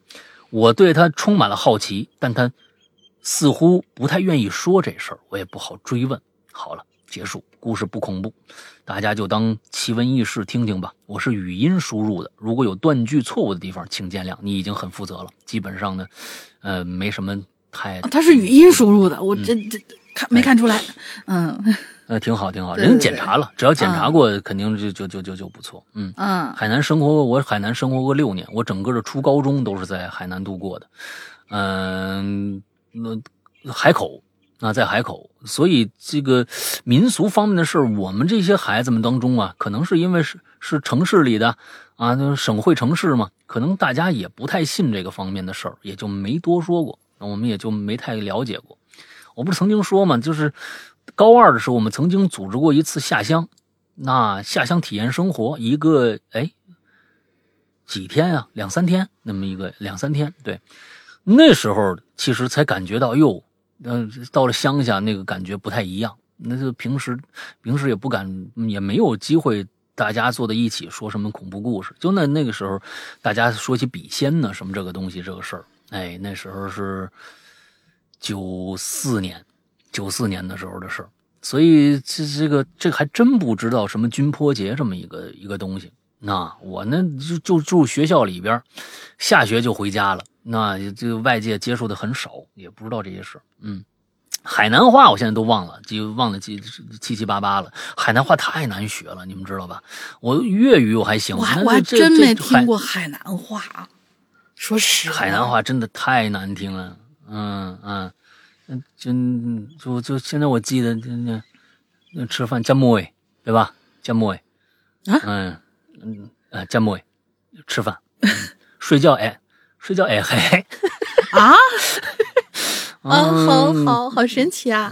我对他充满了好奇，但他似乎不太愿意说这事儿，我也不好追问。好了，结束，故事不恐怖，大家就当奇闻异事听听吧。我是语音输入的，如果有断句错误的地方，请见谅。你已经很负责了，基本上呢，呃，没什么太。 他是语音输入的，我这这看没看出来？嗯， 呃，挺好，挺好， 对对对人检查了，只要检查过，肯定就就就就就不错。嗯嗯， 海南生活过，我海南生活过六年，我整个的初高中都是在海南度过的。嗯，那海口。啊，在海口，所以这个民俗方面的事儿，我们这些孩子们当中啊，可能是因为是是城市里的啊，就是省会城市嘛，可能大家也不太信这个方面的事儿，也就没多说过，我们也就没太了解过。我不是曾经说嘛，就是高二的时候，我们曾经组织过一次下乡，那下乡体验生活，一个哎几天啊，两三天，那么一个两三天，对，那时候其实才感觉到哟。嗯、呃，到了乡下那个感觉不太一样，那就平时平时也不敢，也没有机会大家坐在一起说什么恐怖故事。就那那个时候，大家说起笔仙呢，什么这个东西这个事儿，哎，那时候是九四年，九四年的时候的事儿，所以这这个这个还真不知道什么军坡节这么一个一个东西。那我呢就就住学校里边，下学就回家了。那这个外界接触的很少，也不知道这些事。嗯，海南话我现在都忘了，就忘了七七七八八了。海南话太难学了，你们知道吧？我粤语我还行， 我还我还真没听过海南话。说实话， 海南话真的太难听了。嗯嗯嗯，就就就现在我记得那那吃饭加馍对吧？加馍啊，嗯嗯啊加馍吃饭，嗯、睡觉哎。睡觉哎嘿啊啊，好好好神奇啊！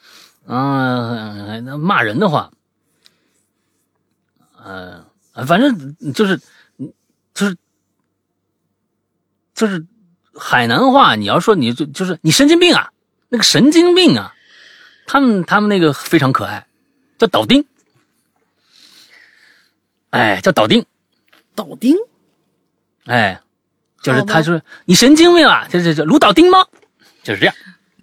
嗯，那、嗯、骂人的话，呃，反正就是就是就是海南话，你要说你就就是你神经病啊，那个神经病啊，他们他们那个非常可爱，叫倒丁，哎，叫倒丁， 倒丁， 哎。就是他说你神经病啊，这这这鲁岛丁吗？就是这样。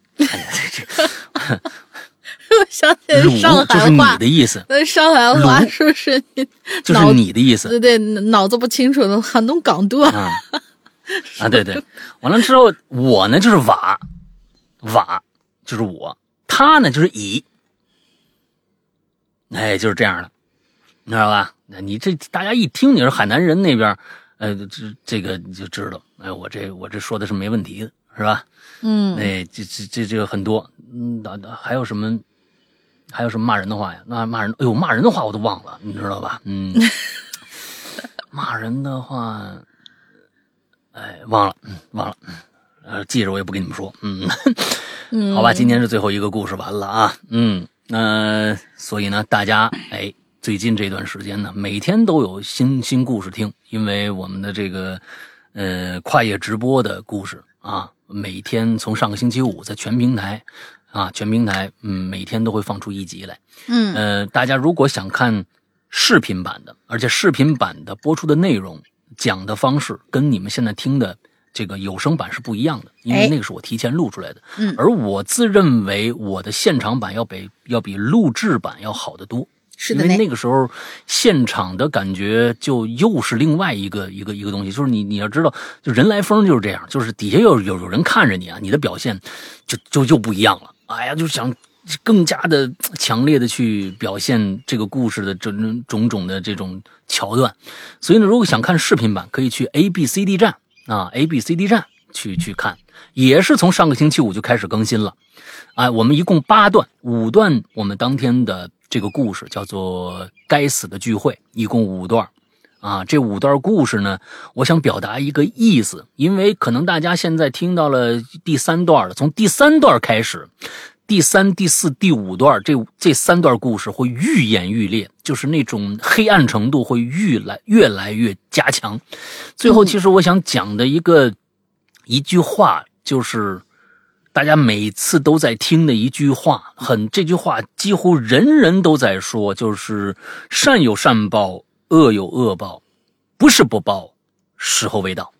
我想起来上海话， 就是你的意思。 那上海话说是你， 就是你的意思。 对对，脑子不清楚的很多港度啊。啊，对对，完了之后我呢就是瓦，瓦就是我，他呢就是乙，哎，就是这样的，你知道吧？你这大家一听你是海南人那边。呃，这这个你就知道，哎，我这我这说的是没问题的，是吧？ 嗯， 哎，这这这这个很多，嗯，还有什么，还有什么骂人的话呀？那骂人，哎呦，骂人的话我都忘了，你知道吧？嗯，骂人的话，哎，忘了，嗯，忘了，呃，记着我也不跟你们说，嗯， 嗯好吧，今天是最后一个故事完了啊，嗯，那、呃、所以呢，大家哎。最近这段时间呢，每天都有新新故事听，因为我们的这个呃跨页直播的故事啊，每天从上个星期五在全平台啊，全平台嗯每天都会放出一集来。 嗯， 呃，大家如果想看视频版的，而且视频版的播出的内容讲的方式跟你们现在听的这个有声版是不一样的，因为那个是我提前录出来的。 嗯， 而我自认为我的现场版要比要比录制版要好得多。 是的， 因为那个时候现场的感觉就又是另外一个一个一个东西，就是你你要知道，就人来疯就是这样，就是底下有有有人看着你啊，你的表现就就又不一样了。哎呀，就想更加的强烈的去表现这个故事的这种种的这种桥段。所以呢，如果想看视频版，可以去 A B C D 站啊 ，A B C D 站去去看，也是从上个星期五就开始更新了。啊，我们一共八段，五段我们当天的这个故事叫做该死的聚会，一共五段啊。这五段故事呢，我想表达一个意思，因为可能大家现在听到了第三段了，从第三段开始，第三、第四、第五段这这三段故事会愈演愈烈，就是那种黑暗程度会越来越来越加强。最后其实我想讲的一个、嗯、一句话就是大家每次都在听的一句话，很这句话几乎人人都在说，就是善有善报，恶有恶报，不是不报，时候未到。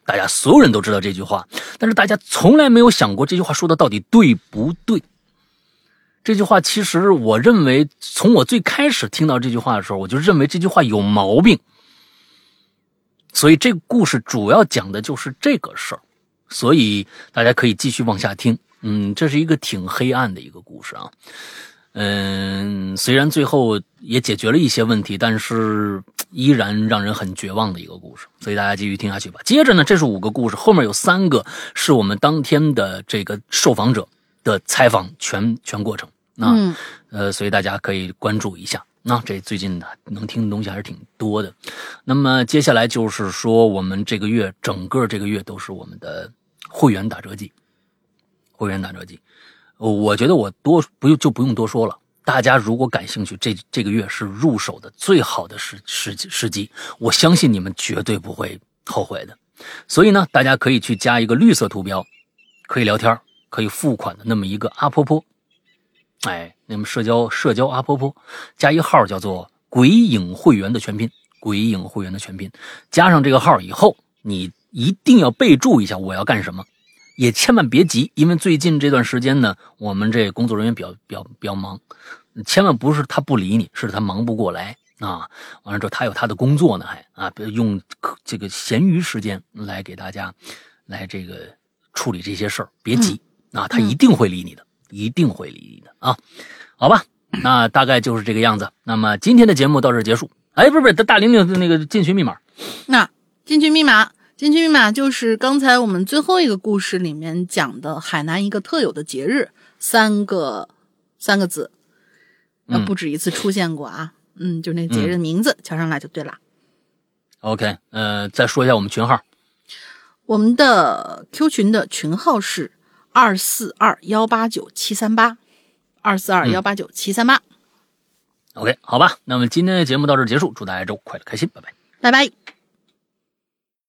大家所有人都知道这句话，但是大家从来没有想过这句话说的到底对不对。这句话其实我认为，从我最开始听到这句话的时候，我就认为这句话有毛病。所以这个故事主要讲的就是这个事儿，所以大家可以继续往下听。嗯，这是一个挺黑暗的一个故事啊。嗯，虽然最后也解决了一些问题，但是依然让人很绝望的一个故事，所以大家继续听下去吧。接着呢，这是五个故事，后面有三个是我们当天的这个受访者的采访全全过程。那、嗯、呃，所以大家可以关注一下。那这最近呢，能听的东西还是挺多的。那么接下来就是说，我们这个月整个这个月都是我们的会员打折季，会员打折季。我觉得我多不用就不用多说了。大家如果感兴趣，这这个月是入手的最好的时时时机，我相信你们绝对不会后悔的。所以呢，大家可以去加一个绿色图标，可以聊天，可以付款的那么一个阿婆婆。哎，那么社交社交阿婆婆，加一号叫做鬼影会员的全拼，鬼影会员的全拼，加上这个号以后，你一定要备注一下我要干什么，也千万别急，因为最近这段时间呢，我们这工作人员比较比较比较忙，千万不是他不理你，是他忙不过来啊。完了之后他有他的工作呢，还啊用这个闲余时间来给大家来这个处理这些事儿，别急、嗯、啊，他一定会理你的。一定会理你的啊，好吧，那大概就是这个样子。那么今天的节目到这儿结束。哎，不是不是，大玲玲那个进群密码。 那进群密码，进群密码就是刚才我们最后一个故事里面讲的海南一个特有的节日，三个三个字，那不止一次出现过啊。嗯，嗯就那个节日的名字、嗯、敲上来就对了。 OK， 呃，再说一下我们群号。 我们的 Q 群的群号是二四二幺八九七三八，二四二幺八九七三八。 OK， 好吧，那么今天的节目到这儿结束，祝大家周快乐开心，拜拜， 拜拜。